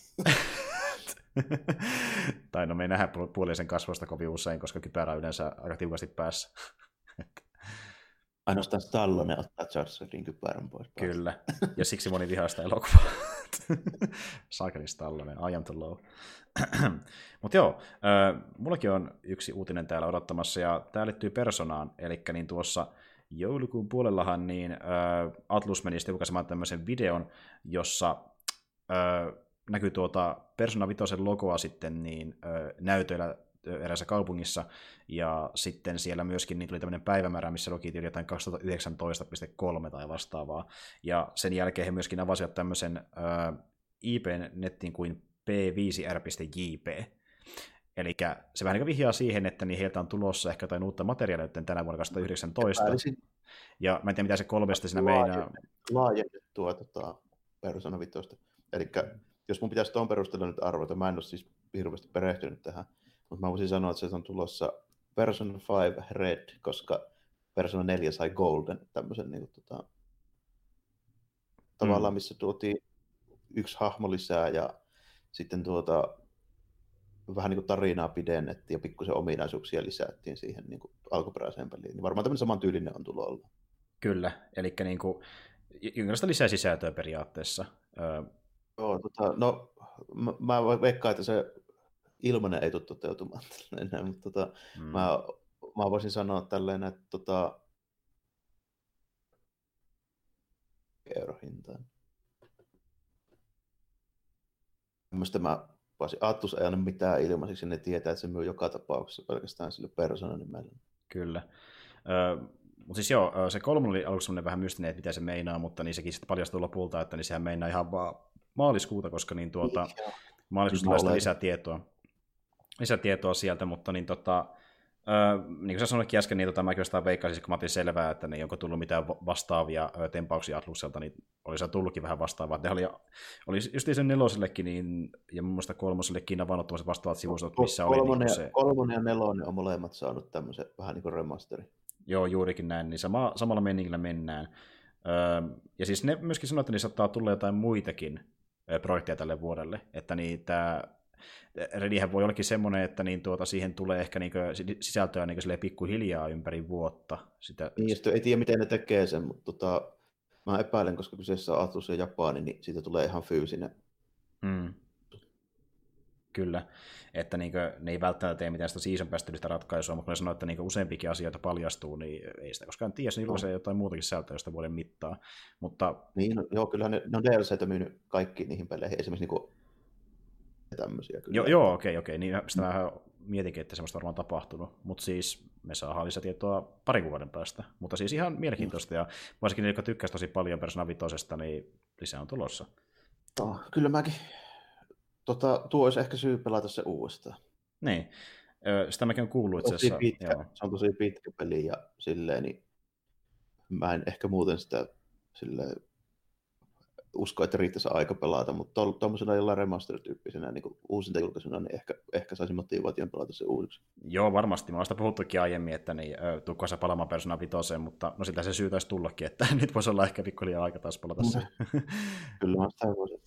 Tai no me ei nähdä puolisen kasvosta kovin usein, koska kypärä on yleensä aika tiukasti päässä. Ainoastaan Stallone ottaa Chargerin kypärän pois. Kyllä, ja siksi moni vihaa sitä elokuvaa. Saakeli Stallone, I am the law. Mutta joo, mullakin on yksi uutinen täällä odottamassa, ja tämä liittyy Personaan, eli niin tuossa joulukuun puolellahan niin Atlus meni sitten julkaisemaan tämmöisen videon, jossa näkyy Persona 5 logoa sitten niin näytöillä eräässä kaupungissa, ja sitten siellä myöskin niin tuli tämmöinen päivämäärä, missä luki jotain 2019.3 tai vastaavaa, ja sen jälkeen he myöskin avasivat tämmöisen IP-nettiin kuin p5r.jp, eli se vähän niin vihjaa siihen, että niin heiltä on tulossa ehkä jotain uutta materiaalia tänä vuonna 2019, ja mä en tiedä, mitä se 3 siinä meinaa. Laajennettua Persona 5, eli jos mun pitäisi tuon perusteella nyt arvata, mä en ole siis hirveästi perehtynyt tähän, mutta mä voisin sanoa, että se on tulossa Persona 5 Red, koska Persona 4 sai Golden, tämmöisen niin kuin, tavallaan, missä tuotiin yksi hahmo lisää ja sitten vähän niin kuin tarinaa pidennettiin ja pikkusen ominaisuuksia lisättiin siihen niin kuin alkuperäiseen peliin. Niin varmaan tämmöinen samantyylinen on tullut olla. Kyllä, eli niin kuin, jonkinlaista lisää sisältöä periaatteessa. Joo, no mä veikkaan, että se ilmanen ei tule toteutumaan tällainen, mutta mä voisin sanoa tälleen, että eurohintaan. Tämmöistä mä voisin, Atlus ei anna mitään ilmaiseksi, ne tietää, että se myy joka tapauksessa pelkästään sille Persona nimellä. Kyllä. Mutta siis joo, se 3 oli aluksi semmoinen vähän mystinen, että mitä se meinaa, mutta niin sekin sitten paljastui lopulta, että niin sehän meinaa ihan vaan maaliskuuta, koska niin maaliskuussa tulee sitä lisätietoa sieltä, mutta niin niin kuin sä sanoitkin äsken, niin mäkin jostain veikkaisin, kun mä otin selvää, että niin onko tullut mitään vastaavia tempauksia Atlukselta, niin oli se tullutkin vähän vastaavaa. Ne oli just sen 4 niin, ja mun mielestä 3 avannut tuommoiset vastaavat sivustot, missä oli niin se... 3 ja 4 on molemmat saanut tämmöisen vähän niin kuin remasteri. Joo, juurikin näin, niin samalla meningillä mennään. Ja siis ne myöskin sanoo, että niin saattaa tulla jotain muitakin projekteja tälle vuodelle, että niin tämä Redihän voi ollakin semmoinen, että niin siihen tulee ehkä niin sisältöä niin pikkuhiljaa ympäri vuotta. Niin, ei tiedä, miten ne tekee sen, mutta Mä epäilen, koska kyseessä on Atlus ja Japani, niin siitä tulee ihan fyysinen. Kyllä, että ne ei välttämättä tee mitään sitä season päästä ratkaisua, mutta kun ne sanoo, että useampikin asioita paljastuu, niin ei sitä koskaan tiedä, se julkaisee jotain muutakin sisältöä josta vuoden mittaa. Mutta... Niin, joo, kyllähän ne on DLCtä myynyt kaikkiin niihin peleihin, esimerkiksi tämmöisiä. Kyllä. Joo, okei, niin sitä vähän mietinkin, että semmoista varmaan tapahtunut, mutta siis me saadaan lisätietoa parin kuukauden päästä, mutta siis ihan mielenkiintoista, ja varsinkin ne, jotka tykkäsivät tosi paljon Persona 5, niin lisää on tulossa. No, kyllä mäkin. Tuo olisi ehkä syy pelata se uudestaan. Niin, sitä mäkin olen kuullut itse asiassa. Se on tosi pitkä peli, ja silleen, niin mä en ehkä muuten sitä silleen usko, että riittäisi aika pelata, mutta tuommoisena jollain remaster-tyyppisenä niin uusinta julkaisuna, niin ehkä saisi motivaation pelata se uusiksi. Joo, varmasti. Mä oon sitä puhuttukin aiemmin, että tuukko se palaamaan Persona 5, mutta no sitä se syy taisi tullakin, että nyt voisi olla ehkä pikkuliian aika taas palata se. Kyllä mä sitä voisin.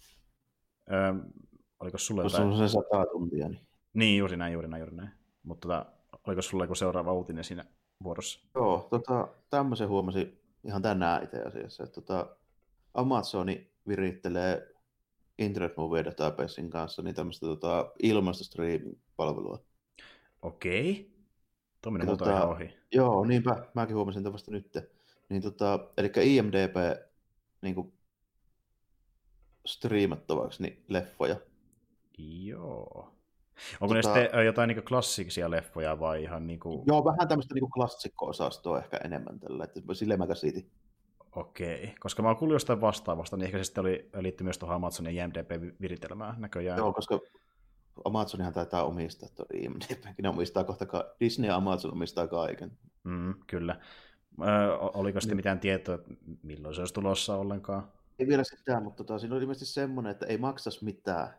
Oliko sulle jotain? Se on se 100 tuntia. Niin, juuri näin. Mutta oliko sulle joku seuraava uutinen siinä vuorossa? Joo, tämmöisen huomasin ihan tänään itse asiassa, että Amazoni virittelee Internet Movie Databasen kanssa niin tämmöistä ilmaista streaming-palvelua. Okei. Tuo meni muuta ihan ohi. Joo, niinpä. Mäkin huomasin tämän vasta nyt. Niin, eli IMDb niin striimattavaksi niin leffoja. Joo. Onko ne sitten jotain niin klassisia leffoja vai ihan niin kuin... Joo, vähän tämmöistä niin klassikko-osastoa ehkä enemmän tällä, että silleen mä käsitin. Okei, koska mä oon kuullut jostain vastaavasta, niin ehkä se sitten liittyy myös tuohon Amazonin IMDb-viritelmään näköjään. Joo, koska Amazonihan taitaa omistaa tuon IMDb:nkin, ne omistaa Disney ja Amazon omistaa kaiken. Kyllä. Oliko sitten mitään tietoa, milloin se olisi tulossa ollenkaan? Ei vielä sitä, mutta siinä oli ilmeisesti semmoinen, että ei maksas mitään.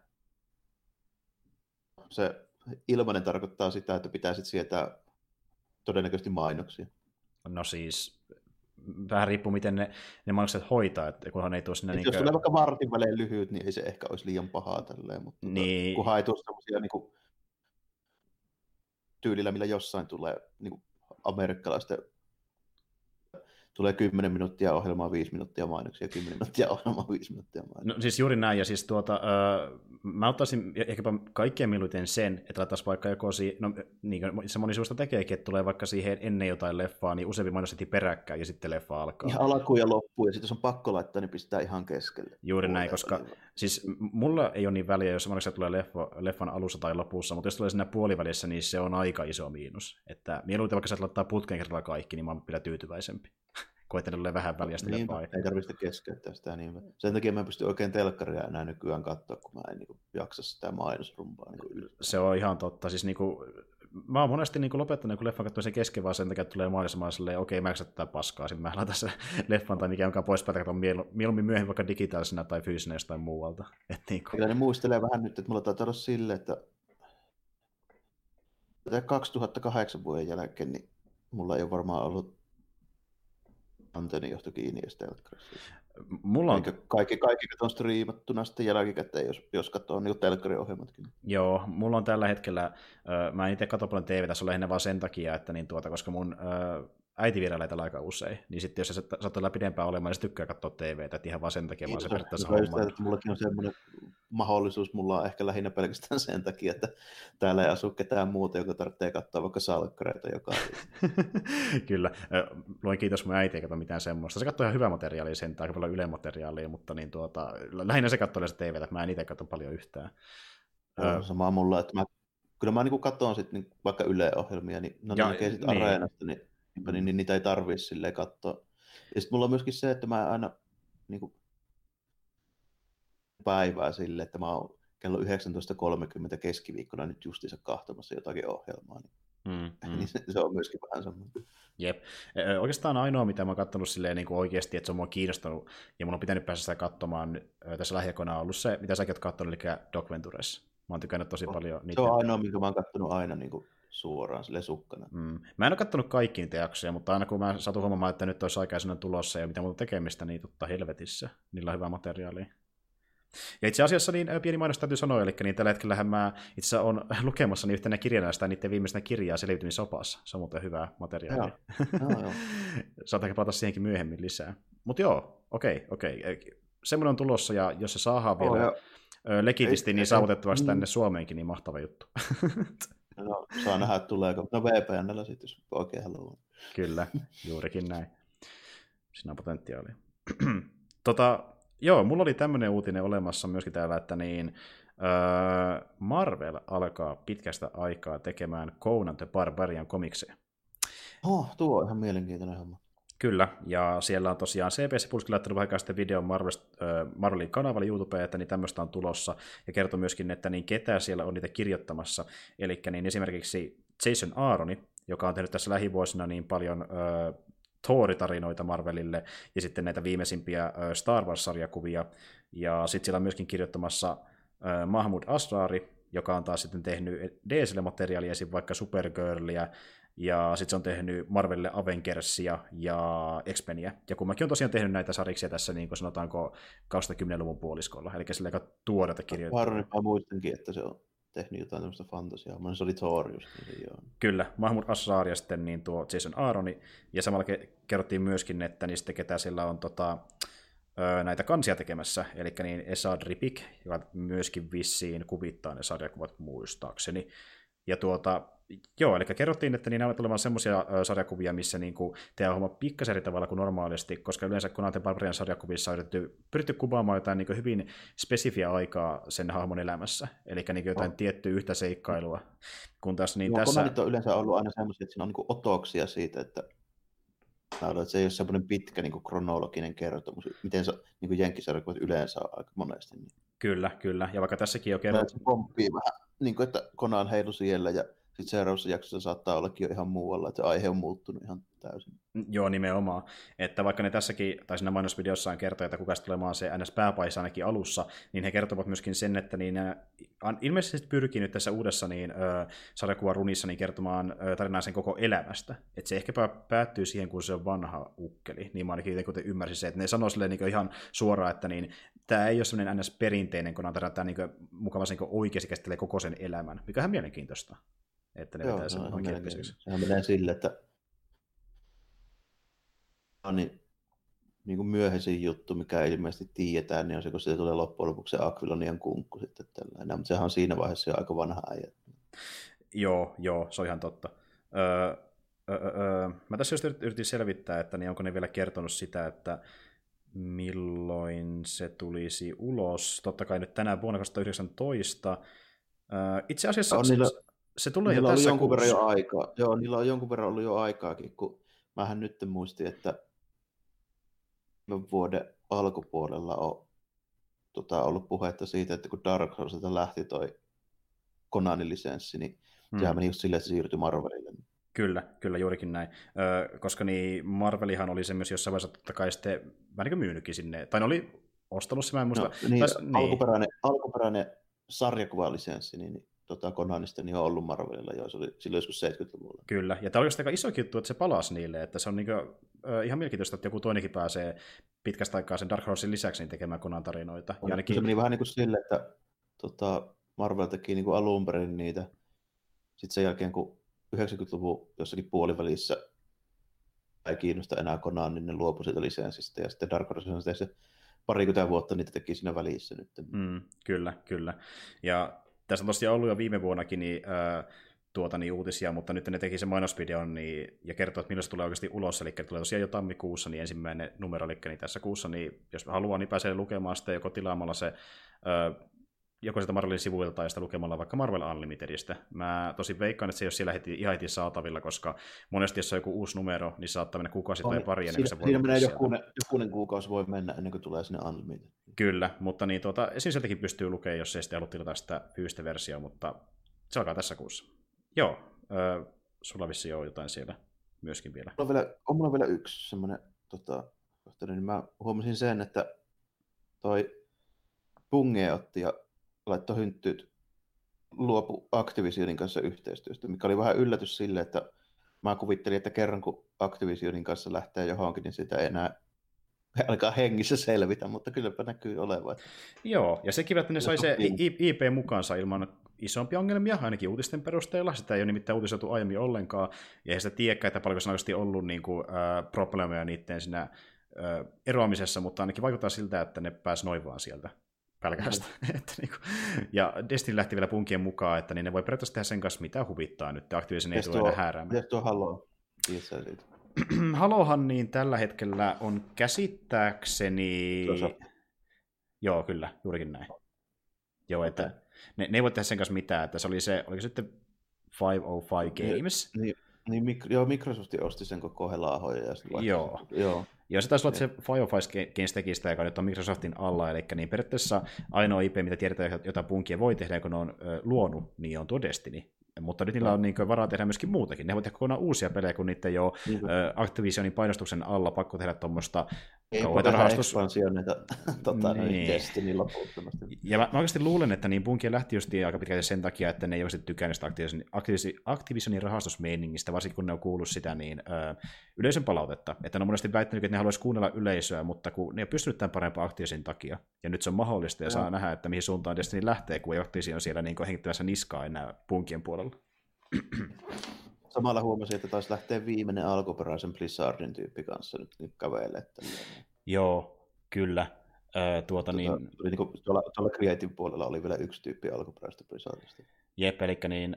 Se ilmainen tarkoittaa sitä, että pitää sitten sietää todennäköisesti mainoksia. No siis, vähän riippuu miten ne mainokset hoitaa, että kunhan ei tule sinne... Jos tulee vaikka vartin välein lyhyt, niin ei se ehkä olisi liian pahaa tälleen, mutta niin... kunhan ei tule semmoisia niin tyylillä, millä jossain tulee niin amerikkalaisten tulee 10 minuuttia ohjelmaa, 5 minuuttia mainoksia, 10 minuuttia ohjelmaa, 5 minuuttia mainoksia. No siis juuri näin, ja siis mä ottaisin ehkäpä kaikkein mieluiten sen, että laittaisi vaikka joko niin kuin se moni suusta tekeekin, että tulee vaikka siihen ennen jotain leffaa, niin useampi mainos heti peräkkäin, ja sitten leffa alkaa. Ihan alkuun ja loppuun, ja sitten jos on pakko laittaa, niin pistää ihan keskelle. Juuri näin, koska siis mulla ei ole niin väliä, jos mainoksia tulee leffan alussa tai lopussa, mutta jos tulee siinä puolivälissä, niin se on aika iso miinus. Että mieluiten vaikka sä laittaa putkeen kerralla kaikki, niin mä oon vielä tyytyväisempi. Koetan olla vähän väliä sitä leffaa. Ei tarvitse keskeyttää sitä niin. Sen takia mä en pysty oikein telkkaria enää nykyään katsoa, kun mä en niin jaksa sitä mainosrumpaa. Niin se on ihan totta. Siis, mä oon monesti lopettanut leffan katsomisen kesken vaan sen takia, että tulee mainosmaan silleen, okei, mä tätä paskaa, sitten mä laitan se leffan tai mikä onkaan pois päältä, katson mieluummin myöhemmin vaikka digitaalisena tai fyysinä jostain muualta. Kyllä ne muistelee vähän nyt, että mulla taitaa olla silleen, että 2008 vuoden jälkeen, niin mulla ei ole varmaan ollut antenni johto kiinni edes telkkarissa. Mulla on... Kaikki on striimattuna sitten jälkikäteen, jos katsoo niin telkkariohjelmatkin. Joo, mulla on tällä hetkellä, mä en itse katso paljon TV, tässä on lähinnä vaan sen takia, että koska mun äiti vierailee tällä aika usein, niin sitten jos se saattaa olla pidempään olemaan, niin se tykkää katsoa TVtä, että ihan vaan sen takia vaan se periaatteessa homma. Mullakin on semmoinen mahdollisuus, mulla on ehkä lähinnä pelkästään sen takia, että täällä ei asu ketään muuta, joka tarvitsee katsoa vaikka salkkareita joka Kyllä, luen kiitos mun äiti, ei katso mitään semmoista. Se katsoo ihan hyvää materiaalia sen, aika paljon Yle-materiaalia, mutta lähinnä se katsoo se TVtä, että mä en itse katso paljon yhtään. Samaa mulla, että kyllä mä katson sitten vaikka Yle-ohjelmia, niin ne näkee sitten Areenasta, niin niitä ei tarvitse silleen katsoa. Ja sitten mulla on myöskin se, että mä aina niin päivää silleen, että mä oon kello 19.30 keskiviikkona nyt justiinsa kahtomassa jotakin ohjelmaa. Niin se on myöskin vähän semmoinen. Jep. Oikeastaan ainoa, mitä mä oon katsonut silleen niin kuin oikeasti, että se on mua kiinnostanut, ja mun on pitänyt päästä sitä katsomaan tässä lähiaikoina on ollut se, mitä säkin oot katsonut, eli Doc Ventures. Mä oon tykännyt tosi paljon niitä. Se on ainoa, minkä mä oon katsonut aina niin kuin suoraan, silleen sukkana. Mä en ole katsonut kaikki niitä jaksoja, mutta aina kun mä satun huomaamaan, että nyt olisi aikaisena tulossa ja mitä muuta tekemistä, niin helvetissä. Niillä on hyvää materiaalia. Ja itse asiassa niin pieni mainos täytyy sanoa, eli niin tällä hetkellähän mä itse olen lukemassa niin yhtenä kirjana sitä niiden viimeistä kirjaa selviytymisopassa. Se on muuten hyvää materiaalia. Saataanko palata siihenkin myöhemmin lisää. Mutta joo, okei. Semmoinen on tulossa, ja jos se saadaan vielä legitisti niin saavutettavaksi tänne Suomeenkin, niin mahtava juttu. No, saa nähdä, että tuleeko. No VPN:llä sitten, jos oikein haluaa. Kyllä, juurikin näin. Siinä on potentiaalia. Joo, mulla oli tämmöinen uutinen olemassa myöskin täällä, että Marvel alkaa pitkästä aikaa tekemään Conan the Barbarian komikseja. Tuo on ihan mielenkiintoinen homma. Kyllä, ja siellä on tosiaan CBS Pulski laittanut vähän sitten videon Marvelin kanavalle YouTubeen, että niin tämmöistä on tulossa, ja kertoo myöskin, että niin ketä siellä on niitä kirjoittamassa. Eli niin esimerkiksi Jason Aaroni, joka on tehnyt tässä lähivuosina niin paljon Thor-tarinoita Marvelille, ja sitten näitä viimeisimpiä Star Wars-sarjakuvia, ja sitten siellä on myöskin kirjoittamassa Mahmoud Asrari, joka on taas sitten tehnyt DC:lle materiaalia, esim. Vaikka Supergirlia, ja sitten se on tehnyt Marvelille Avengersia ja X-Meniä. Ja kun mäkin olen tosiaan tehnyt näitä sariksia tässä, niin kuin sanotaanko 2010-luvun puoliskolla, eli sillä aika tuoreita kirjoittaa. Mä muistankin, että se on tehnyt jotain tämmöistä fantasiaa. Se oli Thor just. Niin Kyllä, Mahmoud Asrar ja sitten niin tuo Jason Aaroni. Ja samalla kerrottiin myöskin, että niin sitten ketä sillä on näitä kansia tekemässä, eli niin Esad Ripik, joka myöskin vissiin kuvittaa ne sarjakuvat muistaakseni. Ja joo, eli kerrottiin, että niin ovat olemaan semmoisia sarjakuvia, missä niinku tehdään homma pikkasen eri tavalla kuin normaalisti, koska yleensä kun näiden Barbarian sarjakuvissa on pyritty kuvaamaan jotain niinku hyvin spesifiä aikaa sen hahmon elämässä, eli niinku jotain tiettyä yhtä seikkailua. Kun taas niin tässä... on yleensä ollut aina semmoisia, että siinä on niinku otoksia siitä, että se ei ole semmoinen pitkä niinku kronologinen kertomus, miten se niinku jenkkisarjakuvat yleensä on aika monesti. Niin. Kyllä, ja vaikka tässäkin jo kerrottu... Se pomppii vähän, niin kuin, että Conan heilu siellä ja sitten seuraavassa jaksossa saattaa ollakin jo ihan muualla, että aihe on muuttunut ihan täysin. Joo, nimenomaan. Että vaikka ne tässäkin, tai siinä mainosvideossaan kertoo, että kuka tulemaan se NS-pääpaisa ainakin alussa, niin he kertovat myöskin sen, että niin ilmeisesti pyrkii nyt tässä uudessa sarjakuvan runissa niin kertomaan tarinaa sen koko elämästä. Että se ehkä päättyy siihen, kun se on vanha ukkeli. Niin mä ainakin kuten ymmärsin se, että ne sanoo silleen niin ihan suoraan, että niin, tämä ei ole sellainen NS-perinteinen, kun tämä niin mukavasti niin oikeasti käsittelee koko sen elämän, mikä on ihan mielenkiintoista. Että ne vetää sen oikeapiseksi. Sehän menee sille, että niin kuin myöhäisin juttu, mikä ilmeisesti tiedetään, niin on se, kun siitä tulee loppujen lopuksi se Aquilonian kunkku sitten tällainen. Mutta sehän on siinä vaiheessa jo aika vanha äijä. Joo, se on ihan totta. Mä tässä just yritin selvittää, että niin onko ne vielä kertonut sitä, että milloin se tulisi ulos. Totta kai nyt tänä vuonna 2019. Itse asiassa se tulee jo tässä jonkun verran jo aikaa. Joo, niillä on jonkun verran ollut jo aikaakin, kun mähän nyt muistin, että vuoden alkupuolella on ollut puhetta siitä, että kun Dark Horselta lähti toi Conanin lisenssi, niin sehän meni just silleen, että se siirtyi Marvelille. Kyllä, juurikin näin. Koska niin Marvelihan oli se myös jossain vaiheessa totta kai sitten vähän niin myynytkin sinne. Tai ne oli ostanut se, mä en muista. No, niin, alkuperäinen sarjakuvalisenssi, niin Conanista niin on ollut Marvelilla jo, se oli silloin joskus 70-luvulla. Kyllä, ja tämä oli aika iso juttu, että se palasi niille, että se on ihan mielenkiintoista, että joku toinenkin pääsee pitkästä aikaa sen Dark Horsein lisäksi niin tekemään Conan tarinoita. Ja ainakin... Se meni vähän niin kuin sille, että Marvel teki niin kuin alun perin niitä, sitten sen jälkeen kun 90-luvun jossakin puolivälissä ei kiinnosta enää Conan, niin ne luopui siitä lisenssistä, ja sitten Dark Horse on se parikymmentä vuotta niitä teki siinä välissä nyt. Kyllä. Ja tässä on tosiaan ollut jo viime vuonnakin uutisia, mutta nyt ne teki sen mainosvideon ja kertoo, että milloin se tulee oikeasti ulos, eli tulee tosiaan jo tammikuussa, niin ensimmäinen numero, eli niin tässä kuussa, niin jos haluaa, niin pääsee lukemaan sitä joko tilaamalla se joko sieltä Marvelin sivuilta tai sitä lukemalla vaikka Marvel Unlimitedistä. Mä tosi veikkaan, että se ei ole siellä ihan heti saatavilla, koska monesti jos on joku uusi numero, niin saattaa mennä kuukausi tai pari ennen kuin se voi siinä menee jokunen kuukausi voi mennä ennen kuin tulee sinne Unlimited. Kyllä, mutta niin, esimerkiksi sieltäkin pystyy lukemaan, jos ei sitten halua tilata sitä fyysistä versiota, mutta se alkaa tässä kuussa. Joo, sulla vissiin on jotain siellä myöskin vielä. On mulla vielä yksi semmoinen, niin mä huomasin sen, että toi Bungie otti ja laittoi hynttyt luopu Activisionin kanssa yhteistyöstä, mikä oli vähän yllätys sille, että mä kuvittelin, että kerran kun Activisionin kanssa lähtee johonkin, niin sitä ei enää alkaa hengissä selvitä, mutta kylläpä näkyy olevan. Joo, ja sekin, että ne sai se IP mukaansa ilman isompia ongelmia, ainakin uutisten perusteella. Sitä ei ole nimittäin uutisoitu aiemmin ollenkaan, ja ei sitä tiedäkään, että paljonko se on oikeasti ollut niin kuin, probleemeja niiden siinä eroamisessa, mutta ainakin vaikuttaa siltä, että ne pääsi noin vaan sieltä pälkästä. Ja Destiny lähti vielä punkien mukaan, että niin ne voi periaatteessa tehdä sen kanssa mitä huvittaa nyt, Activision ei tule enää hääräämään. Mitäs tuo Halo? Halohan niin tällä hetkellä on käsittääkseni... Joo, kyllä, juurikin näin. Joo, että ne ei voi tehdä sen kanssa mitään, että se oli se, oliko sitten 505 Games? Joo, Microsoft osti sen koko helaahoja. Joo, se taisi olla, että se 505 Games teki sitä, joka nyt on Microsoftin alla, eli niin periaatteessa ainoa IP, mitä tiedetään, jota punkia voi tehdä, kun ne on luonut, niin on tuo Destiny. Mutta nyt niillä on niin varaa tehdä myöskin muutakin. Ne voi tehdä kokonaan uusia pelejä, kun niitä jo Activisionin painostuksen alla pakko tehdä tuommoista kauheita ekspansioneita Destiny loputtomasti. Ja mä oikeasti luulen, että niin punkia lähti just aika pitkälti sen takia, että ne ei oikeasti tykää niistä Activisionin rahastusmeiningistä, varsinkin kun ne on kuullut sitä niin yleisön palautetta. Että ne on monesti väittänyt, että ne haluaisi kuunnella yleisöä, mutta kun ne ei ole pystynyt tämän parempaa Activisionin takia. Ja nyt se on mahdollista ja saa nähdä, että mihin suuntaan Destiny lähtee, kun ei Activision on siellä niin hengittävässä niskaa enää punkien puolella. Samalla huomasin, että taisi lähteä viimeinen alkuperäisen Blizzardin tyyppi kanssa nyt kävelee. Joo, kyllä. Tuolla Creative puolella oli vielä yksi tyyppi alkuperäistä Blizzardista. Jep, eli niin,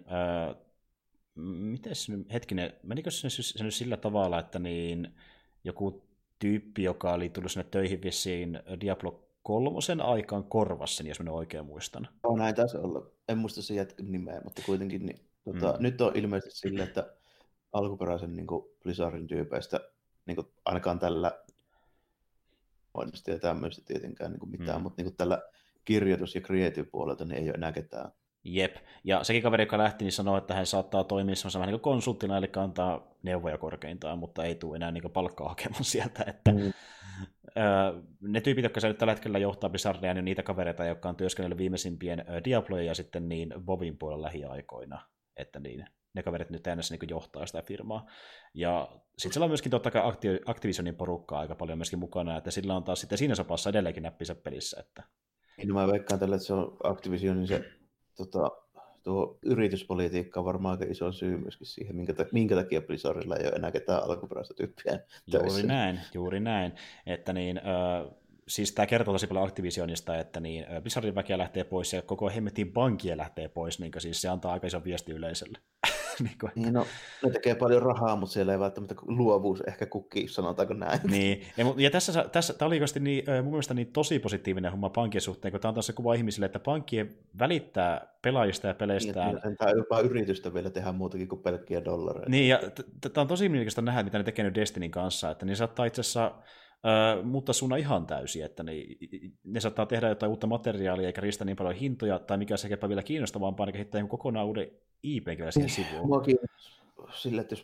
hetkinen, menikö se nyt sillä tavalla, että niin joku tyyppi, joka oli tullut sinne töihin vissiin Diablo 3 aikaan korvasi sen, jos minä oikein muistan. Näin taisi olla. En muista sen jätkän nimeä, mutta kuitenkin niin, nyt on ilmeisesti sille, että alkuperäisen niin Blizzardin tyypeistä niin ainakaan tällä mainnosti ja tämmöistä tietenkään niin mitään, mutta niin tällä kirjoitus- ja creative-puolelta niin ei ole enää ketään. Jep, ja sekin kaveri, joka lähti, niin sanoi, että hän saattaa toimia semmoisena vähän niin kuin konsulttina, eli antaa neuvoja korkeintaan, mutta ei tule enää niin palkkaa hakemaan sieltä. Että, ne tyypit, jotka se nyt tällä hetkellä johtaa Blizzardia, niin on niitä kavereita, jotka on työskennellyt viimeisimpien Diabloja ja sitten niin WoWin puolella lähiaikoina, että niin, ne kaverit nyt äänessä niin johtaa sitä firmaa. Ja sitten siellä on myöskin totta kai Activisionin porukkaa aika paljon myöskin mukana, että sillä on taas sitten siinä sopassa edelleenkin näppinsä pelissä. Että... No mä veikkaan tällä, että se on Activisionin se tuo yrityspolitiikka on varmaan aika iso syy myöskin siihen, minkä takia Blizzardilla ei ole enää ketään alkuperäistä tyyppiä töissä. Juuri näin. Että niin, siis tämä kertoo tosi paljon Activisionista, että niin, Blizzardin väkeä lähtee pois ja koko hemmetin pankkia lähtee pois, niin siis se antaa aika ison viesti yleisölle. Niin, no, ne tekee paljon rahaa, mutta siellä ei välttämättä luovuus ehkä kukkii, sanotaanko näin. Niin, ja tässä tämä oli niin, mun mielestä niin tosi positiivinen homma pankkien suhteen, kun tämä antaa se kuva ihmisille, että pankkien välittää pelaajista ja peleistään. Niin, tämä jopa yritystä vielä tehdä muutakin kuin pelkkiä dollareita. Niin, ja tämä on tosi mielenkiintoista nähdä, mitä ne tekee nyt Destinyn kanssa, että ne saattaa itse asiassa muuttaa suunnan ihan täysin, että ne saattaa tehdä jotain uutta materiaalia eikä riistä niin paljon hintoja, tai mikä se vielä kiinnostavampaa, niin kehittää kokonaan uuden IP:n kyllä siihen sivuun. Muakin sillä, että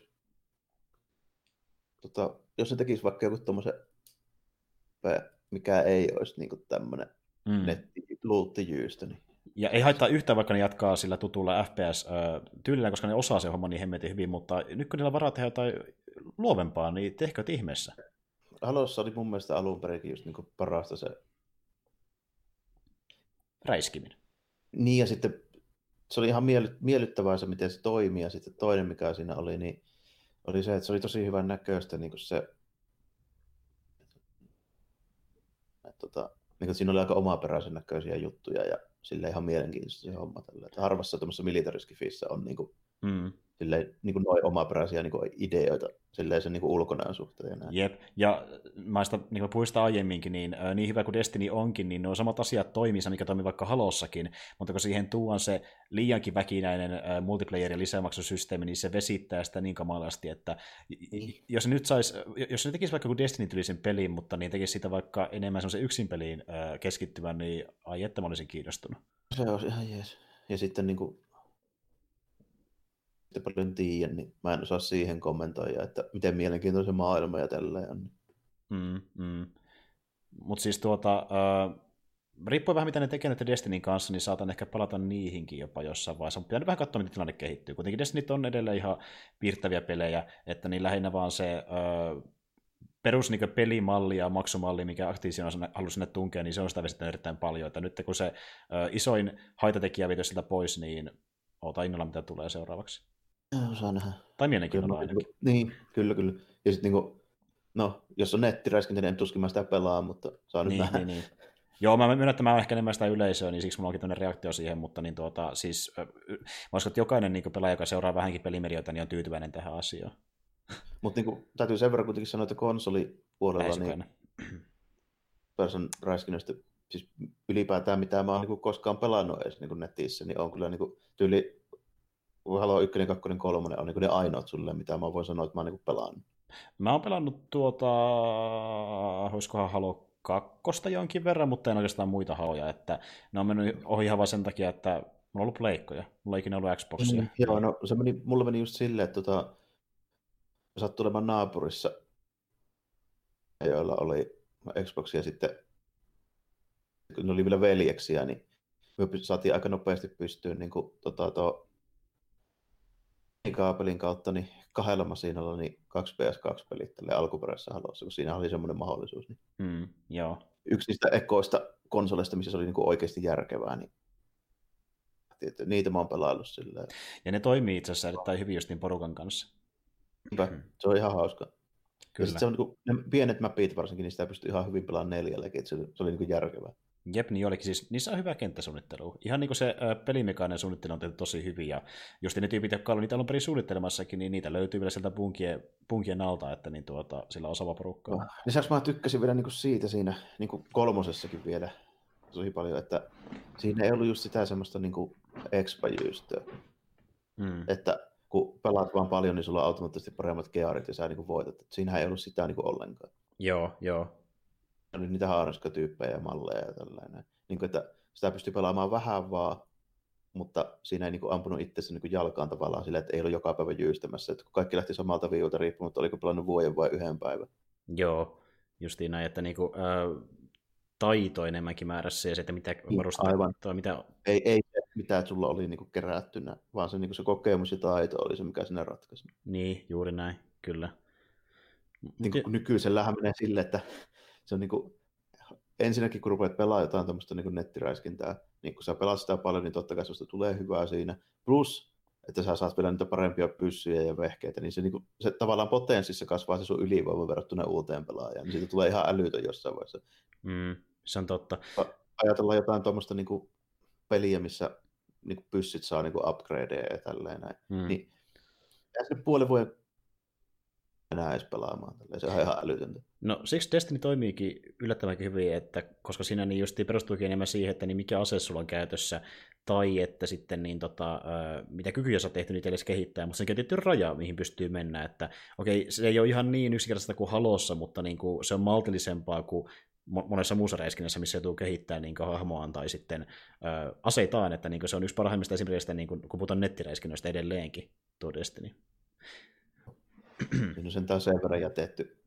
jos se tekisi vaikka joku tommosen, mikä ei olisi niinku tämmönen nettiluuttijyystä, niin ja ei haittaa yhtään, vaikka ne jatkaa sillä tutulla FPS-tyylillä, koska ne osaa se homma niin hemmetin hyvin, mutta nyt kun niillä varaa tehdä jotain luovempaa, niin tehkööt ihmeessä. Halossa oli mun mielestä alun perinkin just niinku parasta se räiskiminen. Niin, ja sitten se oli ihan miellyttävää se, miten se toimii, ja sitten toinen, mikä siinä oli, niin oli se, että se oli tosi hyvän näköistä, niin kuin se, niin kuin siinä oli aika omaperäisen näköisiä juttuja, ja sille ihan mielenkiintoista se homma tällä. Että harvassa tuommoisessa militariskifissä on niin kuin, silleen, niin kuin noin omaperäisiä niin kuin ideoita silleen sen niin kuin ulkonäön suhteen. Ja näin. Jep, ja mä sitä niin puhuin sitä aiemminkin, niin hyvä kuin Destiny onkin, niin nuo samat asiat toimii, mikä toimii vaikka Halossakin, mutta kun siihen tuon se liiankin väkinäinen multiplayer- ja lisämaksusysteemi, niin se vesittää sitä niin kamalasti, että jos ne tekisi vaikka kuin Destiny-tyylisen pelin, mutta niin tekisi sitä vaikka enemmän semmoisen yksin peliin keskittyvän, niin ai että mä olisin kiinnostunut. Se olisi ihan jees. Ja sitten niin kuin paljon tiedän, niin mä en osaa siihen kommentoida, että miten mielenkiintoinen maailma ja tälleen on. Mutta siis riippuen vähän mitä ne tekee nyt Destinyn kanssa, niin saatan ehkä palata niihinkin jopa jossain vaiheessa, mutta pitää vähän katsoa, miten tilanne kehittyy. Kuitenkin Destinyt on edelleen ihan piirtäviä pelejä, että niin lähinnä vaan se perus niin pelimalli ja maksumalli, mikä Activision halusi sinne tunkea, niin se on sitä vesittänyt erittäin paljon. Että nyt kun se isoin haitatekijä viety sieltä pois, niin oota innolla, mitä tulee seuraavaksi. Osaa nähdä. Tai mielenkiinnolla ainakin. Niin, kyllä. Ja sitten niinku, No, jos on nettiräiskintä, niin en tuskin mä sitä pelaa, mutta saa nyt nähdä. Niin. Joo, mä myönnän, että mä oon ehkä enemmän sitä yleisöä, niin siksi mulla onkin tämmöinen reaktio siihen, mutta niin siis, mä uskon, että jokainen niin pelaaja, joka seuraa vähänkin pelimedioita, niin on tyytyväinen tähän asiaan. Mutta niin täytyy sen verran kuitenkin sanoa, että konsolipuolella niin Person räiskinnöistä, siis ylipäätään mitä mä oon niin koskaan pelannut edes niin netissä, niin on kyllä niin tyyli Halo 1, 2, 3 on niin ne ainoat sulle, mitä mä voin sanoa, että mä oon niin pelannut. Mä oon pelannut olisikohan Halo 2 jonkin verran, mutta en oikeastaan muita haloja, että ne on mennyt ohi ihan vain sen takia, että mulla on ollut pleikkoja, mulla ei ikinä ollut Xboxia. Joo, no mulla meni just silleen, että sattui olemaan naapurissa, joilla oli Xboxia sitten, kun ne oli vielä veljeksiä, niin me saatiin aika nopeasti pystyyn niin kaapelin kautta niin 2 masiinalla niin 2 PS2-pelit tälle alkuperäisessä Halossa, kun siinä oli semmoinen mahdollisuus. Niin joo. Yksi niistä ekoista konsoleista, missä se oli niin oikeasti järkevää, niin niitä mä oon pelaillut silleen. Ja ne toimii itse asiassa erittäin hyvin just niin porukan kanssa. Se on ihan hauska. Kyllä. Ja se on ne pienet mapit varsinkin, niin sitä pystyy ihan hyvin pelaamaan 4, että se oli niin järkevää. Jep, niin olikin. Siis, niissä on hyvä kenttäsuunnittelu. Ihan niin kuin se pelimekaaninen suunnittelu on tehty tosi hyvin. Ja just ne tyypit, jotka on niitä alun perin suunnittelemassakin, niin niitä löytyy vielä sieltä punkien alta, että niin sillä osaava porukkaa. No. Lisäksi mä tykkäsin vielä niin siitä siinä niin 3 vielä tosi paljon, että siinä ei ollut just sitä semmoista niin expa-jyystöä. Että kun pelaat vaan paljon, niin sulla on automaattisesti paremmat gearit ja sä niin voitat. Et siinähän ei ollut sitä niin ollenkaan. Joo. Oli niitä haaraskatyyppejä ja malleja ja tällainen. Niin kuin, että sitä pystyy pelaamaan vähän vaan, mutta siinä ei niin kuin ampunut itsensä niin kuin jalkaan tavallaan sillä, että ei ollut joka päivä jyystämässä. Että kun kaikki lähti samalta viivalta riippumatta, oliko pelannut vuoden vai 1 päivän. Joo, justiin näin, että niinku, taito enemmänkin määrässä ja se, että mitä varustetaan. Mitä... Ei mitä sulla oli niin kuin kerättynä, vaan se, niin kuin se kokemus ja taito oli se, mikä sinne ratkaisi. Niin, juuri näin, kyllä. Niin kuin nykyisellähän menee silleen, että se on niin kuin, ensinnäkin kun rupeat pelaamaan jotain tämmöistä niin nettiräiskintää, niin kun sä pelaat sitä paljon, niin totta kai susta tulee hyvää siinä. Plus, että sä saat vielä niitä parempia pyssyjä ja vehkeitä, niin se tavallaan potenssissa kasvaa se sun ylivoima verrattuna uuteen pelaajaan, niin siitä tulee ihan älytön jossain vaiheessa. Se on totta. Ajatellaan jotain tuommoista niin kuin peliä, missä niin kuin pyssyt saa niin kuin upgradeja ja tälleen näin. Niin sinne puolen vuoden enää edes pelaamaan. Se on ihan älytöntä. No siksi Destiny toimiikin yllättävänkin hyvin, että, koska siinä niin just perustuukin enemmän siihen, että niin mikä ase sulla on käytössä, tai että sitten niin mitä kykyjä sä oot tehty, niitä edes kehittää, mutta sen on tietty raja, mihin pystyy mennä, että okei, se ei ole ihan niin yksinkertaista kuin Halossa, mutta niin kuin, se on maltillisempaa kuin monessa muussa räiskinnässä, missä joutuu kehittämään niin hahmoaan tai sitten aseitaan, että niin se on yksi parhaimmista esimerkiksi, niin kun puhutaan nettiräiskinnöistä edelleenkin, tuo Destiny. Siinä on sentään sen verran jätetty.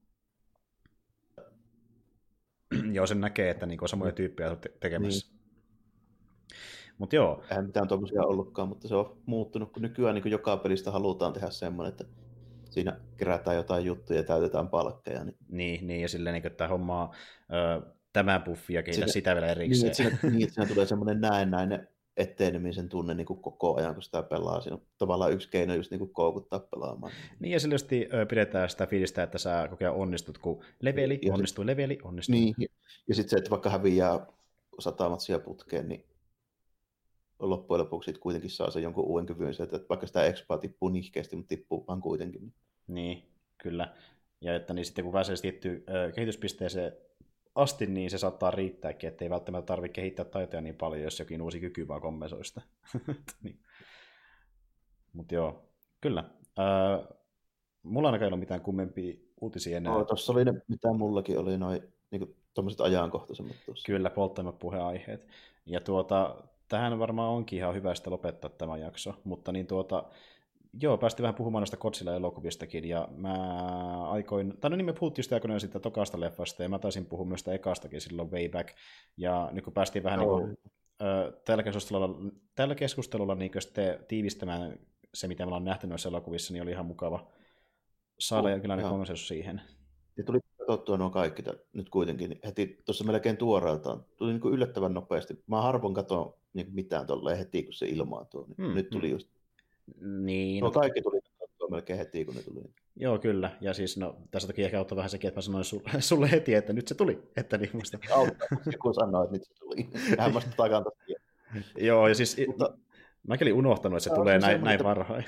Joo, sen näkee, että on samoja tyyppejä tekemässä. Niin. Mut joo. Eihän mitään tuommoisia ollutkaan, mutta se on muuttunut, kun nykyään niin joka pelistä halutaan tehdä semmoinen, että siinä kerätään jotain juttuja ja täytetään palkkeja. Niin ja silleen, että hommaa tämä buffi ja kehitä sitä vielä erikseen. Niin, että siinä tulee semmoinen näennäinen etenemisen tunne niin kuin koko ajan, kun sitä pelaa. Siinä on tavallaan yksi keino just niin kuin koukuttaa pelaamaan. Niin, ja sillä pidetään sitä fiilistä, että sä koko ajan onnistut, kun leveli onnistuu. Niin, ja sitten se, että vaikka häviää 100 matsia putkeen, niin loppujen lopuksi kuitenkin saa sen jonkun uuden kyvyn, että vaikka sitä expaa tippuu nihkeästi, mutta tippuu vaan kuitenkin. Niin, kyllä. Ja että niin sitten kun pääsee tiettyyn kehityspisteeseen asti, niin se saattaa riittääkin, ettei välttämättä tarvitse kehittää taitoja niin paljon, jos jokin uusi kyky vaan kompensoi sitä. Niin. Mutta joo, kyllä. Mulla ainakaan ei ole mitään kummempia uutisia enää. No, tuossa oli ne, mitä mullakin oli, noin niin tuommoiset ajankohtaisemmat tuossa. Kyllä, polttaimmat puheenaiheet. Ja tähän varmaan onkin ihan hyvä sitten lopettaa tämä jakso, mutta niin joo, päästiin vähän puhumaan noista Godzilla-elokuvistakin, ja me puhuttiin just aikoinaan siitä tokasta leffasta, ja mä taisin puhua myös sitä ekastakin silloin way back, ja nyt kun päästiin vähän tällä keskustelulla niin sitten tiivistämään se, mitä me ollaan nähty noissa elokuvissa, niin oli ihan mukava saada jonkinlainen konsensus siihen. Ja tuli katsottua nuo kaikki nyt kuitenkin heti tuossa melkein tuoreeltaan. Tuli niin kuin yllättävän nopeasti. Mä harvoin katson niin mitään tolleen heti, kun se ilmaantuu. Nyt tuli just. Niin. Kaikki tuli katsottua melkein heti, kun ne tuli. Joo, kyllä. Ja siis no, tässä toki ehkä auttaa vähän sekin, että mä sanoin sulle heti, että nyt se tuli. Että niin musta. Auttaa, kun sanoo, että nyt se tuli. Eihän mä sitä takan takia. Joo, ja siis mäkin olin unohtanut, että se tulee näin varhain.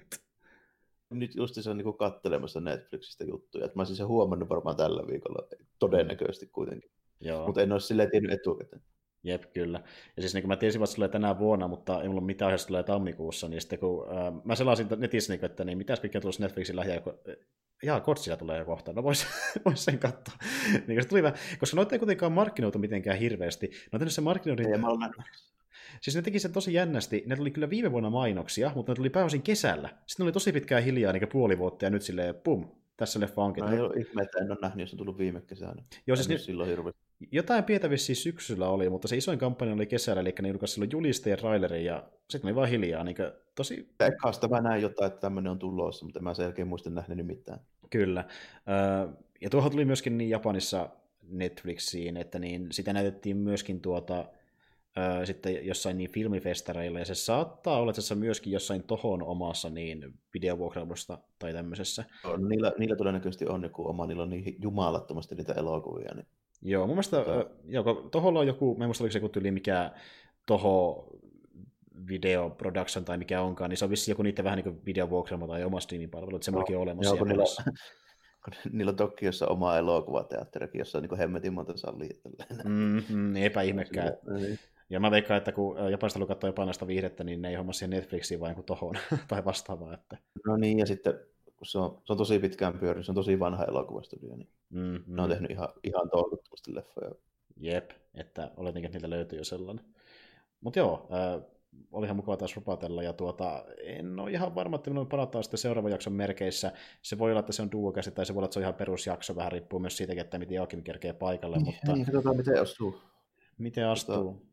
Nyt just se on niin katselemassa Netflixistä juttuja. Että mä olisin sen huomannut varmaan tällä viikolla, todennäköisesti kuitenkin. Mutta en olisi silleen tiennyt etukäteen. Jep, kyllä. Ja siis niin kuin mä tiesin, että se tulee tänä vuonna, mutta ei mulla mitään aiheesta tulee tammikuussa, niin sitten kun mä selasin netissä, että niin mitäs pitkä tulossa Netflixillä Godzilla tulee jo kohta, no vois sen katsoa. Niin, se tuli vähän, koska noita ei kuitenkaan markkinoitu mitenkään hirveästi. Ne on tehnyt sen markkinoinnin. Siis ne teki sen tosi jännästi. Ne tuli kyllä viime vuonna mainoksia, mutta ne tuli pääosin kesällä. Sitten ne oli tosi pitkään hiljaa, niin puoli vuotta, ja nyt silleen, pum, tässä leffa onkin. No ei ole ihme, että en ole nähnyt, jos on tullut viime kesänä. Joo, siis silloin hirveästi. Jotain pientä vissiin syksyllä oli, mutta se isoin kampanja oli kesällä, eli ne julkaisi silloin julisteen ja trailerin, ja sitten oli vaan hiljaa. Niin tosi... Ekasta mä näin jotain, että tämmöinen on tulossa, mutta mä sen jälkeen muistan nähneeni mitään. Kyllä. Ja tuohon tuli myöskin niin Japanissa Netflixiin, että niin sitä näytettiin myöskin sitten jossain niin filmifestareilla, ja se saattaa olla, että se myöskin jossain tohon omassa niin videovuokrailusta tai tämmöisessä. No, niillä todennäköisesti on joku oma, niillä on niin jumalattomasti niitä elokuvia. Niin... Joo, mun mielestä toholla on joku, mä en muista oliko se joku tyyli mikä toho video production tai mikä onkaan, niin se on vissi joku niiden vähän niin kuin videovuokrailma tai oma streaming-palvelu, että semmoinenkin on olemassa. Joo, niillä on Tokiossa oma elokuvateatterikin, jossa on niin hemmetin monta sallia. Eipä ihmekään. Ja mä veikkaan, että kun Japanista haluaa katsoa japanilaista viihdettä, niin ne ei homma siihen Netflixiin vaan kuin tohon tai vastaavaa. Että... No niin, ja sitten kun se on tosi pitkään pyörinyt, se on tosi vanha elokuvastudio, niin ne on tehnyt ihan tolkuttomasti leffoja. Jep, että oletinkin, että niitä löytyy jo sellainen. Mutta joo, olihan mukava taas rupatella, ja en ole ihan varma, että minun palataan sitten seuraavan jakson merkeissä. Se voi olla, että se on duokäsi, tai se voi olla, että se on ihan perusjakso, vähän riippuu myös siitäkin, että miten Joakim kerkee paikalle. Mutta... Niin, katsotaan, miten astuu. Miten astuu?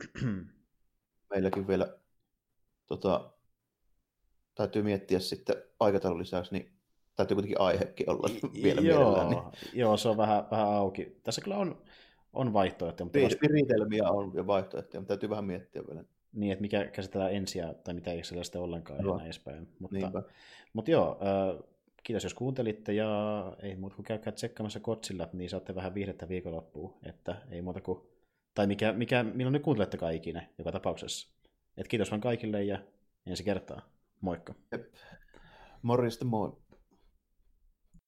Meilläkin vielä täytyy miettiä sitten aikataulun lisäksi, niin täytyy kuitenkin aihekin olla vielä mielellään. Niin... Joo, se on vähän auki. Tässä kyllä on vaihtoehtoja. Mutta viritelmiä on ja vaihtoehtoja, mutta täytyy vähän miettiä vielä. Niin, että mikä käsitellään ensin tai mitä ei sellaista ollenkaan ja näin edespäin. Mutta joo, kiitos jos kuuntelitte ja ei muuta kuin käykää tsekkaamassa Godzilla, niin saatte vähän viihdettä viikonloppuun. Että ei muuta kuin, tai milloin nyt kuuntelettekaan ikinä joka tapauksessa. Et kiitos vaan kaikille ja ensi kertaa. Moikka. Morjesta moi.